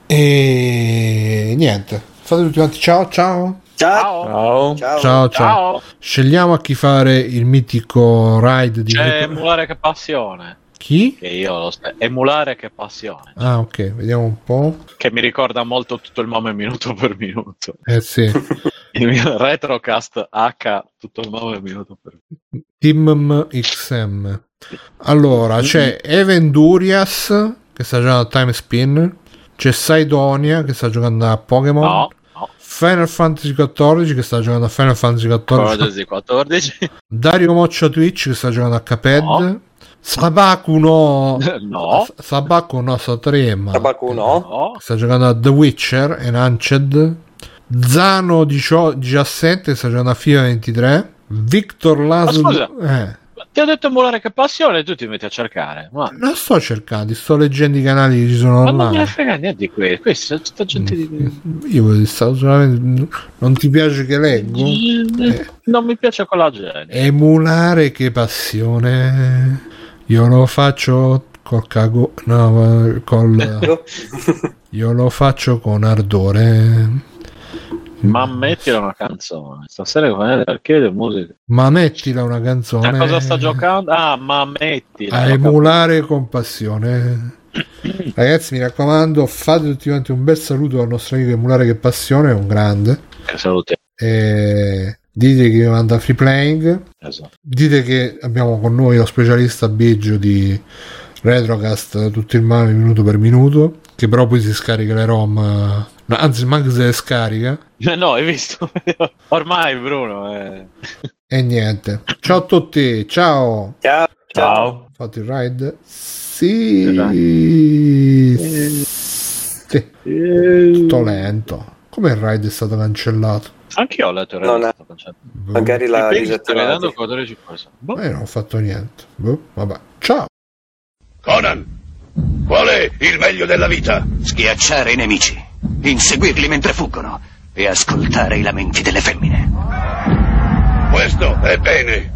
E niente, fate tutti quanti ciao ciao. Ciao. Ciao. Ciao. Ciao, ciao. Scegliamo a chi fare il mitico ride di C'è emulare che passione. Chi? Che io lo so. Emulare che passione. Ah, ok, vediamo un po'. Che mi ricorda molto tutto il nome minuto per minuto. Eh sì. Il mio Retrocast H, tutto il nome minuto per minuto. Team X M. Allora, c'è Evendurias che sta giocando a Time Spin. C'è Sidonia che sta giocando a Pokémon. No, no. Final Fantasy quattordici che sta giocando a Final Fantasy quattordici. quattordici. Dario Moccia Twitch che sta giocando a Cuphead. No. Sabaku no. No. Sabaku no Satrema. Sabaku no. Sta giocando a The Witcher Enhanced. Zano diciassette che sta giocando a FIFA ventitré. Victor Laszlo. Eh. ti ho detto emulare che passione, tu ti metti a cercare. Ma non sto cercando, sto leggendo i canali che ci sono ma online. non me ne frega niente di questo. Questa è tutta gente di... Io stavo solamente... non ti piace che leggo? Eh. Non mi piace quella gente. Emulare che passione. Io lo faccio col cago... no, col... io lo faccio con ardore. Ma mettila una canzone. Stasera come chiede musica. Ma mettila una canzone. A cosa sta giocando? Ah, ma mettila. A emulare con passione. Ragazzi, mi raccomando, fate tutti quanti un bel saluto al nostro amico Emulare che passione, è un grande. Che salute. E dite che manda free playing. Esatto. Dite che abbiamo con noi lo specialista Biggio di Retrocast tutto il male minuto per minuto, che però poi si scarica le ROM. No, anzi, manco se le scarica. No, hai visto? Ormai Bruno è... E niente. Ciao a tutti, ciao. Ciao. Ciao. Fate il ride? Sì. Il Sì. Tutto lento. Come il ride è stato cancellato? Anche io ho letto il Non resto. è- Magari la Il ping sta vedendo disattivata. quattordici percento. Boh. Eh, non ho fatto niente. Boh, vabbè. Ciao. Conan, qual è il meglio della vita? Schiacciare i nemici, inseguirli mentre fuggono e ascoltare i lamenti delle femmine. Questo è bene.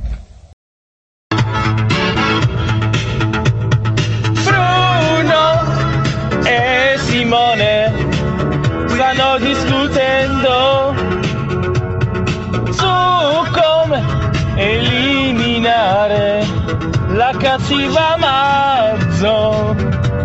Bruno e Simone stanno discutendo su come eliminare la cattiva Marzo.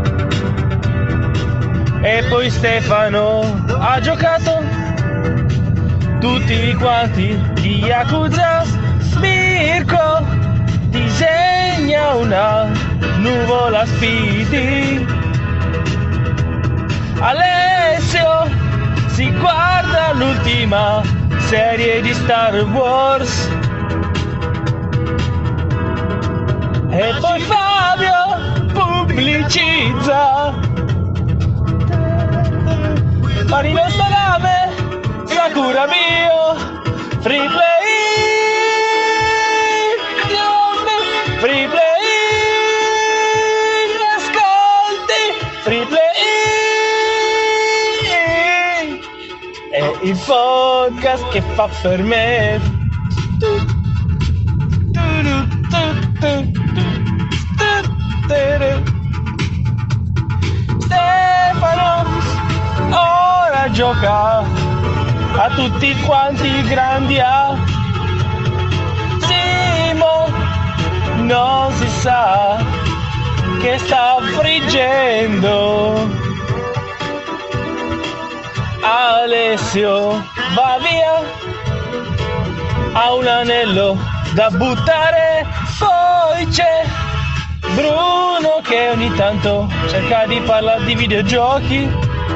E poi Stefano ha giocato tutti quanti di Yakuza. Mirko disegna una nuvola Speedy. Alessio si guarda l'ultima serie di Star Wars. E poi Fabio pubblicizza Marino Salame, Sakura Bio, Free Play, Free Play, ascolti, Free Play, è il podcast che fa per me. Stefano ora gioca a tutti quanti i grandi A. Simo non si sa che sta friggendo. Alessio va via, ha un anello da buttare. Poi c'è Bruno che ogni tanto cerca di parlare di videogiochi.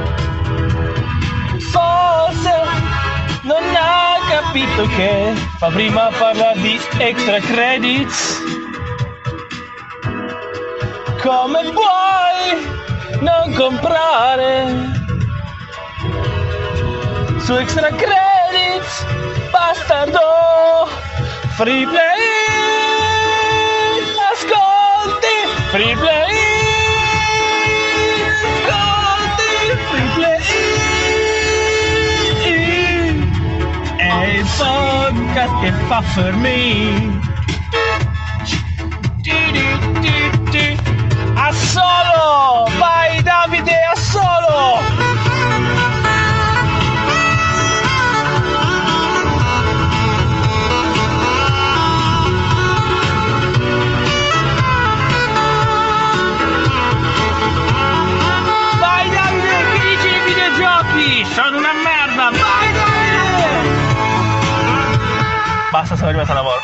Forse non ha capito che fa prima parlare di extra credits. Come puoi non comprare su extra credits, bastardo? Free Play, ascolti, Free Play, ascolti, Free Play, è il podcast che fa per me. A solo, vai Davide, a solo. Sono una merda, vai Davide! Basta, sono arrivato a lavoro.